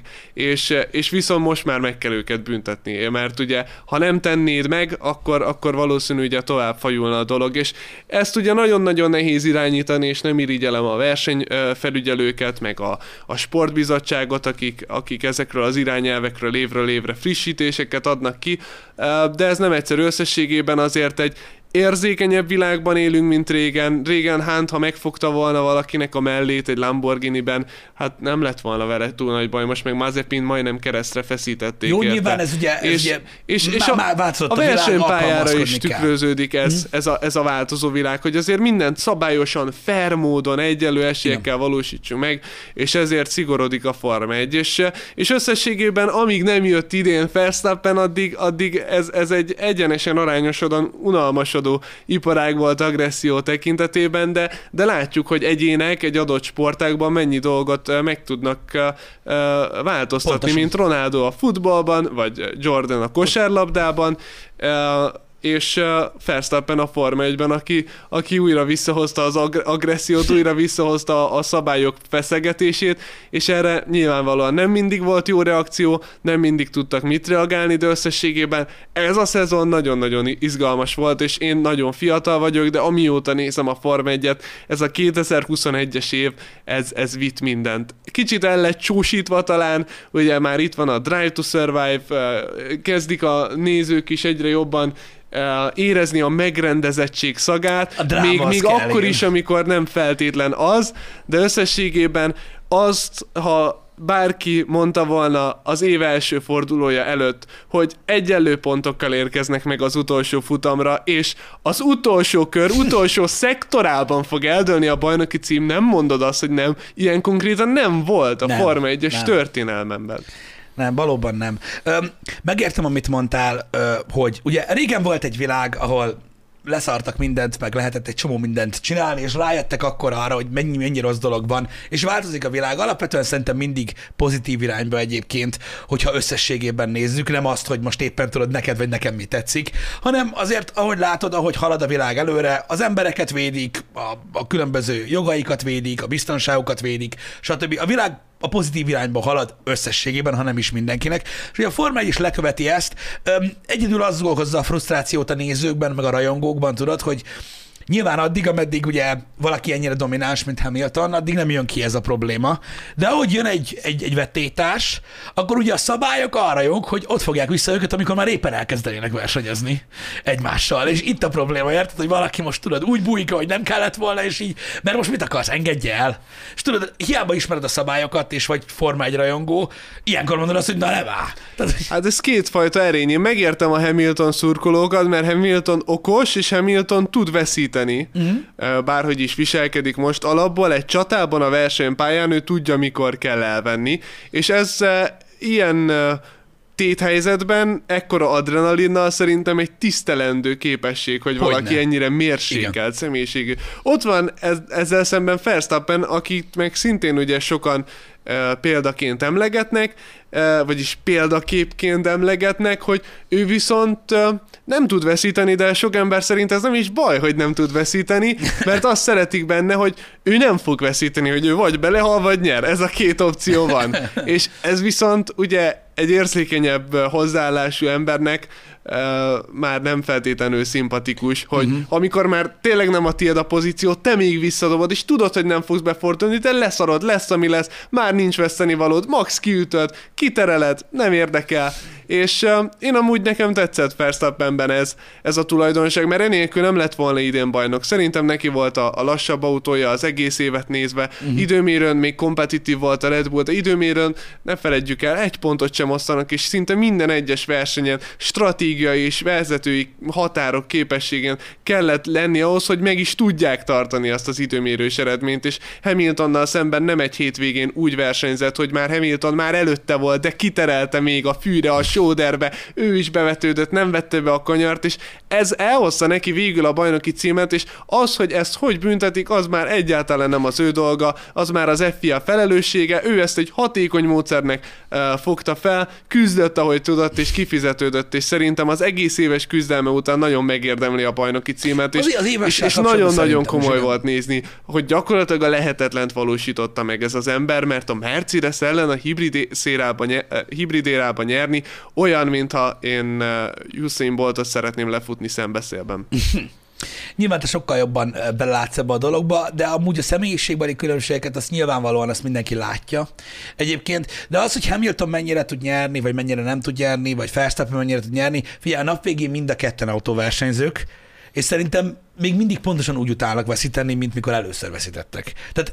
és viszont most már meg kell őket büntetni, mert ugye, ha nem tennéd meg, akkor valószínű ugye tovább fajulna a dolog, és ezt ugye nagyon-nagyon nehéz irányítani, és nem irigyelem a versenyfelügyelőket, meg a sportbizottságot, akik ezekről az irányelvekről évről évre frissítéseket adnak ki, de ez nem egyszerű, összességében azért egy érzékenyebb világban élünk, mint régen. Régen Hunt, ha megfogta volna valakinek a mellét egy Lamborghiniben, hát nem lett volna vele túl nagy baj, most meg Mazepin majdnem keresztre feszítették. Jó, érte. nyilván ez ugye, és a versenypályára is tükröződik ez a változó világ, hogy azért mindent szabályosan, fair módon, egyenlő esélyekkel valósítsunk meg, és ezért szigorodik a Forma 1. És összességében, amíg nem jött idén Verstappen, addig ez egy egyenesen arányosodon unalmas iparág volt agresszió tekintetében, de látjuk, hogy egyének egy adott sportágban mennyi dolgot meg tudnak változtatni, pontosan, mint Ronaldo a futballban, vagy Jordan a kosárlabdában, és Verstappen a Forma 1-ben, aki újra visszahozta az agressziót, újra visszahozta a szabályok feszegetését, és erre nyilvánvalóan nem mindig volt jó reakció, nem mindig tudtak mit reagálni, de összességében ez a szezon nagyon-nagyon izgalmas volt, és én nagyon fiatal vagyok, de amióta nézem a Forma 1-et, ez a 2021-es év, ez vitt mindent. Kicsit el lett csúsítva talán, ugye már itt van a Drive to Survive, kezdik a nézők is egyre jobban érezni a megrendezettség szagát, még kell, akkor igen. is, amikor nem feltétlen az, de összességében azt, ha bárki mondta volna az év első fordulója előtt, hogy egyenlő pontokkal érkeznek meg az utolsó futamra, és az utolsó kör, utolsó szektorában fog eldőlni a bajnoki cím, nem mondod azt, hogy nem. Ilyen konkrétan nem volt a Forma 1-es történelmemben. Nem, valóban nem. Megértem, amit mondtál, hogy ugye régen volt egy világ, ahol leszartak mindent, meg lehetett egy csomó mindent csinálni, és rájöttek akkor arra, hogy mennyi rossz dolog van, és változik a világ. Alapvetően szerintem mindig pozitív irányba egyébként, hogyha összességében nézzük, nem azt, hogy most éppen tudod neked vagy nekem mi tetszik, hanem azért, ahogy látod, ahogy halad a világ előre, az embereket védik, a különböző jogaikat védik, a biztonságokat védik, stb. A világ a pozitív irányba halad összességében, ha nem is mindenkinek. És ugye a Forma 1 is leköveti ezt. Egyedül az okozza a frusztrációt a nézőkben, meg a rajongókban, tudod, hogy nyilván addig, ameddig ugye valaki ennyire domináns, mint Hamilton, addig nem jön ki ez a probléma. De ahogy jön egy vetélytárs, akkor ugye a szabályok arra jók, hogy ott fogják vissza őket, amikor már éppen elkezdenének versenyezni egymással. És itt a probléma, érted, hogy valaki most tudod úgy bújik, hogy nem kellett volna, és így, mert most mit akarsz, engedj el. És tudod, hiába ismered a szabályokat, és vagy Forma 1 rajongó, ilyenkor mondod azt, hogy na nem áll. Hát ez kétfajta erény. Én megértem a Hamilton szurkolókat, mert Hamilton okos, és Hamilton tud veszíteni. Bárhogy is viselkedik most alapból, egy csatában a versenypályán ő tudja, mikor kell elvenni, és ez ilyen téthelyzetben ekkora adrenalinnal szerintem egy tisztelendő képesség, hogy valaki ennyire mérsékelt személyiségű. Ott van ezzel szemben Verstappen, akit meg szintén ugye sokan példaként emlegetnek, vagyis példaképként emlegetnek, hogy ő viszont nem tud veszíteni, de sok ember szerint ez nem is baj, hogy nem tud veszíteni, mert azt szeretik benne, hogy ő nem fog veszíteni, hogy ő vagy belehal, vagy nyer. Ez a két opció van. És ez viszont ugye egy érzékenyebb hozzáállású embernek már nem feltétlenül szimpatikus, hogy amikor már tényleg nem a tiéd a pozíció, te még visszadobod, és tudod, hogy nem fogsz befordulni, de leszarod, lesz, ami lesz, már nincs vesztenivalód, max kiütöd, kitereled, nem érdekel. És én amúgy nekem tetszett Verstappenben ez a tulajdonság, mert enélkül nem lett volna idén bajnok. Szerintem neki volt a lassabb autója az egész évet nézve. Időmérőn még kompetitív volt a Red Bull, de időmérőn ne feledjük el, egy pontot sem osztanak, és szinte minden egyes versenyen stratégiai és vezetői határok képességen kellett lenni ahhoz, hogy meg is tudják tartani azt az időmérős eredményt, és Hamiltonnal szemben nem egy hétvégén úgy versenyzett, hogy már Hamilton már előtte volt, de kiterelte még a fűre, a sóderbe, ő is bevetődött, nem vette be a kanyart, és ez elhozta neki végül a bajnoki címet, és az, hogy ezt hogy büntetik, az már egyáltalán nem az ő dolga, az már az FIA felelőssége, ő ezt egy hatékony módszernek fogta fel, küzdött, ahogy tudott, és kifizetődött, és szerintem az egész éves küzdelme után nagyon megérdemli a bajnoki címet, és nagyon-nagyon komoly volt nézni, hogy gyakorlatilag a lehetetlent valósította meg ez az ember, mert a Mercedes ellen a hibrid érában nyerni olyan, mintha én Usain Boltot szeretném lefutni szembeszélben. Nyilván te sokkal jobban belátsz ebbe a dologba, de amúgy a személyiségbeli különbségeket azt nyilvánvalóan azt mindenki látja egyébként, de az, hogy Hamilton mennyire tud nyerni, vagy mennyire nem tud nyerni, vagy Verstappen mennyire tud nyerni, figyelj, a nap végén mind a ketten autóversenyzők, és szerintem még mindig pontosan úgy utálnak veszíteni, mint mikor először veszítettek. Tehát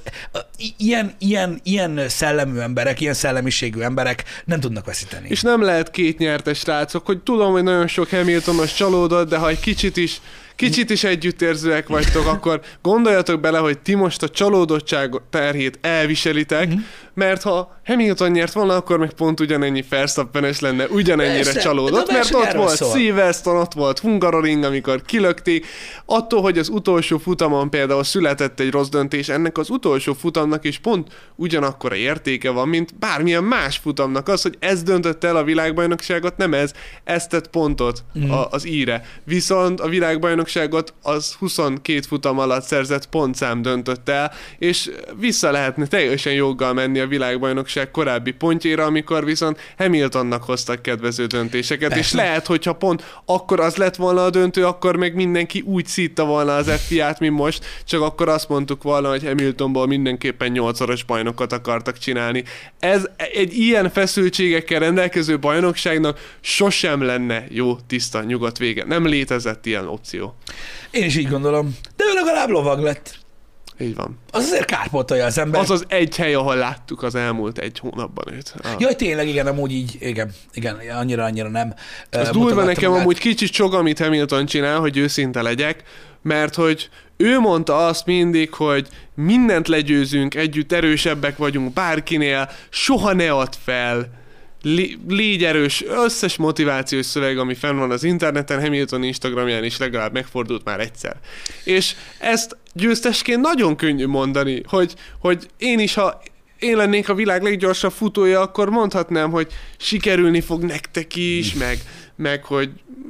ilyen szellemű emberek, ilyen szellemiségű emberek nem tudnak veszíteni. És nem lehet két nyertes srácok, hogy tudom, hogy nagyon sok Hamiltonos csalódott, de ha egy kicsit is együttérzőek vagytok, akkor gondoljatok bele, hogy ti most a csalódottság terhét elviselitek, mert ha Hamilton nyert volna, akkor meg pont ugyanennyi Verstappenes lenne, ugyanennyire csalódott, mert ott volt Silverstone, ott volt Hungaroring, amikor kilökték. Attól, hogy az utolsó futamon például született egy rossz döntés, ennek az utolsó futamnak is pont ugyanakkora értéke van, mint bármilyen más futamnak. Az, hogy ez döntött el a világbajnokságot, nem ez tett pontot az íre. Viszont a világbajnokságot az 22 futam alatt szerzett pontszám döntött el, és vissza lehetne teljesen joggal menni a a világbajnokság korábbi pontjára, amikor viszont Hamiltonnak hoztak kedvező döntéseket, persze. És lehet, hogyha pont akkor az lett volna a döntő, akkor meg mindenki úgy szítta volna az FIA-t, mint most, csak akkor azt mondtuk volna, hogy Hamiltonból mindenképpen 8-szoros bajnokot akartak csinálni. Ez egy ilyen feszültségekkel rendelkező bajnokságnak sosem lenne jó, tiszta, nyugodt vége. Nem létezett ilyen opció. Én is így gondolom. De ő legalább lovag lett. Így van. Az azért kárpótolja az ember. Az az egy hely, ahol láttuk az elmúlt egy hónapban őt. Jaj, tényleg, igen, amúgy így, igen, annyira nem. Az durva nekem amúgy kicsit csog, amit Hamilton csinál, hogy őszinte legyek, mert hogy ő mondta azt mindig, hogy mindent legyőzünk, együtt erősebbek vagyunk bárkinél, soha ne add fel, légy erős, összes motivációs szöveg, ami fenn van az interneten, Hamilton Instagramján is legalább megfordult már egyszer. És ezt győztesként nagyon könnyű mondani, hogy én is, ha én lennék a világ leggyorsabb futója, akkor mondhatnám, hogy sikerülni fog nektek is, meg hogy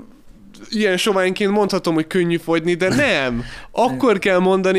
ilyen soványként mondhatom, hogy könnyű fogyni, de nem. Akkor kell mondani,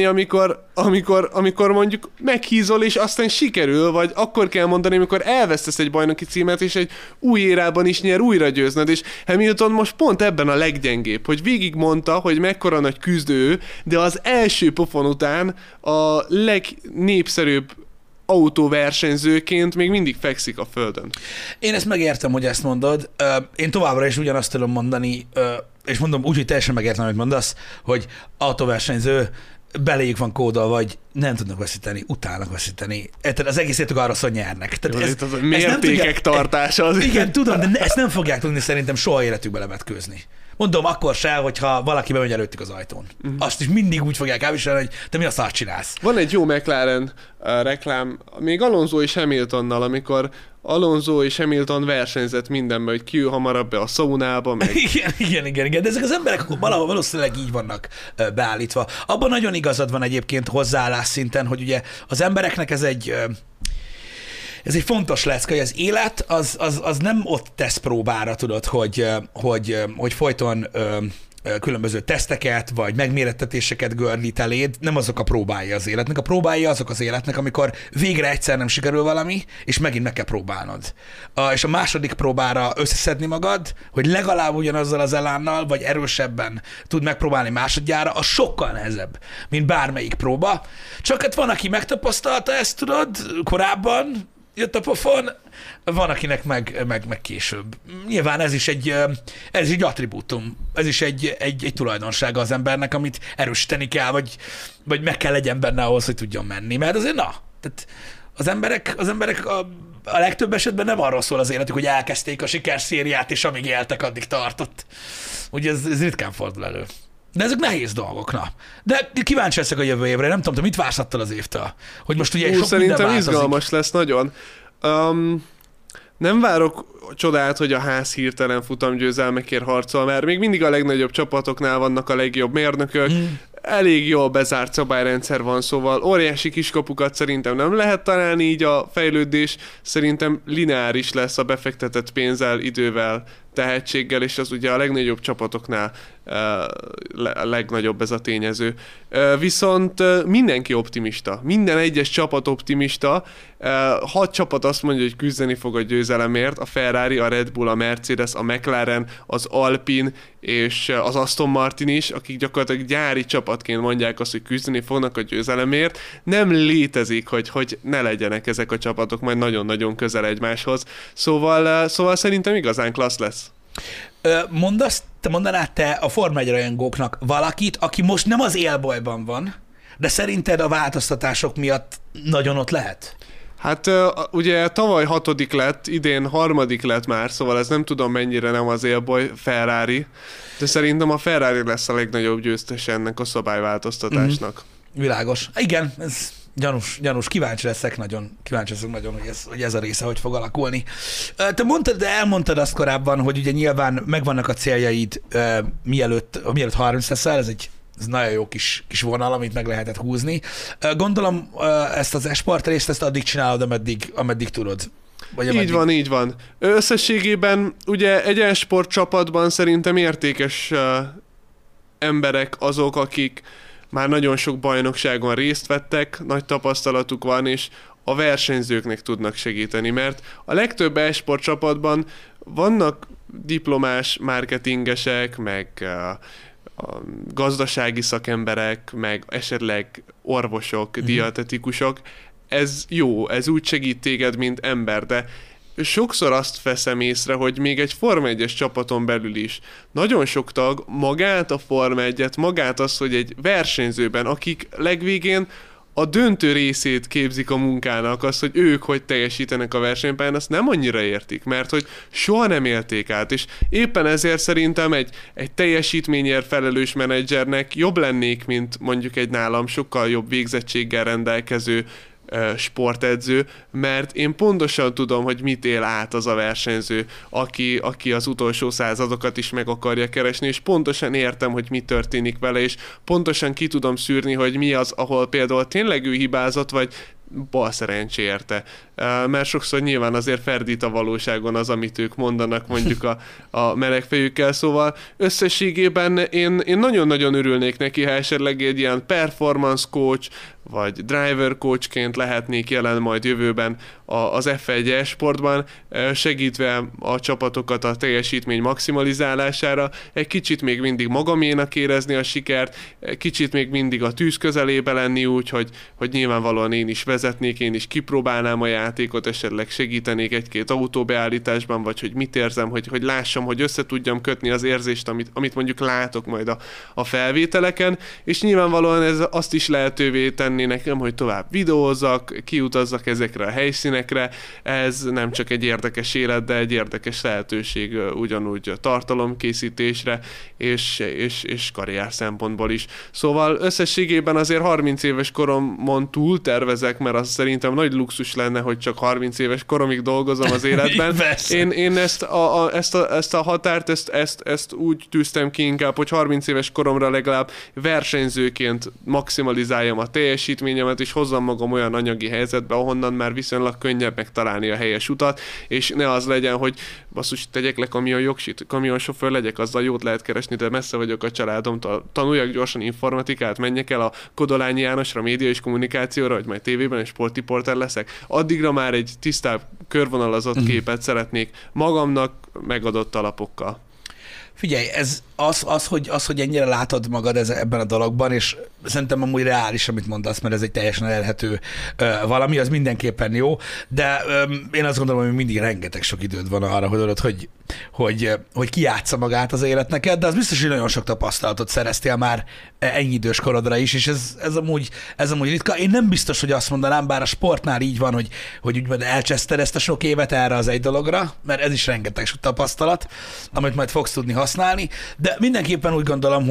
amikor mondjuk meghízol, és aztán sikerül, vagy akkor kell mondani, amikor elvesztesz egy bajnoki címet, és egy új érában is nyer újra győznöd, és Hamilton most pont ebben a leggyengébb, hogy végig mondta, hogy mekkora nagy küzdő, de az első pofon után a legnépszerűbb autóversenyzőként még mindig fekszik a földön. Én ezt megértem, hogy ezt mondod. Én továbbra is ugyanazt tudom mondani, és mondom úgy, hogy teljesen megértem, amit mondasz, hogy autóversenyző beléjük van kódolva, vagy nem tudnak veszíteni, utálnak veszíteni. Az egész értük arra, hogy nyernek. Tehát ez a mértékek tartása. Az igen, tudom, de ezt nem fogják tudni szerintem soha életükbe levetkőzni. Mondom, akkor se, hogyha valaki bemegy előttük az ajtón. Azt is mindig úgy fogják elviselni, hogy te mi a szart csinálsz. Van egy jó McLaren reklám, még Alonso és Hamiltonnal, amikor Alonso és Hamilton versenyzett mindenben, hogy ki hamarabb be a szaunába, meg... Igen, de ezek az emberek akkor valahol valószínűleg így vannak beállítva. Abban nagyon igazad van egyébként hozzáállás szinten, hogy ugye az embereknek ez egy fontos lecke, hogy az élet az nem ott tesz próbára, tudod, hogy folyton különböző teszteket, vagy megmérettetéseket gördít eléd, nem azok a próbái az életnek. A próbái azok az életnek, amikor végre egyszer nem sikerül valami, és megint meg kell próbálnod. És a második próbára összeszedni magad, hogy legalább ugyanazzal az elánnal, vagy erősebben tud megpróbálni másodjára, az sokkal nehezebb, mint bármelyik próba. Csak hát van, aki megtapasztalta ezt, tudod, korábban, jött a pofon, van, akinek meg később. Nyilván ez is egy attribútum, ez is egy tulajdonsága az embernek, amit erősíteni kell, vagy meg kell legyen benne ahhoz, hogy tudjon menni. Mert azért tehát az emberek a legtöbb esetben nem arról szól az életük, hogy elkezdték a sikerszériát, és amíg éltek, addig tartott. Ugye ez ritkán fordul elő. De ezek nehéz dolgok, na. De kíváncsi leszek a jövő évre, nem tudom, te mit vársz attól az évtől? Hogy most ugye sok minden változik. Szerintem izgalmas lesz nagyon. Nem várok csodát, hogy a ház hirtelen futamgyőzelmekért harcol, mert még mindig a legnagyobb csapatoknál vannak a legjobb mérnökök, elég jól bezárt szabályrendszer van, szóval óriási kiskapukat szerintem nem lehet találni, így a fejlődés szerintem lineáris lesz a befektetett pénzzel, idővel, tehetséggel, és az ugye a legnagyobb csapatoknál a legnagyobb ez a tényező. Viszont mindenki optimista. Minden egyes csapat optimista. 6 csapat azt mondja, hogy küzdeni fog a győzelemért. A Ferrari, a Red Bull, a Mercedes, a McLaren, az Alpine és az Aston Martin is, akik gyakorlatilag gyári csapatként mondják azt, hogy küzdeni fognak a győzelemért. Nem létezik, hogy ne legyenek ezek a csapatok majd nagyon-nagyon közel egymáshoz. Szóval szerintem igazán klassz lesz. Mondanád te a Forma 1 rajongóknak valakit, aki most nem az élbajban van, de szerinted a változtatások miatt nagyon ott lehet? Hát ugye tavaly 6. lett, idén 3. lett már, szóval ez nem tudom mennyire nem az élbaj Ferrari, de szerintem a Ferrari lesz a legnagyobb győztes ennek a szabályváltoztatásnak. Világos. Igen, ez gyanús. Kíváncsi leszek nagyon, hogy ez a része hogy fog alakulni. Te elmondtad azt korábban, hogy ugye nyilván megvannak a céljaid, mielőtt 30 leszel, ez nagyon jó kis vonal, amit meg lehetett húzni. Gondolom ezt az esport részt, ezt addig csinálod, ameddig tudod. Így van. Összességében ugye egy esport csapatban szerintem értékes emberek azok, akik már nagyon sok bajnokságon részt vettek, nagy tapasztalatuk van, és a versenyzőknek tudnak segíteni, mert a legtöbb e-sport csapatban vannak diplomás marketingesek, meg a gazdasági szakemberek, meg esetleg orvosok, dietetikusok. Ez jó, ez úgy segít téged, mint ember, de sokszor azt veszem észre, hogy még egy Forma 1-es csapaton belül is nagyon sok tag magát a Forma 1-et, magát azt, hogy egy versenyzőben, akik legvégén a döntő részét képzik a munkának, az, hogy ők hogy teljesítenek a versenypályán, azt nem annyira értik, mert hogy soha nem élték át, és éppen ezért szerintem egy teljesítményért felelős menedzsernek jobb lennék, mint mondjuk egy nálam sokkal jobb végzettséggel rendelkező sportedző, mert én pontosan tudom, hogy mit él át az a versenyző, aki az utolsó századokat is meg akarja keresni, és pontosan értem, hogy mi történik vele, és pontosan ki tudom szűrni, hogy mi az, ahol például tényleg ő hibázott, vagy bal szerencsé érte. Mert sokszor nyilván azért ferdít a valóságon az, amit ők mondanak mondjuk a melegfejükkel, szóval összességében én nagyon-nagyon örülnék neki, ha esetleg egy ilyen performance coach, vagy driver coachként lehetnék jelen majd jövőben az F1 e-sportban, segítve a csapatokat a teljesítmény maximalizálására, egy kicsit még mindig magaménak érezni a sikert, kicsit még mindig a tűz közelébe lenni úgy, hogy nyilvánvalóan én is vezetnék, én is kipróbálnám a játékot, esetleg segítenék egy-két autóbeállításban, vagy hogy mit érzem, hogy lássam, hogy össze tudjam kötni az érzést, amit mondjuk látok majd a felvételeken, és nyilvánvalóan ez azt is lehetővé tenni nekem, hogy tovább videózzak, kiutazzak ezekre a helyszínekre, ez nem csak egy érdekes élet, de egy érdekes lehetőség ugyanúgy a tartalomkészítésre, és karrier szempontból is. Szóval összességében azért 30 éves koromon túl tervezek, mert az szerintem nagy luxus lenne, hogy csak 30 éves koromig dolgozom az életben. Én ezt a határt, ezt úgy tűztem ki inkább, hogy 30 éves koromra legalább versenyzőként maximalizáljam a teljesítményemet, és hozzam magam olyan anyagi helyzetbe, ahonnan már viszonylag könnyebb megtalálni a helyes utat, és ne az legyen, hogy basszus, tegyek le kamionjogsit, kamionsofőr legyek, azzal jót lehet keresni, de messze vagyok a családomtól, tanuljak gyorsan informatikát, menjek el a Kodolányi Jánosra, média és kommunikációra, vagy majd tévében egy sportriporter leszek. Addigra már egy tisztább, körvonalazott képet szeretnék magamnak megadott alapokkal. Figyelj, ez hogy ennyire látod magad ebben a dologban, és szerintem amúgy reális, amit mondasz, mert ez egy teljesen elérhető valami, az mindenképpen jó, de én azt gondolom, hogy mindig rengeteg sok időd van arra, hogy kijátsza magát az élet neked, de az biztos, hogy nagyon sok tapasztalatot szereztél már ennyi idős korodra is, és ez amúgy ritka. Én nem biztos, hogy azt mondanám, bár a sportnál így van, hogy úgymond elcseszted ezt a sok évet erre az egy dologra, mert ez is rengeteg sok tapasztalat, amit majd fogsz tudni használni, de mindenképpen úgy gondolom,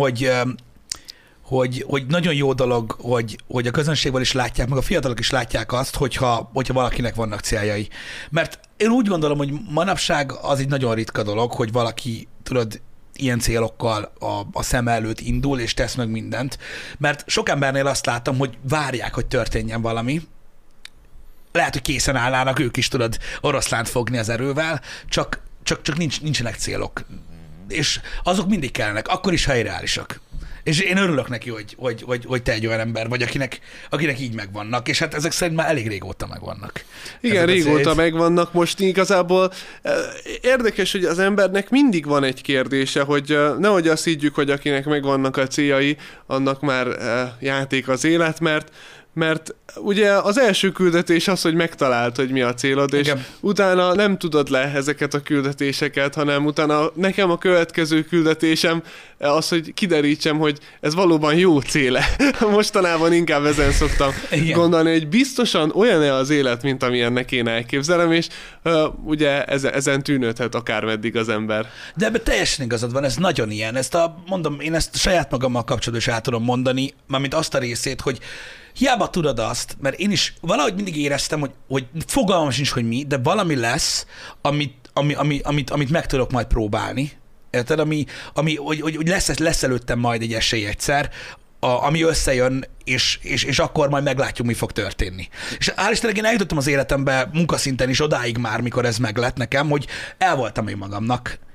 hogy nagyon jó dolog, hogy a közönségből is látják, meg a fiatalok is látják azt, hogyha valakinek vannak céljai. Mert én úgy gondolom, hogy manapság az egy nagyon ritka dolog, hogy valaki, tudod, ilyen célokkal a szem előtt indul, és tesz meg mindent. Mert sok embernél azt látom, hogy várják, hogy történjen valami. Lehet, hogy készen állnának ők is, tudod, oroszlánt fogni az erővel, csak nincsenek célok. És azok mindig kellenek, akkor is, ha irreálisak. És én örülök neki, hogy te egy olyan ember vagy, akinek így megvannak, és hát ezek szerint már elég régóta megvannak. Igen, régóta megvannak, most igazából érdekes, hogy az embernek mindig van egy kérdése, hogy nehogy azt higgyük, hogy akinek megvannak a céljai, annak már játék az élet, mert ugye az első küldetés az, hogy megtaláld, hogy mi a célod, és igen, utána nem tudod le ezeket a küldetéseket, hanem utána nekem a következő küldetésem az, hogy kiderítsem, hogy ez valóban jó céle. Mostanában inkább ezen szoktam gondolni, hogy biztosan olyan-e az élet, mint amilyennek én elképzelem, és ugye ezen tűnődhet akármeddig az ember. De ebben teljesen igazad van, ez nagyon ilyen. Én ezt saját magammal kapcsolatban is át tudom mondani, mármint azt a részét, hogy hiába tudod azt, mert én is valahogy mindig éreztem, hogy fogalmam sincs, hogy mi, de valami lesz, amit meg tudok majd próbálni. Érted? Hogy lesz előttem majd egy esély egyszer, ami összejön, és akkor majd meglátjuk, mi fog történni. És hál' Istennek én eljutottam az életembe munkaszinten is odáig már, mikor ez meglett nekem, hogy el voltam én magamnak.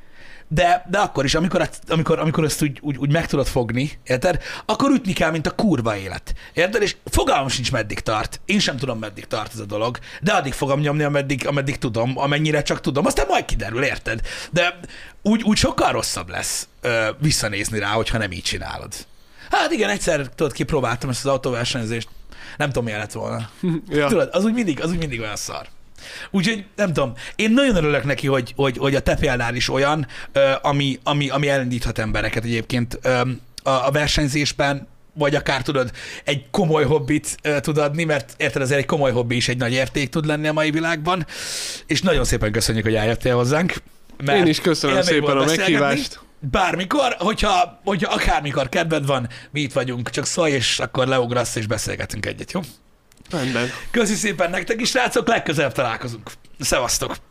De akkor is, amikor ezt úgy meg tudod fogni, érted? Akkor ütni kell, mint a kurva élet. Érted? És fogalmam sincs, meddig tart. Én sem tudom, meddig tart ez a dolog, de addig fogom nyomni, ameddig tudom, amennyire csak tudom. Aztán majd kiderül, érted? De úgy sokkal rosszabb lesz visszanézni rá, hogyha nem így csinálod. Hát igen, egyszer tudod, kipróbáltam ezt az autóversenyzést. Nem tudom, milyen lett volna. Ja. Tudod, az úgy mindig olyan szar. Úgyhogy nem tudom, én nagyon örülök neki, hogy a te példán is olyan, ami elindíthat embereket egyébként a versenyzésben, vagy akár tudod, egy komoly hobbit tud adni, mert érted, azért egy komoly hobbi is egy nagy érték tud lenni a mai világban, és nagyon szépen köszönjük, hogy eljöttél hozzánk. Én is köszönöm szépen a meghívást. Bármikor, hogyha akármikor kedved van, mi itt vagyunk, csak szólj, és akkor leugrasz, és beszélgetünk egyet, jó? Rendben. Köszi szépen nektek is, srácok, legközelebb találkozunk. Szevasztok!